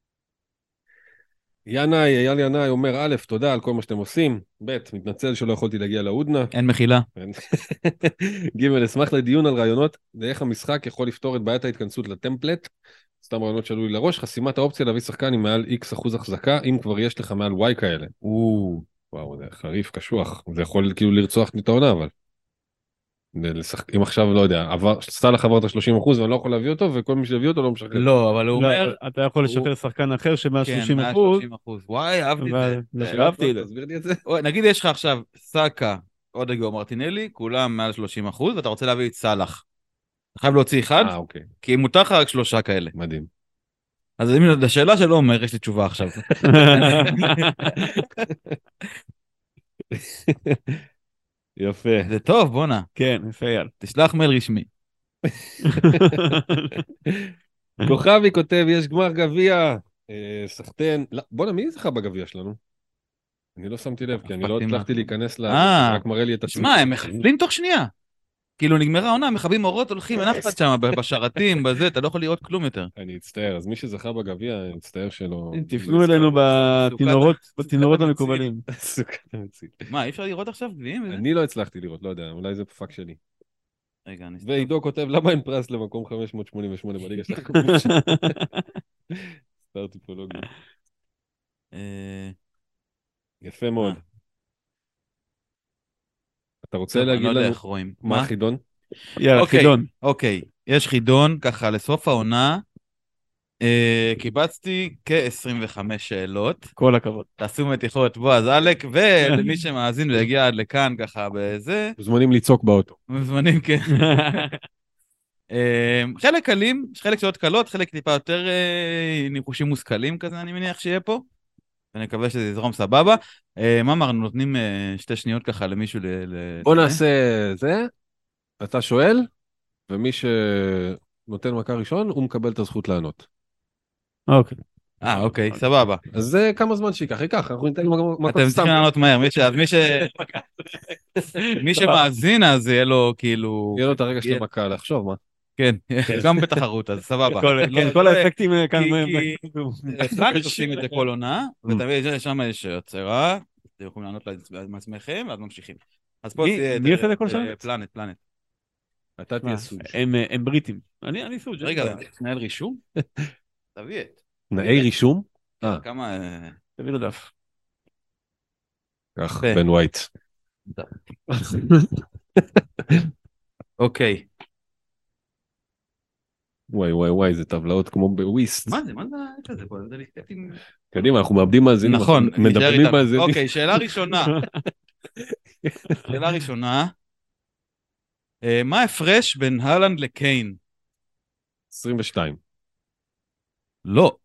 ינאי, אייל ינאי אומר, א', תודה על כל מה שאתם עושים, ב', מתנצל שלא יכולתי להגיע להודנה, אין מחילה. ג', אשמח לדיון על רעיונות לאיך המשחק יכול לפתור את בעיית ההתכנסות לטמפלט, סתם רעיונות שעלו לי לראש, חסימת האופציה להביא שחקן עם מעל X אחוז החזקה, אם כבר יש לך מעל Y כאלה. וואו, זה חריף, קשוח, זה יכול כאילו לרצוח לי את העונה, אבל. לשחק... אם עכשיו, לא יודע, עבר... סטלח עבר את ה-שלושים אחוז ואני לא יכול להביא אותו, וכל מי שיביא אותו לא משחרר. לא, אבל הוא לא, אומר... אתה יכול הוא- לשחרר שחקן אחר שמעל כן, שלושים מעל אחוז, שלושים אחוז. וואי, אהבתי את זה. אבל זה- אהבתי את זה. תסביר לי את זה. אוי, נגיד יש לך עכשיו סאקה, אודגו, מרטינלי, כולם מעל שלושים אחוז, ואתה רוצה להביא את סאלח. אתה חייב להוציא אחד, אה, אוקיי, כי מותר לך רק שלושה כאלה. מדהים. אז אם לשאלה שלא אומר, יש לי תשובה עכשיו. יפה. זה טוב, בואנה. כן, יפה אייל. תשלח מייל רשמי. כוכבי כותב, יש גמר גביע, אה, סחטן, לא, בוא'נה, מי זכה בגביע שלנו? אני לא שמתי לב, כי אני לא הספקתי מה- הצלחתי להיכנס ל... אה, רק מראה לי את עצמי. שמע, הם מחבלים תוך שנייה. כאילו נגמרה העונה, מכבים אורות, הולכים, אין אף אחד שם, בשרתים, בזה, אתה לא יכול לראות כלום יותר. אני אצטער, אז מי שזכה בגביע, אני מצטער שלא... תפנו אלינו בצינורות, בצינורות סוכת המקובלים. סוכת המציל. מה, אי אפשר לראות עכשיו גביעים? וזה? אני לא הצלחתי לראות, לא יודע, אולי זה פאק שלי. רגע, אני... ועידו כותב, למה אין פרס למקום חמש מאות שמונים ושמונה בליגה של הכבוש? סטאר טיפולוגי. אה, יפה מאוד. אה. אתה רוצה טוב, אני להגיד לא יודע לנו איך רואים. מה החידון? יאללה, אוקיי. חידון. אוקיי, יש חידון, ככה, לסוף העונה, אה, קיבצתי כ-עשרים וחמש שאלות. כל הכבוד. תעשו מתיחות בועז אלק, ולמי שמאזין ויגיע עד לכאן ככה בזה, מוזמנים לצעוק באוטו. מוזמנים כן. אה, חלק קלים, יש חלק שאלות קלות, חלק טיפה יותר אה, ניחושים מושכלים כזה, אני מניח שיהיה פה. ואני מקווה שזה יזרום סבבה. אה, מה אמרנו, נותנים אה, שתי שניות ככה למישהו ל... ל- בוא זה? נעשה זה, אתה שואל, ומי שנותן מכה ראשון, הוא מקבל את הזכות לענות. אוקיי. אה, אוקיי, סבבה. אז זה כמה זמן שייקח, ייקח, אנחנו ניתן מכות אתם סתם. צריכים לענות מהר, מי ש... אז מי ש... מי שמאזין אז יהיה לו כאילו... יהיה לו את הרגע של המכה, לחשוב מה. כן, גם בתחרות, אז סבבה. כל- לא- כן, לא- כל האפקטים אה, כאן. כי- אחד עושים את זה כל עונה, ותמיד שם יש יוצרה, אתם יכולים לענות לעצמכם, ואז ממשיכים. אז פה מי- תהיה- מי עושה את זה כל שנה? אה, פלנט, פלנט. אתה תהיה סוג. הם אה, הם בריטים. אני אני סוג. רגע, תנהל רישום? תביא את. תנאי רישום? אה. כמה... אה, תביא לו דף. כך, כן. בן ווייט. אוקיי. וואי וואי וואי, זה טבלאות כמו בוויסט. מה זה? מה זה? יש לזה פה? זה להתקטע עם... קדימה, אנחנו מאבדים מאזינים. נכון, אנחנו נשאר מדברים איתנו. מאזינים. אוקיי, שאלה ראשונה. שאלה ראשונה. אה, מה ההפרש בין הלנד לקיין? עשרים ושתיים. לא.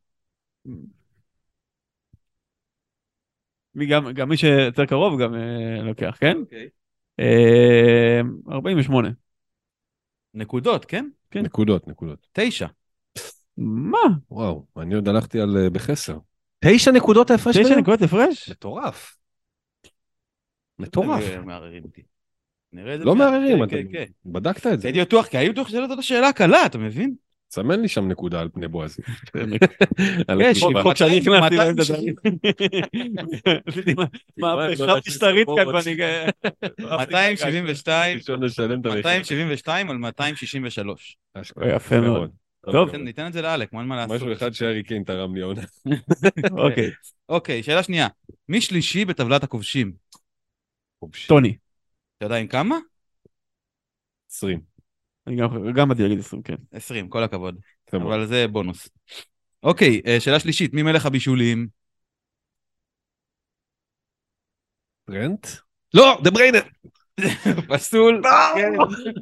מי גם גם מי שיותר קרוב גם אה, לוקח, כן? אוקיי. אה, ארבעים ושמונה. נקודות, כן? כן. נקודות, נקודות. תשע. מה? וואו, אני עוד הלכתי על אה, בחסר. תשע נקודות ההפרש תשע ביניהם? נקודות הפרש? מטורף. מטורף. אתם מערערים אותי. נראה את זה לא מיד. מערערים, כן, אתה כן, כן. בדקת את זה. הייתי בטוח, כי הייתי בטוח שזאת השאלה הקלה, אתה מבין? סמן לי שם נקודה על פני בועז. על יש, התשובה. חוק שאני נכנסתי להם את מאתיים- הדברים. עשיתי מה- מהפכה משטרית כאן ואני... מאתיים שבעים ושתיים, ראשון לשלם את המחיר. מאתיים שבעים ושתיים על מאתיים שישים ושלוש. אשכרה. יפה מאוד. טוב. ניתן- ניתן את זה לאלק, מה אין מה לעשות. משהו אחד שהארי קיין תרם לי עונה. אוקיי. אוקיי, שאלה שנייה. מי שלישי בטבלת הכובשים? טוני. אתה יודע עם כמה? עשרים. אני גם- גם באתי להגיד עשרים, כן. עשרים, כל הכבוד. יפה מאוד. אבל זה בונוס. אוקיי, אה, שאלה שלישית, מי מלך הבישולים? טרנט? לא, דה בריינר. פסול. כן.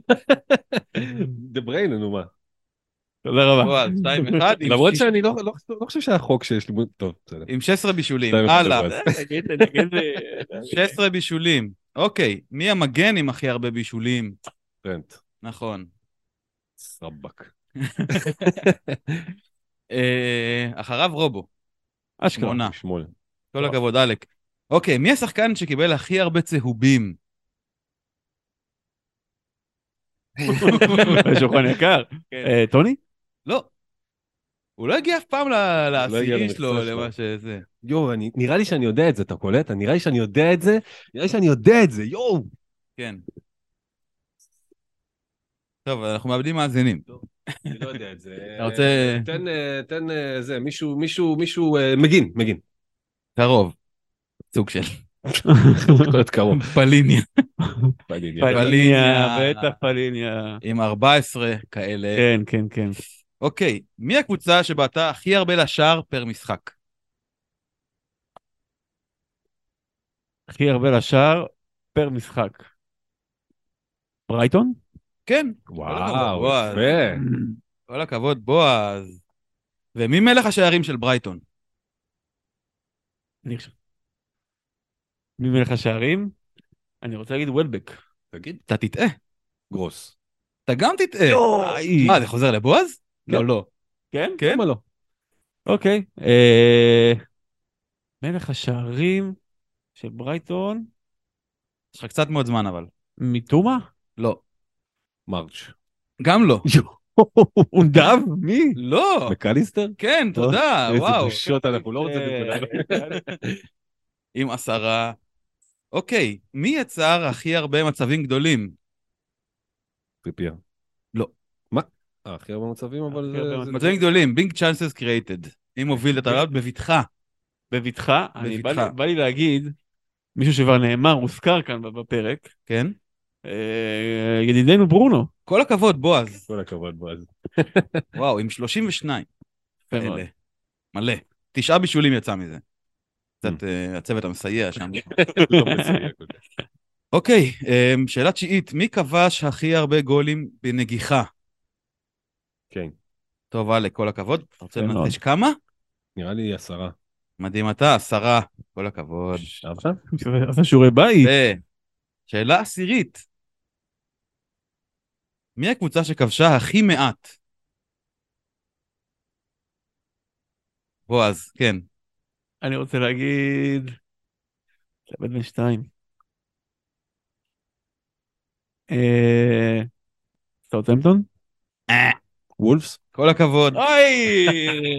דה בריין, נו מה. תודה רבה. בועז, שתיים אחד. עם למרות שיש- שאני לא לא- לא חושב שהיה חוק שיש לי... טוב, בסדר. עם שש עשרה בישולים. שתיים אחד הלאה. לבועז. תגיד, תגיד, שש עשרה בישולים. אוקיי, מי המגן עם הכי הרבה בישולים? טרנט. נכון. סבק. אה, אחריו רובו. אשכרה. שמונה. שמונה. כל הכבוד, אלק. אוקיי, מי השחקן שקיבל הכי הרבה צהובים? שולחן יקר. כן. אה, טוני? לא. הוא לא הגיע אף פעם ל- הגיע לעשירי למכסה שלו, שלו. למה שזה. יואו, אני- נראה לי שאני יודע את זה, אתה קולט? נראה לי שאני יודע את זה, נראה לי שאני יודע את זה, יואו. כן. טוב, אנחנו מאבדים מאזינים. אני לא יודע את זה. אתה רוצה- תן, אה, תן אה, זה, מישהו, מישהו, מישהו, אה, מגין, מגין. קרוב. סוג של. יכול להיות קרוב. פליניה. פליניה. פליניה, פליניה. בטח פליניה. עם ארבע עשרה כאלה. כן, כן, כן. אוקיי, מי הקבוצה שבעטה הכי הרבה לשער פר משחק? הכי הרבה לשער פר משחק. ברייטון? כן. וואו, בועז. יפה. כל הכבוד, בועז. ומי מלך השערים של ברייטון? אני חושב. מי מלך השערים? אני רוצה להגיד וולבק. תגיד, אתה תטעה. גרוס. אתה גם תטעה. יואי. מה, זה חוזר לבועז? לא, לא. כן? כן? למה לא? אוקיי. אה, מלך השערים של ברייטון. יש לך קצת מאוד זמן, אבל. מתומה? לא. מרץ'. גם לא. אונדב? מי? לא. מקליסטר? כן, תודה, איזה וואו. בושות אנחנו לא רוצים אה, לדבר. עם עשרה. אוקיי, מי יצר הכי הרבה מצבים גדולים? טריפייר. לא. מה? אה, הכי הרבה מצבים, אבל... הכי הרבה זה- מצבים גדולים, big chances created. אם הוביל את הרעיון בבטחה. בבטחה, אני בא לי- בבטחה. בא לי להגיד, מישהו שכבר נאמר, הוזכר כאן בפרק, כן? אה, ידידנו ברונו. כל הכבוד, בועז. כל הכבוד, בועז. וואו, עם שלושים ושניים. יפה מאוד. אלה. מלא. תשעה בישולים יצא מזה. קצת אה, הצוות המסייע שם. לא מסייע כל כך. אוקיי, אה, שאלה תשיעית. מי כבש הכי הרבה גולים בנגיחה? כן. טוב, אלק, כל הכבוד. אתה רוצה יפה לנחש כמה? נראה לי עשרה. מדהים אתה, עשרה. כל הכבוד. אהבת? עשה שיעורי בית. ושאלה עשירית. מי הקבוצה שכבשה הכי מעט? בועז, כן. אני רוצה להגיד... לאבד בין שתיים. אה... סאוטהמפטון? וולפס? כל הכבוד. אוי!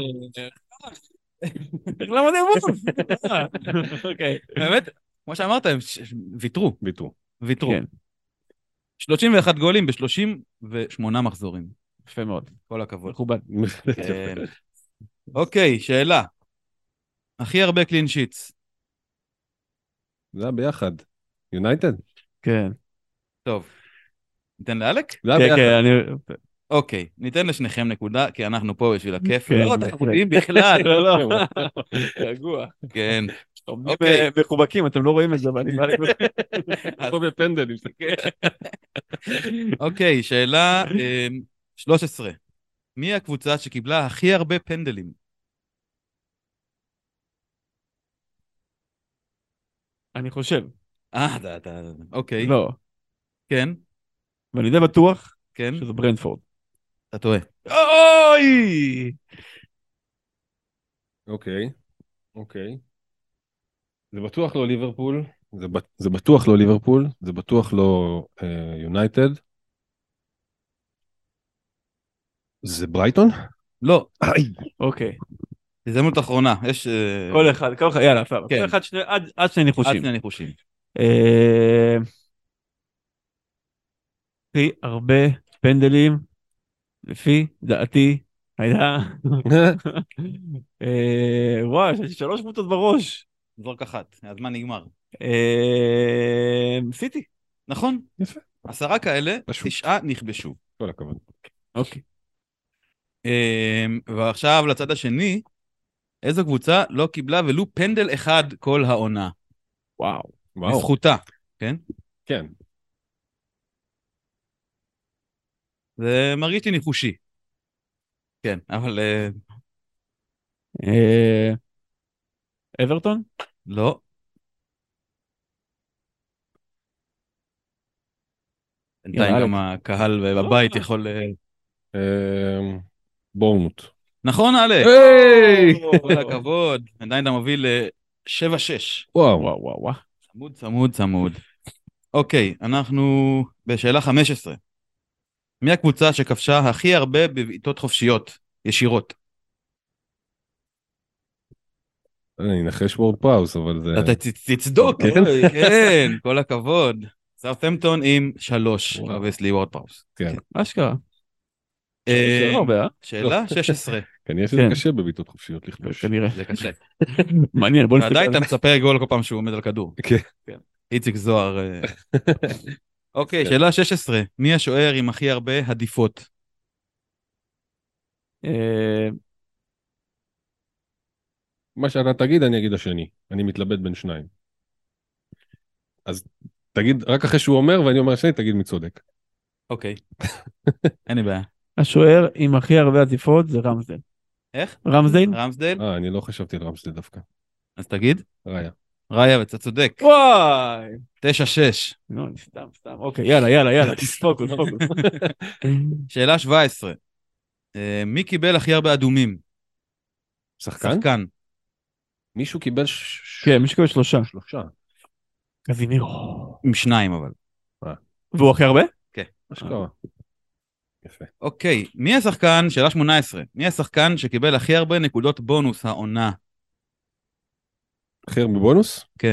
למה זה וולף? אוקיי. באמת, כמו שאמרת, הם ש- ש- ויתרו, ביטרו. ויתרו. כן, שלושים ואחד גולים ב-שלושים ושמונה מחזורים. יפה מאוד. כל הכבוד. מכובד. כן. אוקיי, שאלה. הכי הרבה קלין שיטס. זה היה ביחד. יונייטד? כן. טוב. ניתן לאלק? זה היה כן, ביחד. כן, אני... אוקיי, ניתן לשניכם נקודה, כי אנחנו פה בשביל הכיף. כן, לא בהחלט. תחרותיים בכלל. לא, לא. רגוע. כן. עומדים אוקיי. אה, מחובקים, אתם לא רואים את זה, אבל אני בא לכם. פה בפנדל. אני מסתכל. אוקיי, שאלה אה, שלוש עשרה. מי הקבוצה שקיבלה הכי הרבה פנדלים? אני חושב. אה, אתה, אתה, אוקיי. לא. כן, ואני די בטוח כן, שזה ברנדפורד. אתה טועה. אוי! אוקיי. אוקיי. זה בטוח לא ליברפול. זה ב- זה בטוח לא ליברפול. זה בטוח לא אה, יונייטד. זה ברייטון? לא, אוקיי. הזדמנות אחרונה. יש... אה, כל אחד, כל אחד, יאללה, סבבה. כן. כל אחד שני, עד עד שני עד ניחושים. שני ניחושים. אה, הכי הרבה פנדלים, לפי דעתי, היה... אה, וואי, יש לי שלוש קבוצות בראש. זורק אחת, הזמן נגמר. אה, סיטי. נכון? יפה. עשרה כאלה, פשוט. תשעה נכבשו. כל הכבוד. אוקיי. אה, ועכשיו לצד השני, איזו קבוצה לא קיבלה ולו פנדל אחד כל העונה? וואו. וואו. לזכותה, כן? כן. זה מרגיש לי ניחושי. כן, אבל אה, אה, אברטון? לא. בינתיים יאללה, גם אלק. הקהל בבית יכול... אה, אה, בורנמוט. נכון, אלק. היי! כל הכבוד. עדיין אתה מוביל ל-שבע שש. וואו. וואו, וואו, וואו. צמוד, צמוד, צמוד. אוקיי, אנחנו בשאלה חמש עשרה. מי הקבוצה שכבשה הכי הרבה בבעיטות חופשיות, ישירות? אני אנחש וורד פראוס, אבל זה... אתה ת- תצדוק, כן? אוי, כן, כל הכבוד. סאות'המפטון עם שלוש, וואו. אובייסלי וורד פראוס. כן. אשכרה. אה, זה לא הרבה, אה? שאלה שש עשרה, כנראה שזה כן. קשה בבעיטות חופשיות לכבוש. כנראה. זה קשה. מעניין, בוא נסתכל ועדיין על אתה זה. מצפה גול כל פעם שהוא עומד על כדור. כן. איציק זוהר. אה. אוקיי, כן. שאלה שש עשרה. מי השוער עם הכי הרבה הדיפות? אה, מה שאתה תגיד, אני אגיד השני. אני מתלבט בין שניים. אז תגיד, רק אחרי שהוא אומר, ואני אומר השני, תגיד מי צודק. אוקיי. אין לי בעיה. השוער עם הכי הרבה עטיפות זה רמסדל. איך? רמסדל? רמסדל? אה, אני לא חשבתי על רמסדל דווקא. אז תגיד. ראיה. ראיה, ואתה צודק. וואי! תשע שש. לא, אני סתם, סתם. אוקיי, יאללה, יאללה, יאללה, פוקוס, פוקוס. שאלה שבע עשרה. אה, מי קיבל הכי הרבה אדומים? שחקן? שחקן. מישהו קיבל ש... כן, מי שקורא שלושה. שלושה. קזימירו. עם שניים אבל. והוא הכי הרבה? אשכרה. יפה. אוקיי, מי השחקן, שאלה שמונה עשרה, מי השחקן שקיבל הכי הרבה נקודות בונוס העונה? אחר מבונוס? כן.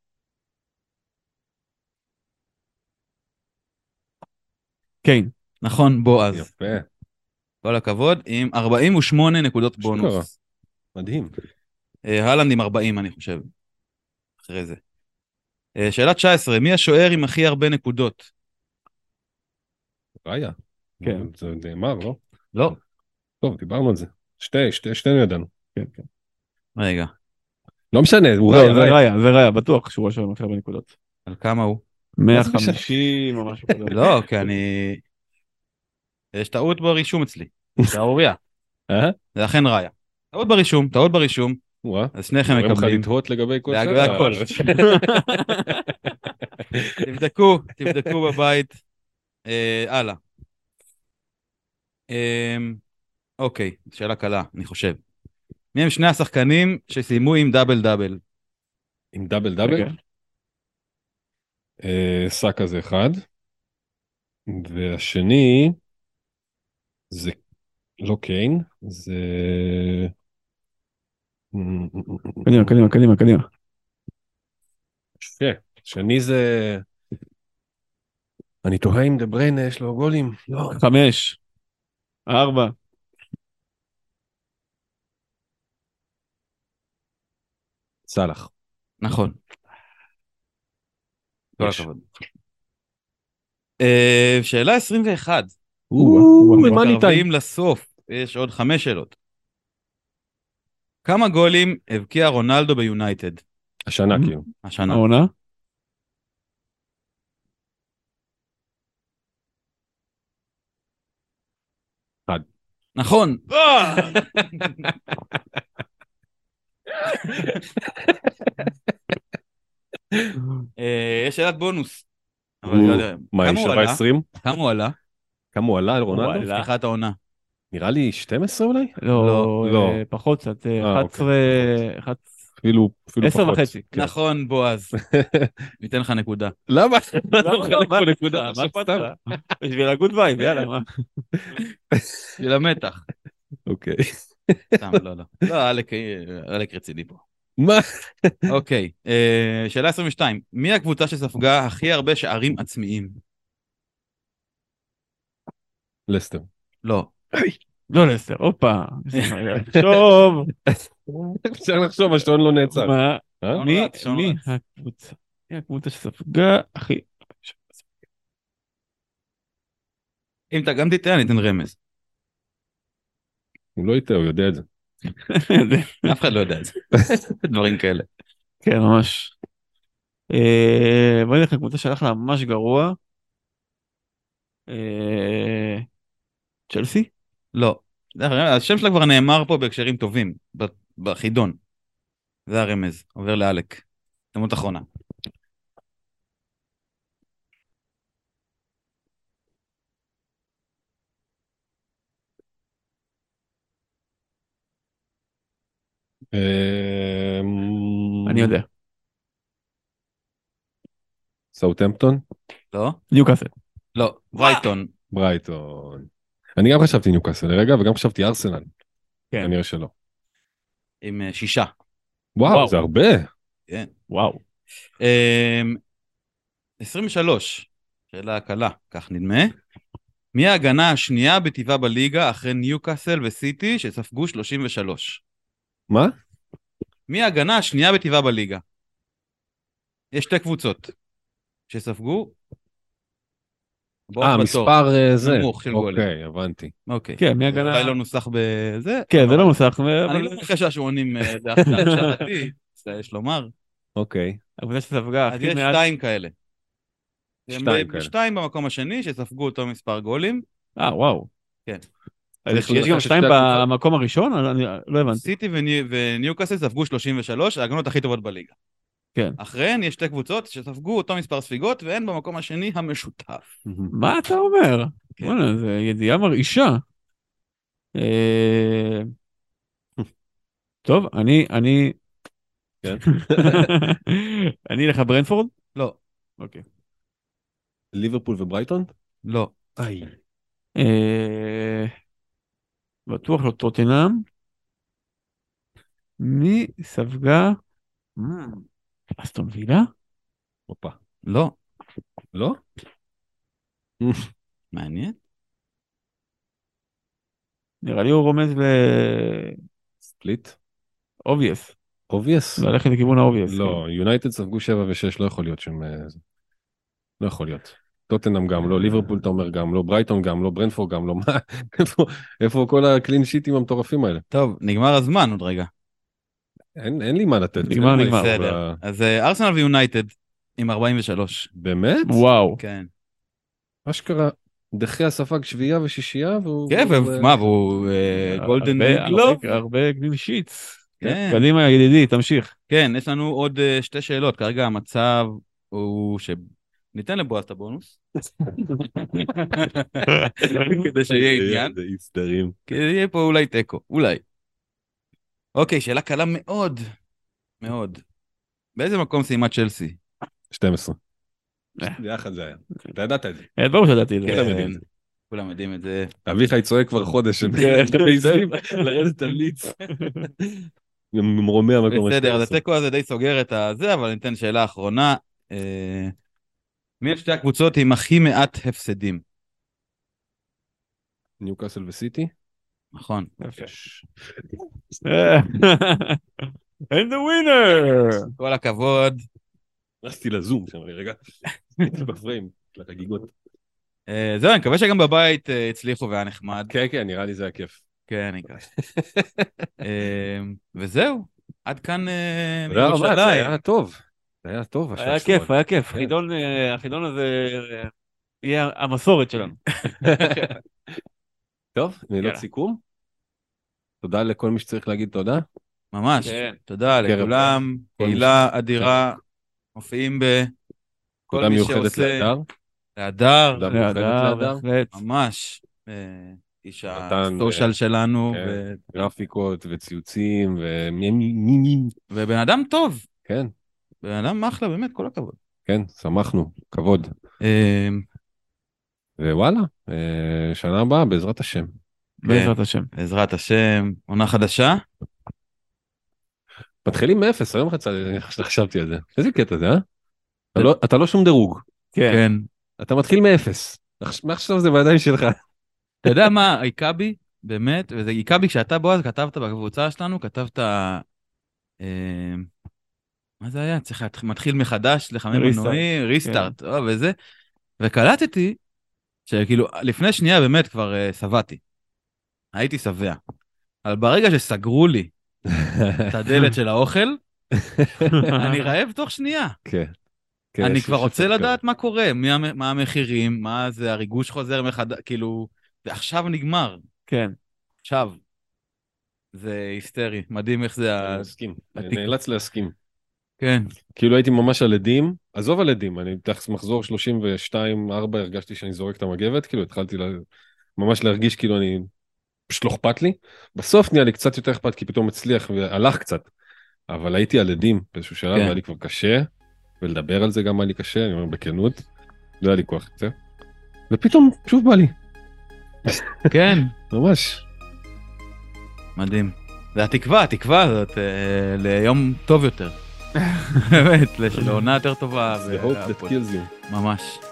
כן. נכון, בועז. יפה. כל הכבוד, עם ארבעים ושמונה נקודות אשכרה. בונוס. מדהים. אה, הלנד עם ארבעים, אני חושב. אחרי זה. אה, שאלה תשע עשרה, מי השוער עם הכי הרבה נקודות? ראיה. כן. זה נאמר, לא? לא. טוב, דיברנו על זה. שתי, שתי, שתינו ידענו. כן, כן. רגע, לא משנה, הוא לא, ראיה, זה ראיה. ראיה, זה ראיה, בטוח שהוא השוער עם הכי הרבה נקודות. על כמה הוא? מאה זה משנה? וחמישים או משהו כזה. לא, כי אני... יש טעות ברישום אצלי. שערוריה. אה? זה אכן ראיה. טעות ברישום, טעות ברישום. וואה. אז שניכם גורם לך מקבלים. לתהות לגבי כל זה שאלה. הכל. תבדקו, תבדקו בבית. אה, הלאה. אה, אוקיי, שאלה קלה, אני חושב. מי הם שני השחקנים שסיימו עם דאבל דאבל? עם דאבל דאבל? רגע. אה, סאקה זה אחד. והשני זה לא קיין, זה... קדימה, קדימה, קדימה, קדימה. יפה. שני זה... אני תוהה אם דה בריינה יש לו גולים. לא. חמש. ארבע. סלאח. נכון. כל יש. הכבוד. אה, שאלה עשרים ואחת. או, מה ניתן? מתקרבים לסוף. יש עוד חמש שאלות. כמה גולים הבקיע רונלדו ביונייטד השנה כאילו. השנה? העונה? אחד. נכון. אה, יש שאלת בונוס. אבל לא יודע. מה, היא כמה הוא שווה עלה? עשרים? כמה הוא עלה? כמה הוא עלה על רונלדו? עלה. פתיחת העונה. נראה לי שתים עשרה אולי? לא, לא, לא. אה, פחות קצת. אה, אה, אחת עשרה, אחת- אפילו, אפילו עשר פחות. וחצי. כן. נכון, בועז. ניתן לך נקודה. למה? לא, לא חלק מה פה נקודה. מה עכשיו אכפת סתם. לך? בשביל הגוד וייב, יאללה, מה? של המתח. אוקיי. סתם, לא, לא. לא, אלק אלק רציני פה. מה? אוקיי, אה, שאלה עשרים ושתיים. מי הקבוצה שספגה הכי הרבה שערים עצמיים? לסטר. לא. לא לסטר, הופה. טוב. אפשר לחשוב, השעון לא נעצר. מה? אה? מי רץ, שעון מי רץ. הקבוצה? מי הקבוצה שספגה הכי... אם אתה גם תטעה, אני אתן רמז. הוא לא יטעה, הוא יודע את זה. אף אחד לא יודע את זה. דברים כאלה. כן, ממש. אה, בוא נלך לקבוצה שהלך לה ממש גרוע. אה, צ'לסי? לא. דרך אגב, השם שלה כבר נאמר פה בהקשרים טובים, ב- בחידון. זה הרמז, עובר לאלק. דמות אחרונה. אמ, אני יודע. סאוטהמפטון? לא? ניוקאסל. לא. ברייטון. ברייטון. אני גם חשבתי ניוקאסל לרגע, וגם חשבתי ארסנל. כן. כנראה שלא. עם אה, שישה. וואו, וואו. זה הרבה. כן. וואו. אמ, עשרים ושלוש. שאלה קלה, כך נדמה. מי ההגנה השנייה בטבעה בליגה אחרי ניוקאסל וסיטי שספגו שלושים ושלוש? מה? מי ההגנה השנייה בטבעה בליגה? יש שתי קבוצות שספגו. אה, מספר אה, זה. נמוך של גולים. אוקיי, הבנתי. אוקיי. כן, מי זה הגנה? אולי לא נוסח בזה. כן, זה אבל לא נוסח. אני לא מוכר שהשעונים להשערתי, יש לומר. אוקיי. הקבוצה שספגה אז הכי יש מעט. שתיים כאלה. שתיים כאלה. שתיים במקום השני שספגו אותו מספר גולים. אה, וואו. כן. אז יש צריך יש גם לקחת שתיים שתי הקבוצות? במקום הראשון? אני לא הבנתי. סיטי וני- וניוקאסל ספגו שלושים ושלוש, ההגנות הכי טובות בליגה. כן. אחריהן יש שתי קבוצות שספגו אותו מספר ספיגות, והן במקום השני המשותף. מה אתה אומר? כן. וואלה, זו ידיעה מרעישה. אה, טוב, אני, אני... כן. אני אלך ברנפורד? לא, אוקיי. ליברפול וברייטון? לא. איי. אה, בטוח לא טוטנהאם. מי ספגה? Hmm, אסטון וילה? הופה. לא. לא? מעניין. נראה לי הוא רומז ספליט? ל-obvious. אובייס? ללכת לכיוון ה-obvious. לא, יונייטד ספגו שבע ושש, לא יכול להיות שם... אה, זה. לא יכול להיות. טוטנאם גם לא, ליברפול אתה אומר גם לא, ברייטון גם לא, ברנפורד גם לא, מה? איפה- איפה כל הקלין שיטים המטורפים האלה? טוב, נגמר הזמן עוד רגע. אין אין לי מה לתת. נגמר, אין מה נגמר. לבחור בסדר. ב- אז אה, ארסנל ויונייטד עם ארבעים ושלוש. באמת? וואו. כן. אשכרה, דחיה ספג שביעייה ושישייה, והוא... כן, והוא, ומה, והוא גולדן הרבה- גלוב? הרבה- הרבה גליל שיטס. כן. קדימה ידידי, תמשיך. כן, יש לנו עוד אה, שתי שאלות. כרגע המצב הוא ש... ניתן לבועז את הבונוס. כדי שיהיה עניין. זה אי סדרים. כי יהיה פה אולי תיקו, אולי. אוקיי, שאלה קלה מאוד, מאוד. באיזה מקום סיימה צ'לסי? שתים עשרה. אה. ביחד זה היה. אתה ידעת את זה. אה, ברור שידעתי את זה. כולם יודעים את זה. כולם יודעים את זה. אביחי צועק כבר חודש. שהם כן. מעיזים לרדת על ליץ. מרומע מקום בסדר, אז ה-שתים עשרה. התיקו הזה די סוגר את הזה, אבל ניתן שאלה אחרונה. אה, מי שתי הקבוצות עם הכי מעט הפסדים? ניוקאסל וסיטי? נכון. יפה. And the winner! כל הכבוד. נכנסתי לזום שם רגע. הייתי בפריים, לחגיגות. אה, זהו, אני מקווה שגם בבית אה, הצליחו והיה נחמד. כן, כן, נראה לי זה היה כיף. כן, אני מקווה. אה, וזהו, עד כאן אה, תודה רבה, זה מירושלים. היה טוב. זה היה טוב. השעה היה שלנו. כיף, היה כיף. חידון, אה, החידון הזה אה, יהיה המסורת שלנו. טוב, מילות יאללה. סיכום. תודה לכל מי שצריך להגיד תודה. ממש. כן. תודה בקרב לכולם, כל מי קהילה אדירה, מופיעים בכל תודה מי מיוחדת שעושה, להדר. להדר, תודה מיוחדת להדר, להדר. בהחלט. ממש, אה, איש נתן, הסושיאל אה, שלנו, כן. ו- גרפיקות וציוצים ומימים. ובן אדם טוב, כן, בן אדם אחלה, באמת, כל הכבוד. כן, שמחנו, כבוד. אה, ווואלה, אה, שנה הבאה בעזרת השם. בעזרת השם. בעזרת השם, עונה חדשה, מתחילים מאפס, היום חצה, חשבתי על זה. איזה קטע זה, אה? אתה לא- אתה לא שום דירוג, כן. כן. אתה מתחיל מאפס. עכש- מעכשיו זה בידיים שלך. אתה יודע מה, איקבי, באמת, וזה איקבי, כשאתה בועז כתבת בקבוצה שלנו, כתבת, אה, מה זה היה? צריך להתחיל, מתחיל מחדש, לחמם ריסטארט, מנועי, ריסטארט, או, וזה, וקלטתי, שכאילו, לפני שנייה באמת כבר אה, שבעתי. הייתי שבע. אבל ברגע שסגרו לי את הדלת של האוכל, אני רעב תוך שנייה. כן. כן, אני יש- כבר יש רוצה קצת לדעת מה קורה, מי המ- מה המחירים, מה זה, הריגוש חוזר מחדש, כאילו, זה עכשיו נגמר, כן. עכשיו. זה היסטרי, מדהים איך זה... אני ה- מסכים, התיק- נאלץ להסכים. כן, כאילו הייתי ממש על עדים, עזוב על עדים, אני תכף מחזור שלושים ושתיים ארבע הרגשתי שאני זורק את המגבת, כאילו התחלתי לה, ממש להרגיש כאילו אני, פשוט לא אכפת לי. בסוף נהיה לי קצת יותר אכפת, כי פתאום הצליח והלך קצת. אבל הייתי על עדים באיזשהו שלב, כן. והיה לי כבר קשה, ולדבר על זה גם היה לי קשה, אני אומר בכנות, לא היה לי כוח יותר. ופתאום שוב בא לי, כן, ממש. מדהים. זה התקווה, התקווה הזאת אה, ליום טוב יותר. באמת, לעונה יותר טובה. The hope that kills you. ממש.